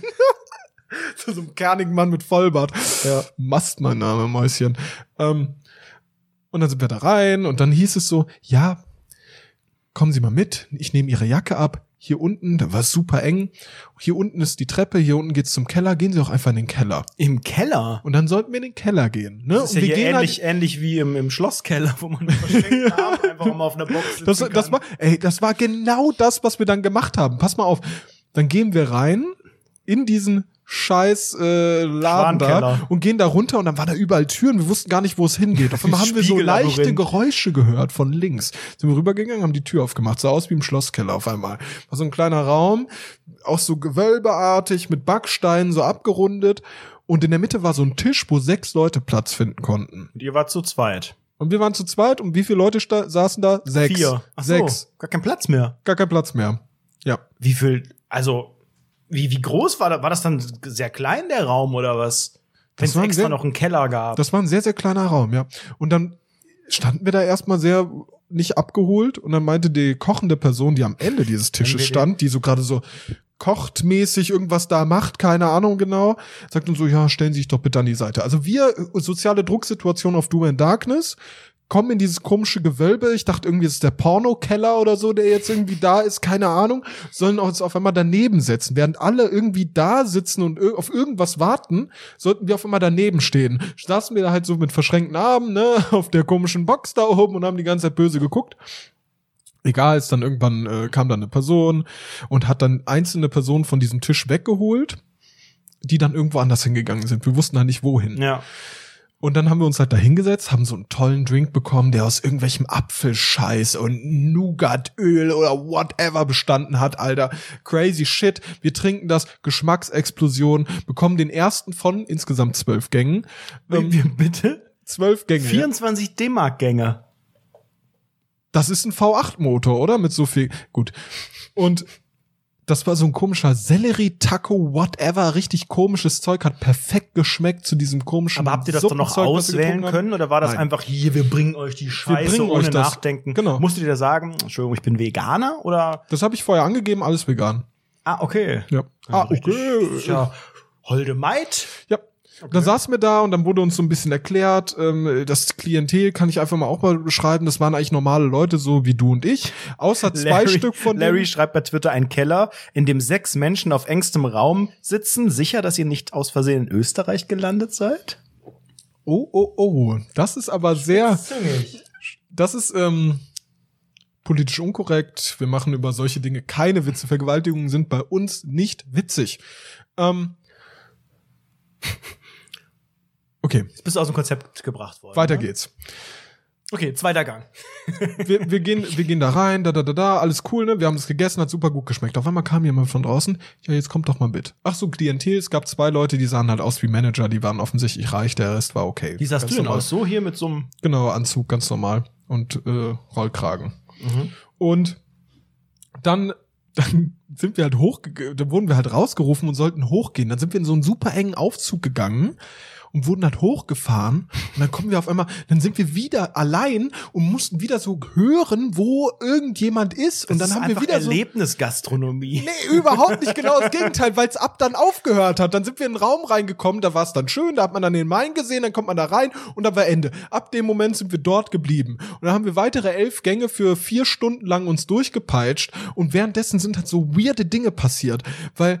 zu so einem kernigen Mann mit Vollbart. Ja. Mast, mein Name, Mäuschen. Und dann sind wir da rein und dann hieß es so, ja, kommen Sie mal mit, ich nehme Ihre Jacke ab. Hier unten, da war es super eng. Hier unten ist die Treppe, hier unten geht's zum Keller. Gehen Sie auch einfach in den Keller. Im Keller? Und dann sollten wir in den Keller gehen. Ne? Das ist und ja wir hier gehen ähnlich wie im Schlosskeller, wo man mit verschränkten Armen einfach mal auf einer Box sitzen kann. Das war genau das, was wir dann gemacht haben. Pass mal auf. Dann gehen wir rein in diesen scheiß Laden da und gehen da runter und dann waren da überall Türen, wir wussten gar nicht, wo es hingeht. Auf einmal haben wir so leichte Geräusche gehört von links. Sind wir rübergegangen, haben die Tür aufgemacht, sah aus wie im Schlosskeller auf einmal. War so ein kleiner Raum, auch so gewölbeartig mit Backsteinen so abgerundet und in der Mitte war so ein Tisch, wo 6 Leute Platz finden konnten. Und ihr wart zu zweit. Und wir waren zu zweit und wie viele Leute saßen da? 6. 4. Ach so, 6. Gar kein Platz mehr. Gar kein Platz mehr. Ja. Wie viel, also wie groß war das? War das dann sehr klein, der Raum, oder was? Wenn es extra noch einen Keller gab. Das war ein sehr, sehr kleiner Raum, ja. Und dann standen wir da erstmal sehr nicht abgeholt und dann meinte die kochende Person, die am Ende dieses Tisches stand, die so gerade so kochtmäßig irgendwas da macht, keine Ahnung genau, sagt uns so, ja, stellen Sie sich doch bitte an die Seite. Also wir, soziale Drucksituation auf Doom and Darkness, kommen in dieses komische Gewölbe. Ich dachte irgendwie, es ist der Porno-Keller oder so, der jetzt irgendwie da ist, keine Ahnung. Sollen uns auf einmal daneben setzen. Während alle irgendwie da sitzen und auf irgendwas warten, sollten wir auf einmal daneben stehen. Saßen wir da halt so mit verschränkten Armen, ne, auf der komischen Box da oben und haben die ganze Zeit böse geguckt. Egal, dann irgendwann kam dann eine Person und hat dann einzelne Personen von diesem Tisch weggeholt, die dann irgendwo anders hingegangen sind. Wir wussten halt nicht, wohin. Ja. Und dann haben wir uns halt da hingesetzt, haben so einen tollen Drink bekommen, der aus irgendwelchem Apfelscheiß und Nougatöl oder whatever bestanden hat, Alter. Crazy shit. Wir trinken das, Geschmacksexplosion, bekommen den ersten von insgesamt 12 Gängen. Bitte? 12 Gänge. 24 D-Mark-Gänge. Das ist ein V8-Motor, oder? Mit so viel. Gut. Und Das war so ein komischer Sellerie, Taco, whatever, richtig komisches Zeug, hat perfekt geschmeckt zu diesem komischen. Aber habt ihr das dann noch auswählen können oder war das Nein. einfach hier, wir bringen euch die Scheiße ohne Nachdenken? Genau. Musstet ihr da sagen, Entschuldigung, ich bin Veganer oder? Das habe ich vorher angegeben, alles vegan. Ah, okay. Ja. Ja, holde Maid. Ja. Okay. Dann saßen wir da und dann wurde uns so ein bisschen erklärt, das Klientel kann ich einfach mal auch mal beschreiben, das waren eigentlich normale Leute, so wie du und ich, außer zwei Stück von denen. Larry schreibt bei Twitter, ein Keller, in dem 6 Menschen auf engstem Raum sitzen, sicher, dass ihr nicht aus Versehen in Österreich gelandet seid? Oh, das ist aber sehr, das ist politisch unkorrekt, wir machen über solche Dinge keine Witze, Vergewaltigungen sind bei uns nicht witzig. Okay. Jetzt bist du aus dem Konzept gebracht worden. Weiter geht's. Okay, zweiter Gang. wir gehen da rein, alles cool, ne? Wir haben das gegessen, hat super gut geschmeckt. Auf einmal kam jemand von draußen, ja, jetzt kommt doch mal mit. Ach so, Klientel, es gab 2 Leute, die sahen halt aus wie Manager, die waren offensichtlich reich, der Rest war okay. Wie sahst du denn aus? So hier mit so einem... Genau, Anzug, ganz normal. Und Rollkragen. Mhm. Und dann sind wir halt da wurden wir halt rausgerufen und sollten hochgehen. Dann sind wir in so einen super engen Aufzug gegangen und wurden halt hochgefahren. Und dann kommen wir auf einmal, dann sind wir wieder allein und mussten wieder so hören, wo irgendjemand ist. Und das dann ist haben wir wieder Erlebnisgastronomie. Nee, überhaupt nicht, genau das Gegenteil, weil es ab dann aufgehört hat. Dann sind wir in den Raum reingekommen, da war es dann schön, da hat man dann den Main gesehen, dann kommt man da rein und dann war Ende. Ab dem Moment sind wir dort geblieben. Und dann haben wir weitere 11 Gänge für 4 Stunden lang uns durchgepeitscht und währenddessen sind halt so weirde Dinge passiert, weil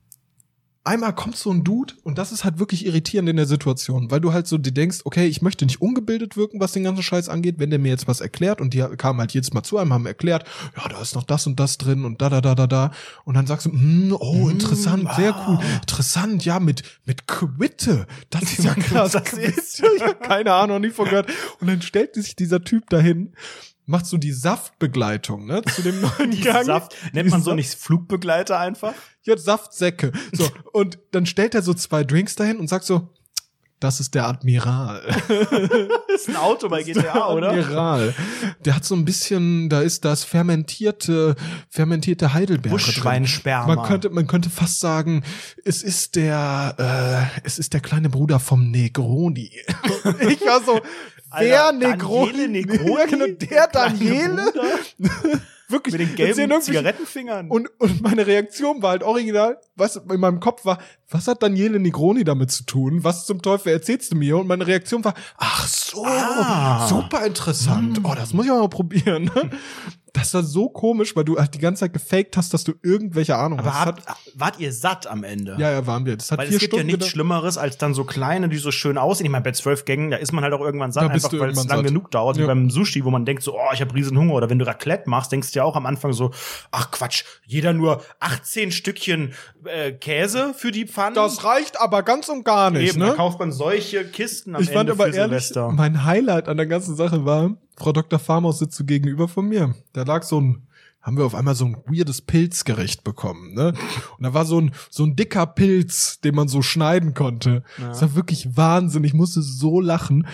einmal kommt so ein Dude und das ist halt wirklich irritierend in der Situation, weil du halt so dir denkst, okay, ich möchte nicht ungebildet wirken, was den ganzen Scheiß angeht, wenn der mir jetzt was erklärt und die kamen halt jedes Mal zu einem, haben erklärt, ja, da ist noch das und das drin und da und dann sagst du, interessant, sehr cool, interessant, ja, mit Quitte, das ist ja krass, das ist, ich hab keine Ahnung, nie von gehört und dann stellt sich dieser Typ dahin, macht so die Saftbegleitung, ne, zu dem neuen Gang. Saft, nennt man so nicht Flugbegleiter einfach? Ja, Saftsäcke. So, und dann stellt er so 2 Drinks dahin und sagt so, das ist der Admiral. Das ist ein Auto bei GTA, oder? Admiral. Der hat so ein bisschen, da ist das fermentierte Heidelbeere Buschschweinsperma. Man könnte fast sagen, es ist der kleine Bruder vom Negroni. Ich war so, wer Negroni? Ja, genau, der Daniele? Wirklich. Mit den gelben Zigarettenfingern. Und meine Reaktion war halt original, was in meinem Kopf war, was hat Daniele Negroni damit zu tun? Was zum Teufel erzählst du mir? Und meine Reaktion war, ach so, super interessant. Oh, das muss ich auch mal probieren. Das war so komisch, weil du halt die ganze Zeit gefaked hast, dass du irgendwelche Ahnung hast. Aber wart ihr satt am Ende? Ja, waren wir. Das hat weil 4 es gibt Stunden ja nichts Schlimmeres als dann so kleine, die so schön aussehen. Ich meine, bei 12 Gängen, da ist man halt auch irgendwann satt, einfach weil es lang genug dauert. Ja. Wie beim Sushi, wo man denkt so, oh, ich habe riesen Hunger. Oder wenn du Raclette machst, denkst du ja auch am Anfang so, ach Quatsch, jeder nur 18 Stückchen Käse für die Pfanne. Das reicht aber ganz und gar nicht. Eben, ne? Da kauft man solche Kisten am Ende aber für ehrlich, Silvester. Mein Highlight an der ganzen Sache war, Frau Dr. Farmaus sitzt so gegenüber von mir. Da lag haben wir auf einmal so ein weirdes Pilzgericht bekommen, ne? Und da war so ein dicker Pilz, den man so schneiden konnte. Ja. Das war wirklich Wahnsinn. Ich musste so lachen.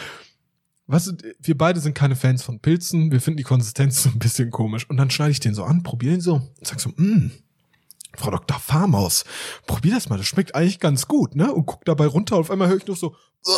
Wir beide sind keine Fans von Pilzen. Wir finden die Konsistenz so ein bisschen komisch. Und dann schneide ich den so an, probiere ihn so und sag so, Frau Dr. Farmaus, probier das mal, das schmeckt eigentlich ganz gut, ne? Und guck dabei runter und auf einmal höre ich noch so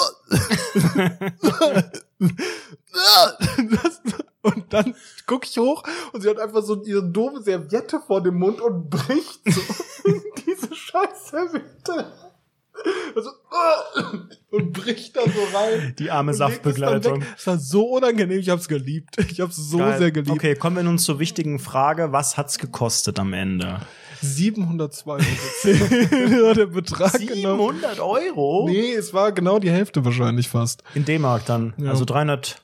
und dann guck ich hoch und sie hat einfach so ihre doofe Serviette vor dem Mund und bricht so diese scheiß Serviette. Also, und bricht da so rein. Die arme Saftbegleitung. Es war so unangenehm, ich hab's geliebt. Ich hab's so sehr geliebt. Okay, kommen wir nun zur wichtigen Frage, was hat's gekostet am Ende? 702 € der Betrag. 700 €? Nee, es war genau die Hälfte wahrscheinlich fast. In D-Mark dann, ja. Also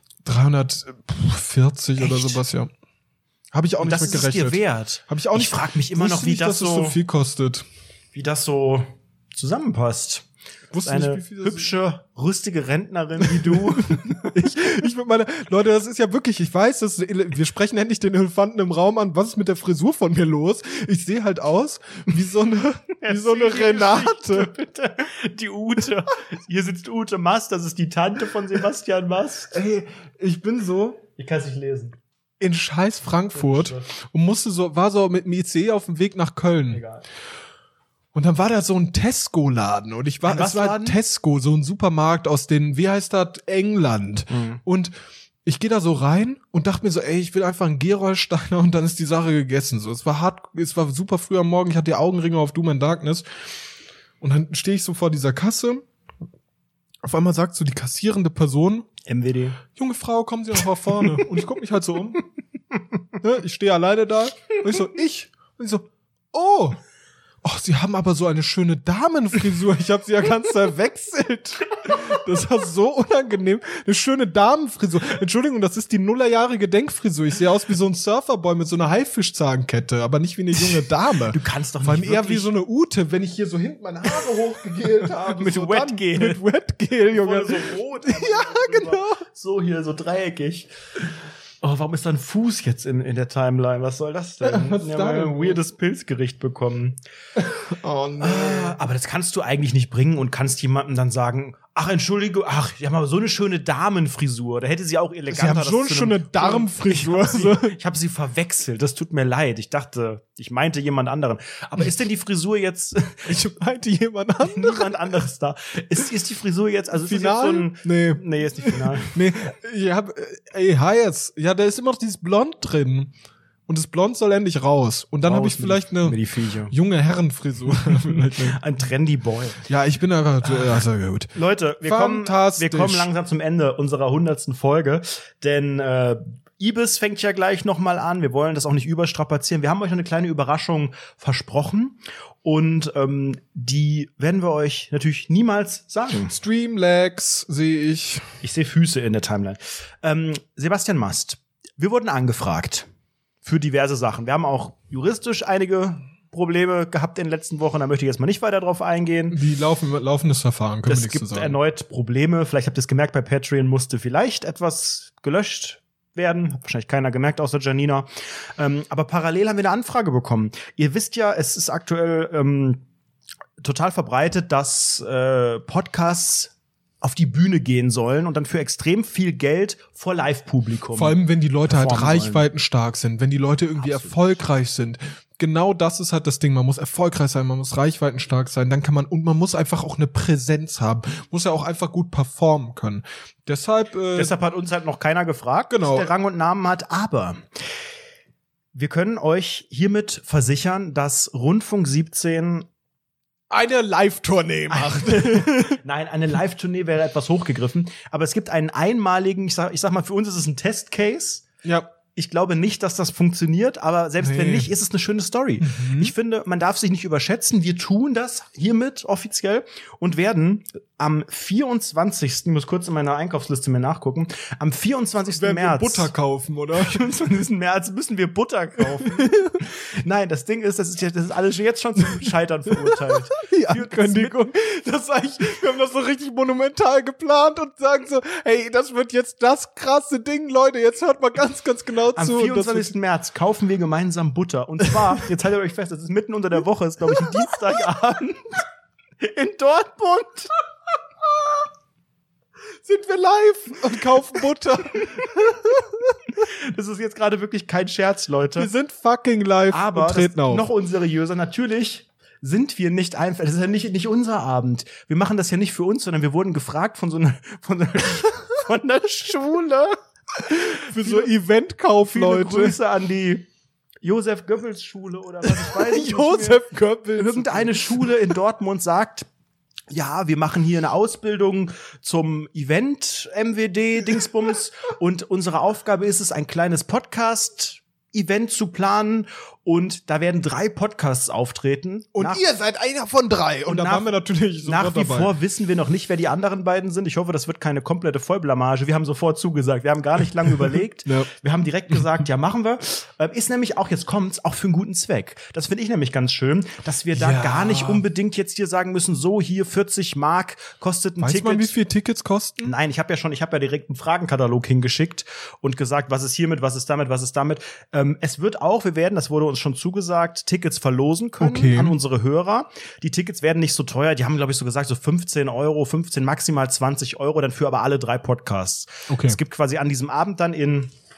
340 oder sowas, ja. Habe ich auch nicht mit gerechnet. Das ist dir wert. Ich frage mich immer noch, wie das so viel kostet. Wie das so zusammenpasst. Wusste eine nicht, wie viel das hübsche, rüstige Rentnerin wie du. ich mit meiner, Leute, das ist ja wirklich, ich weiß, wir sprechen endlich den Elefanten im Raum an, was ist mit der Frisur von mir los? Ich sehe halt aus wie so eine Renate. Bitte. Die Ute. Hier sitzt Ute Mast, das ist die Tante von Sebastian Mast. Ey, ich bin so. Ich kann es nicht lesen. in scheiß Frankfurt und war so mit dem ICE auf dem Weg nach Köln. Egal. Und dann war da so ein Tesco-Laden und es war Tesco, so ein Supermarkt aus wie heißt das, England. Und ich gehe da so rein und dachte mir so, ey, ich will einfach einen Gerolsteiner und dann ist die Sache gegessen. So, es war super früh am Morgen, ich hatte die Augenringe auf Doom and Darkness. Und dann stehe ich so vor dieser Kasse. Auf einmal sagt so die kassierende Person, MWD. Junge Frau, kommen Sie noch mal vorne. Und ich gucke mich halt so um. Ich stehe alleine da. Und ich so, oh, Sie haben aber so eine schöne Damenfrisur. Ich habe sie ja ganz verwechselt. Das war so unangenehm. Eine schöne Damenfrisur. Entschuldigung, das ist die Nullerjährige Denkfrisur. Ich sehe aus wie so ein Surferboy mit so einer Haifischzahnкette, aber nicht wie eine junge Dame. Du kannst doch nicht. Vor allem eher wie so eine Ute, wenn ich hier so hinten meine Haare hochgegelt habe. Mit so Wetgel. Mit Wetgel, Junge. So rot. Ja, genau. So hier, so dreieckig. Oh, warum ist da ein Fuß jetzt in der Timeline? Was soll das denn? Was ist da denn? Ein weirdes Pilzgericht bekommen. Oh nee. Aber das kannst du eigentlich nicht bringen und kannst jemandem dann sagen, ach, Entschuldigung, die haben aber so eine schöne Damenfrisur. Da hätte sie auch eleganter. Sie haben so eine schöne Darmfrisur. Ich habe sie verwechselt. Das tut mir leid. Ich meinte jemand anderen. Aber ist denn die Frisur jetzt? Ich meinte jemand anderen. Niemand anderes da. Ist die Frisur jetzt? Also final? Ist das jetzt so nee, ist nicht final. Nee, ja, da ist immer noch dieses Blond drin. Und das Blond soll endlich raus. Und dann habe ich vielleicht eine junge Herrenfrisur. Ein trendy Boy. Ja, ich bin einfach also gut. Leute, wir kommen langsam zum Ende unserer 100. Folge. Denn Ibis fängt ja gleich noch mal an. Wir wollen das auch nicht überstrapazieren. Wir haben euch eine kleine Überraschung versprochen. Und die werden wir euch natürlich niemals sagen. Streamlags sehe ich. Ich sehe Füße in der Timeline. Sebastian Mast, wir wurden angefragt für diverse Sachen. Wir haben auch juristisch einige Probleme gehabt in den letzten Wochen. Da möchte ich jetzt mal nicht weiter drauf eingehen. Wie laufendes Verfahren, können wir nichts zu sagen. Es gibt erneut Probleme. Vielleicht habt ihr es gemerkt, bei Patreon musste vielleicht etwas gelöscht werden. Hat wahrscheinlich keiner gemerkt, außer Janina. Aber parallel haben wir eine Anfrage bekommen. Ihr wisst ja, es ist aktuell total verbreitet, dass Podcasts auf die Bühne gehen sollen und dann für extrem viel Geld vor Live-Publikum. Vor allem, wenn die Leute halt reichweitenstark sind, wenn die Leute irgendwie erfolgreich sind. Genau das ist halt das Ding. Man muss erfolgreich sein, man muss reichweitenstark sein, dann kann man muss einfach auch eine Präsenz haben. Muss ja auch einfach gut performen können. Deshalb hat uns halt noch keiner gefragt, genau, was der Rang und Namen hat, aber wir können euch hiermit versichern, dass Rundfunk 17 eine Live-Tournee macht. Nein, eine Live-Tournee wäre etwas hochgegriffen. Aber es gibt einen einmaligen, ich sag mal, für uns ist es ein Test-Case. Ja. Ich glaube nicht, dass das funktioniert, aber selbst wenn nicht, ist es eine schöne Story. Ich finde, man darf sich nicht überschätzen. Wir tun das hiermit offiziell und werden am 24. Ich muss kurz in meiner Einkaufsliste mir nachgucken. Am 24. Werden März. wir Butter kaufen, oder? Am 24. März müssen wir Butter kaufen. Nein, das Ding ist, das ist alles jetzt schon zum Scheitern verurteilt. Die Ankündigung. Das ist eigentlich, wir haben das so richtig monumental geplant und sagen so, hey, das wird jetzt das krasse Ding, Leute. Jetzt hört mal ganz, ganz genau am zu. Am 24. März kaufen wir gemeinsam Butter. Und zwar, jetzt haltet euch fest, das ist mitten unter der Woche, ist glaube ich ein Dienstagabend in Dortmund. Sind wir live und kaufen Butter. Das ist jetzt gerade wirklich kein Scherz, Leute. Wir sind fucking live aber und treten auf. Noch unseriöser. Natürlich sind wir nicht einfach. Das ist ja nicht unser Abend. Wir machen das ja nicht für uns, sondern wir wurden gefragt von der Schule. Für so Eventkaufleute. Viele Grüße an die Josef Goebbels Schule oder was ich weiß nicht. Josef Goebbels. Irgendeine Schule in Dortmund sagt, ja, wir machen hier eine Ausbildung zum Event-MWD-Dingsbums und unsere Aufgabe ist es, ein kleines Podcast-Event zu planen und da werden 3 Podcasts auftreten. Und ihr seid einer von 3. Und da waren wir natürlich sofort nach wie dabei. vor wissen wir noch nicht, wer die anderen beiden sind. Ich hoffe, das wird keine komplette Vollblamage. Wir haben sofort zugesagt. Wir haben gar nicht lange überlegt. Ja. Wir haben direkt gesagt, ja, machen wir. Ist nämlich auch, jetzt kommt's, auch für einen guten Zweck. Das finde ich nämlich ganz schön, dass wir da gar nicht unbedingt jetzt hier sagen müssen, so hier 40 Mark kostet ein Ticket. Weiß man, wie viel Tickets kosten? Nein, ich habe ja direkt einen Fragenkatalog hingeschickt und gesagt, was ist hiermit, was ist damit, was ist damit. Es wird auch, das wurde uns schon zugesagt, Tickets verlosen können an unsere Hörer. Die Tickets werden nicht so teuer, die haben, glaube ich, so gesagt, so 15 Euro, 15, maximal 20 Euro, dann für aber alle 3 Podcasts. Okay. Es gibt quasi an diesem Abend dann in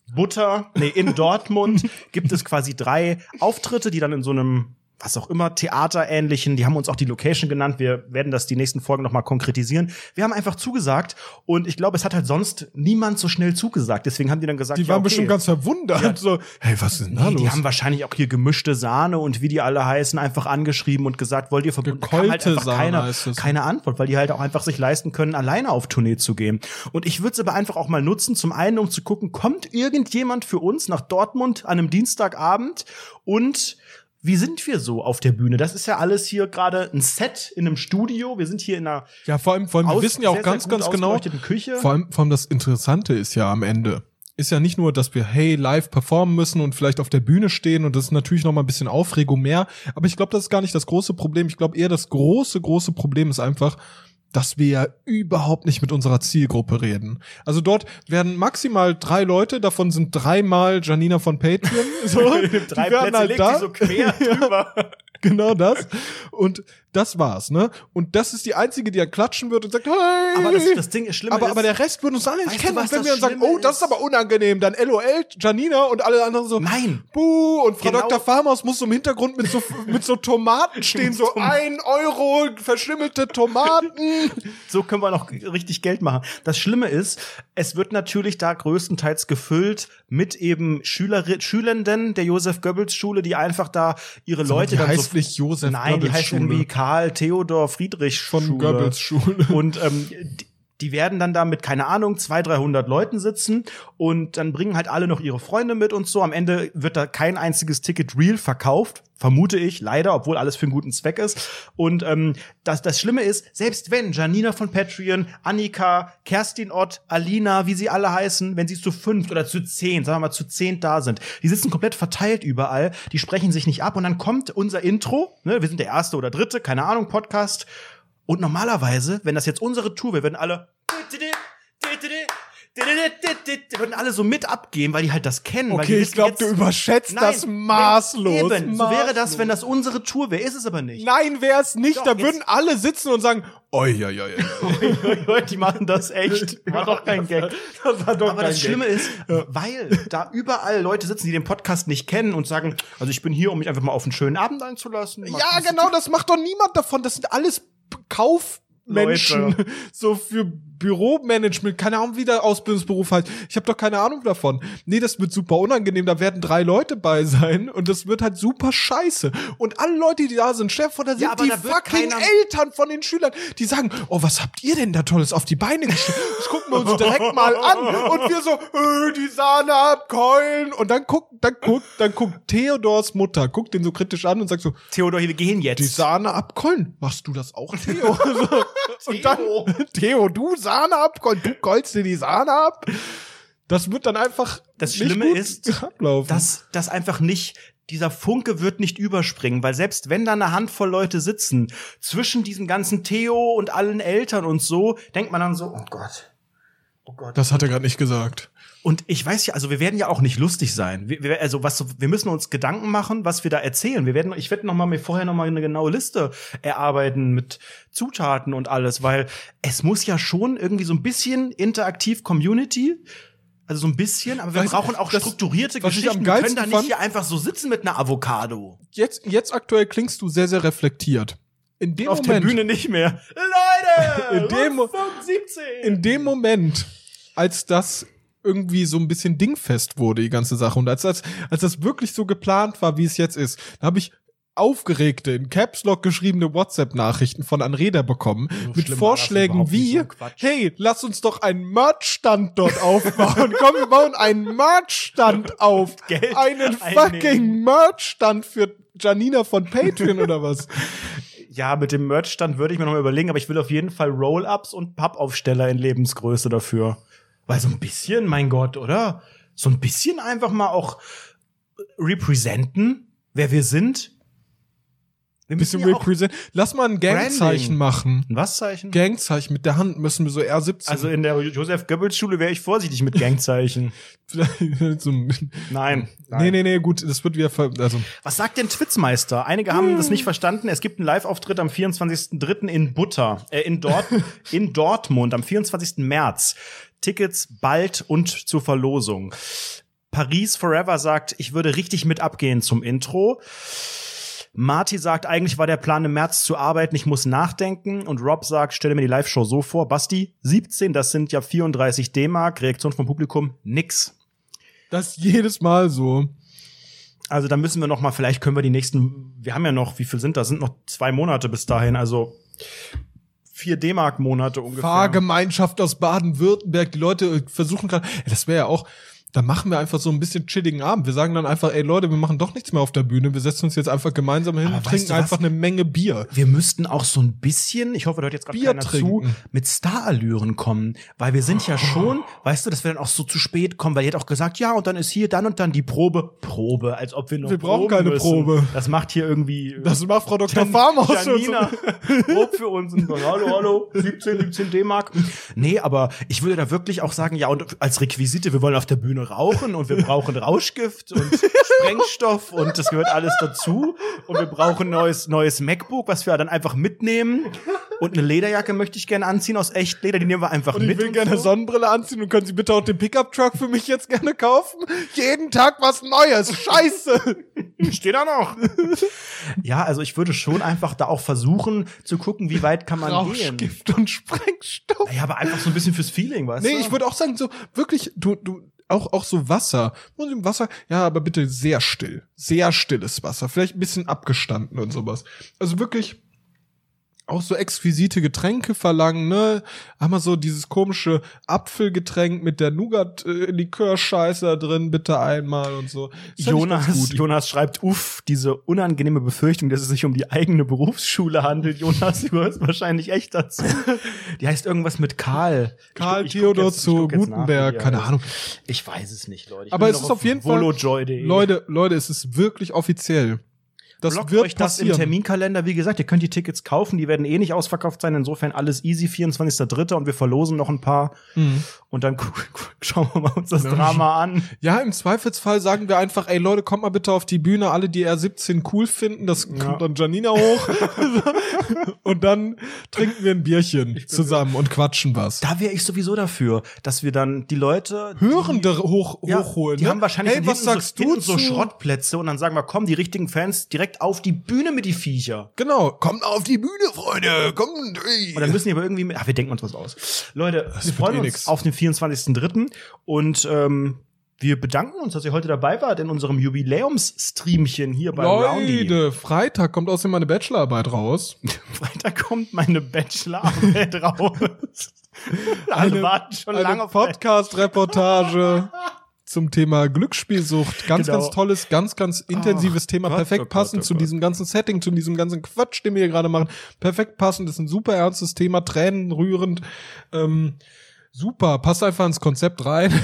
in Dortmund gibt es quasi 3 Auftritte, die dann in so einem, was auch immer, theaterähnlichen, die haben uns auch die Location genannt, wir werden das die nächsten Folgen noch mal konkretisieren. Wir haben einfach zugesagt und ich glaube, es hat halt sonst niemand so schnell zugesagt, deswegen haben die dann gesagt, die waren bestimmt ganz verwundert, ja. So, hey, was ist denn da los? Die haben wahrscheinlich auch hier gemischte Sahne und wie die alle heißen, einfach angeschrieben und gesagt, wollt ihr verbunden? Gekeulte halt einfach Sahne keine Antwort, weil die halt auch einfach sich leisten können, alleine auf Tournee zu gehen. Und ich würde es aber einfach auch mal nutzen, zum einen, um zu gucken, kommt irgendjemand für uns nach Dortmund an einem Dienstagabend und wie sind wir so auf der Bühne? Das ist ja alles hier gerade ein Set in einem Studio. Wir sind hier in einer vor allem wir wissen ja auch ganz genau, Küche. Vor allem das Interessante ist ja am Ende, ist ja nicht nur, dass wir live performen müssen und vielleicht auf der Bühne stehen und das ist natürlich noch mal ein bisschen Aufregung mehr, aber ich glaube, das ist gar nicht das große Problem. Ich glaube eher, das große Problem ist einfach, dass wir ja überhaupt nicht mit unserer Zielgruppe reden. Also dort werden maximal 3 Leute, davon sind 3-mal Janina von Patreon. So, 3 Plätze halt legt die so quer drüber. Genau das. Und das war's, ne? Und das ist die einzige, die dann klatschen wird und sagt, hey! Aber das Ding ist schlimm. Aber der Rest würde uns alle nicht kennen. Und wenn wir dann sagen, oh, das ist aber unangenehm, dann LOL, Janina und alle anderen so, nein. Buh, und Frau Dr. Farmaus muss so im Hintergrund mit so Tomaten stehen, so 1 Euro, verschimmelte Tomaten. So können wir noch richtig Geld machen. Das Schlimme ist, es wird natürlich da größtenteils gefüllt mit eben Schülenden der Josef-Goebbels-Schule, die einfach da ihre Leute die dann heißt nicht Josef Nein, die heißt irgendwie Karl Theodor Friedrich von Goebbels Schule. Und die werden dann da mit, keine Ahnung, 200-300 Leuten sitzen und dann bringen halt alle noch ihre Freunde mit und so. Am Ende wird da kein einziges Ticket real verkauft, vermute ich, leider, obwohl alles für einen guten Zweck ist. Und das Schlimme ist, selbst wenn Janina von Patreon, Annika, Kerstin Ott, Alina, wie sie alle heißen, wenn sie zu 5 oder zu 10, sagen wir mal zu 10 da sind, die sitzen komplett verteilt überall, die sprechen sich nicht ab und dann kommt unser Intro, ne, wir sind der 1. oder 3., keine Ahnung, Podcast. Und normalerweise, wenn das jetzt unsere Tour wäre, würden alle so mit abgehen, weil die halt das kennen. Okay, ich glaube, du überschätzt das maßlos. Eben, so wäre das, wenn das unsere Tour wäre. Ist es aber nicht. Nein, wäre es nicht. Doch, da würden alle sitzen und sagen, die machen das echt. War doch kein Gag. Aber das Schlimme ist, weil da überall Leute sitzen, die den Podcast nicht kennen und sagen, also ich bin hier, um mich einfach mal auf einen schönen Abend einzulassen. Ja, genau, das macht doch niemand davon. Das sind alles Kaufmenschen, Leute. So für Büromanagement, keine Ahnung, wie der Ausbildungsberuf heißt. Ich habe doch keine Ahnung davon. Nee, das wird super unangenehm, da werden 3 Leute bei sein und das wird halt super scheiße. Und alle Leute, die da sind, Chef, oder sind die fucking Eltern von den Schülern, die sagen, oh, was habt ihr denn da Tolles auf die Beine gestellt? Das gucken wir uns direkt mal an. Und wir so, die Sahne abkeulen. Und dann guckt Theodors Mutter, guckt den so kritisch an und sagt so, Theodor, wir gehen jetzt. Die Sahne abkeulen. Machst du das auch, Theo? Und dann, Theo, du Sahne abkeulen, du keulst dir die Sahne ab. Das wird dann einfach das Schlimme ist, ablaufen. Dass einfach nicht, dieser Funke wird nicht überspringen, weil selbst wenn da eine Handvoll Leute sitzen, zwischen diesem ganzen Theo und allen Eltern und so, denkt man dann so, oh Gott. Das hat er gerade nicht gesagt. Und ich weiß ja, also wir werden ja auch nicht lustig sein. Wir müssen uns Gedanken machen, was wir da erzählen. Ich werde mir vorher noch mal eine genaue Liste erarbeiten mit Zutaten und alles, weil es muss ja schon irgendwie so ein bisschen interaktiv Community, also so ein bisschen, aber wir brauchen auch strukturierte Geschichten. Wir können da nicht hier einfach so sitzen mit einer Avocado. Jetzt aktuell klingst du sehr, sehr reflektiert. Auf der Bühne nicht mehr. Leute! In dem Moment, als das irgendwie so ein bisschen dingfest wurde, die ganze Sache. Und als das wirklich so geplant war, wie es jetzt ist, da habe ich aufgeregte, in Caps Lock geschriebene WhatsApp-Nachrichten von Anreda bekommen, mit Vorschlägen wie, hey, lass uns doch einen Merch-Stand dort aufbauen. Komm, wir bauen einen Merch-Stand auf. Einen fucking Merch-Stand für Janina von Patreon oder was? Ja, mit dem Merch-Stand würde ich mir noch mal überlegen, aber ich will auf jeden Fall Roll-Ups und Pappaufsteller in Lebensgröße dafür. Weil so ein bisschen, mein Gott, oder? So ein bisschen einfach mal auch representen, wer wir sind. Wir müssen ja lass mal ein Gangzeichen machen. Ein was Zeichen? Gangzeichen. Mit der Hand müssen wir so R17. Also in der Josef-Goebbels-Schule wäre ich vorsichtig mit Gangzeichen. Nein. Nee, gut, das wird wieder Was sagt denn Twitzmeister? Einige haben das nicht verstanden. Es gibt einen Live-Auftritt am 24.03. in Dortmund am 24. März. Tickets bald und zur Verlosung. Paris Forever sagt, ich würde richtig mit abgehen zum Intro. Marty sagt, eigentlich war der Plan im März zu arbeiten, ich muss nachdenken. Und Rob sagt, stelle mir die Live-Show so vor. Basti, 17, das sind ja 34 D-Mark. Reaktion vom Publikum, nix. Das jedes Mal so. Also da müssen wir noch mal, vielleicht können wir die nächsten, wir haben ja noch, wie viel sind das? Sind noch 2 Monate bis dahin, also 4 D-Mark-Monate ungefähr. Fahrgemeinschaft aus Baden-Württemberg, die Leute versuchen gerade, das wäre ja auch, da machen wir einfach so ein bisschen chilligen Abend. Wir sagen dann einfach, ey Leute, wir machen doch nichts mehr auf der Bühne. Wir setzen uns jetzt einfach gemeinsam hin und trinken einfach eine Menge Bier. Wir müssten auch so ein bisschen, ich hoffe, da hört jetzt gerade keiner zu, mit Starallüren kommen. Weil wir sind ja schon, weißt du, dass wir dann auch so zu spät kommen. Weil ihr hat auch gesagt, ja, und dann ist hier dann und dann die Probe, als ob wir noch wir brauchen keine Probe. Das macht hier irgendwie. Das macht Frau Dr. Farmhaus Janina. Probe für uns. Und dann, hallo, 17 D-Mark. Nee, aber ich würde da wirklich auch sagen, ja, und als Requisite, wir wollen auf der Bühne rauchen und wir brauchen Rauschgift und Sprengstoff und das gehört alles dazu und wir brauchen neues MacBook, was wir dann einfach mitnehmen und eine Lederjacke möchte ich gerne anziehen aus Echtleder, die nehmen wir einfach mit. Und ich will gerne eine Sonnenbrille anziehen und können Sie bitte auch den Pickup-Truck für mich jetzt gerne kaufen? Jeden Tag was Neues, scheiße! Steht da noch. Ja, also ich würde schon einfach da auch versuchen zu gucken, wie weit kann man gehen. Rauschgift und Sprengstoff. Ja, aber einfach so ein bisschen fürs Feeling, weißt du? Nee, ich würde auch sagen, so wirklich, auch so Wasser. Und im Wasser, ja, aber bitte sehr still. Sehr stilles Wasser. Vielleicht ein bisschen abgestanden und sowas. Also wirklich auch so exquisite Getränke verlangen, ne? Haben wir so dieses komische Apfelgetränk mit der Nougat-Likör-Scheiße da drin, bitte einmal und so. Jonas schreibt, diese unangenehme Befürchtung, dass es sich um die eigene Berufsschule handelt. Jonas, du gehörst wahrscheinlich echt dazu. Die heißt irgendwas mit Karl. Karl Theodor zu Gutenberg, keine Ahnung. Ich weiß es nicht, Leute. Aber es ist auf jeden Fall, Leute, es ist wirklich offiziell. Das Blockt wird euch das passieren. im Terminkalender. Wie gesagt, ihr könnt die Tickets kaufen. Die werden eh nicht ausverkauft sein. Insofern alles easy. 24.3. Und wir verlosen noch ein paar. Und dann schauen wir mal uns das Drama an. Ja, im Zweifelsfall sagen wir einfach, ey Leute, kommt mal bitte auf die Bühne. Alle, die R17 cool finden, das kommt dann Janina hoch. Und dann trinken wir ein Bierchen zusammen und quatschen was. Da wäre ich sowieso dafür, dass wir dann die Leute Hörende hochholen. Die haben wahrscheinlich hey, was sagst du so Schrottplätze. Und dann sagen wir, komm, die richtigen Fans direkt auf die Bühne mit die Viecher. Genau, kommt auf die Bühne, Freunde, kommt. Und dann müssen die aber irgendwie wir denken uns was aus. Leute, wir freuen uns auf den 24.3. Und wir bedanken uns, dass ihr heute dabei wart in unserem Jubiläumsstreamchen hier bei Roundy. Leute, Freitag kommt außerdem meine Bachelorarbeit raus. Freitag kommt meine Bachelorarbeit raus. Alle warten schon lange auf Podcast-Reportage. Zum Thema Glücksspielsucht. Ganz tolles, ganz intensives Thema. Perfekt passend zu diesem ganzen Setting, zu diesem ganzen Quatsch, den wir hier gerade machen. Perfekt passend, das ist ein super ernstes Thema, tränenrührend. Super, passt einfach ins Konzept rein.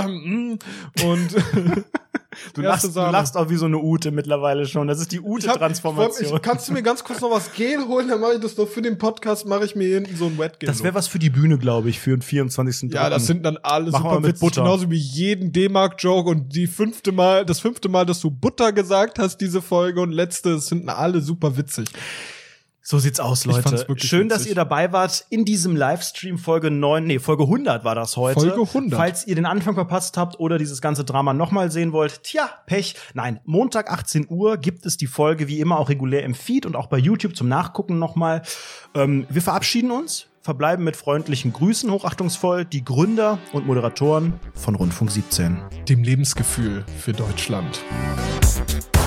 Und du lachst auch wie so eine Ute mittlerweile schon. Das ist die Ute-Transformation. Kannst du mir ganz kurz noch was Gel holen? Dann mache ich das doch für den Podcast, mache ich mir hinten so ein Wet Gel. Das wäre was für die Bühne, glaube ich, für den 24. Ja, das sind dann alle super witzig. Genauso wie jeden D-Mark-Joke und das fünfte Mal, dass du Butter gesagt hast, diese Folge und letzte, das sind alle super witzig. So sieht's aus, Leute. Schön, dass ihr dabei wart in diesem Livestream. Folge 100 war das heute. Folge 100. Falls ihr den Anfang verpasst habt oder dieses ganze Drama nochmal sehen wollt, Pech. Nein, Montag 18 Uhr gibt es die Folge wie immer auch regulär im Feed und auch bei YouTube zum Nachgucken nochmal. Wir verabschieden uns, verbleiben mit freundlichen Grüßen, hochachtungsvoll, die Gründer und Moderatoren von Rundfunk 17. Dem Lebensgefühl für Deutschland.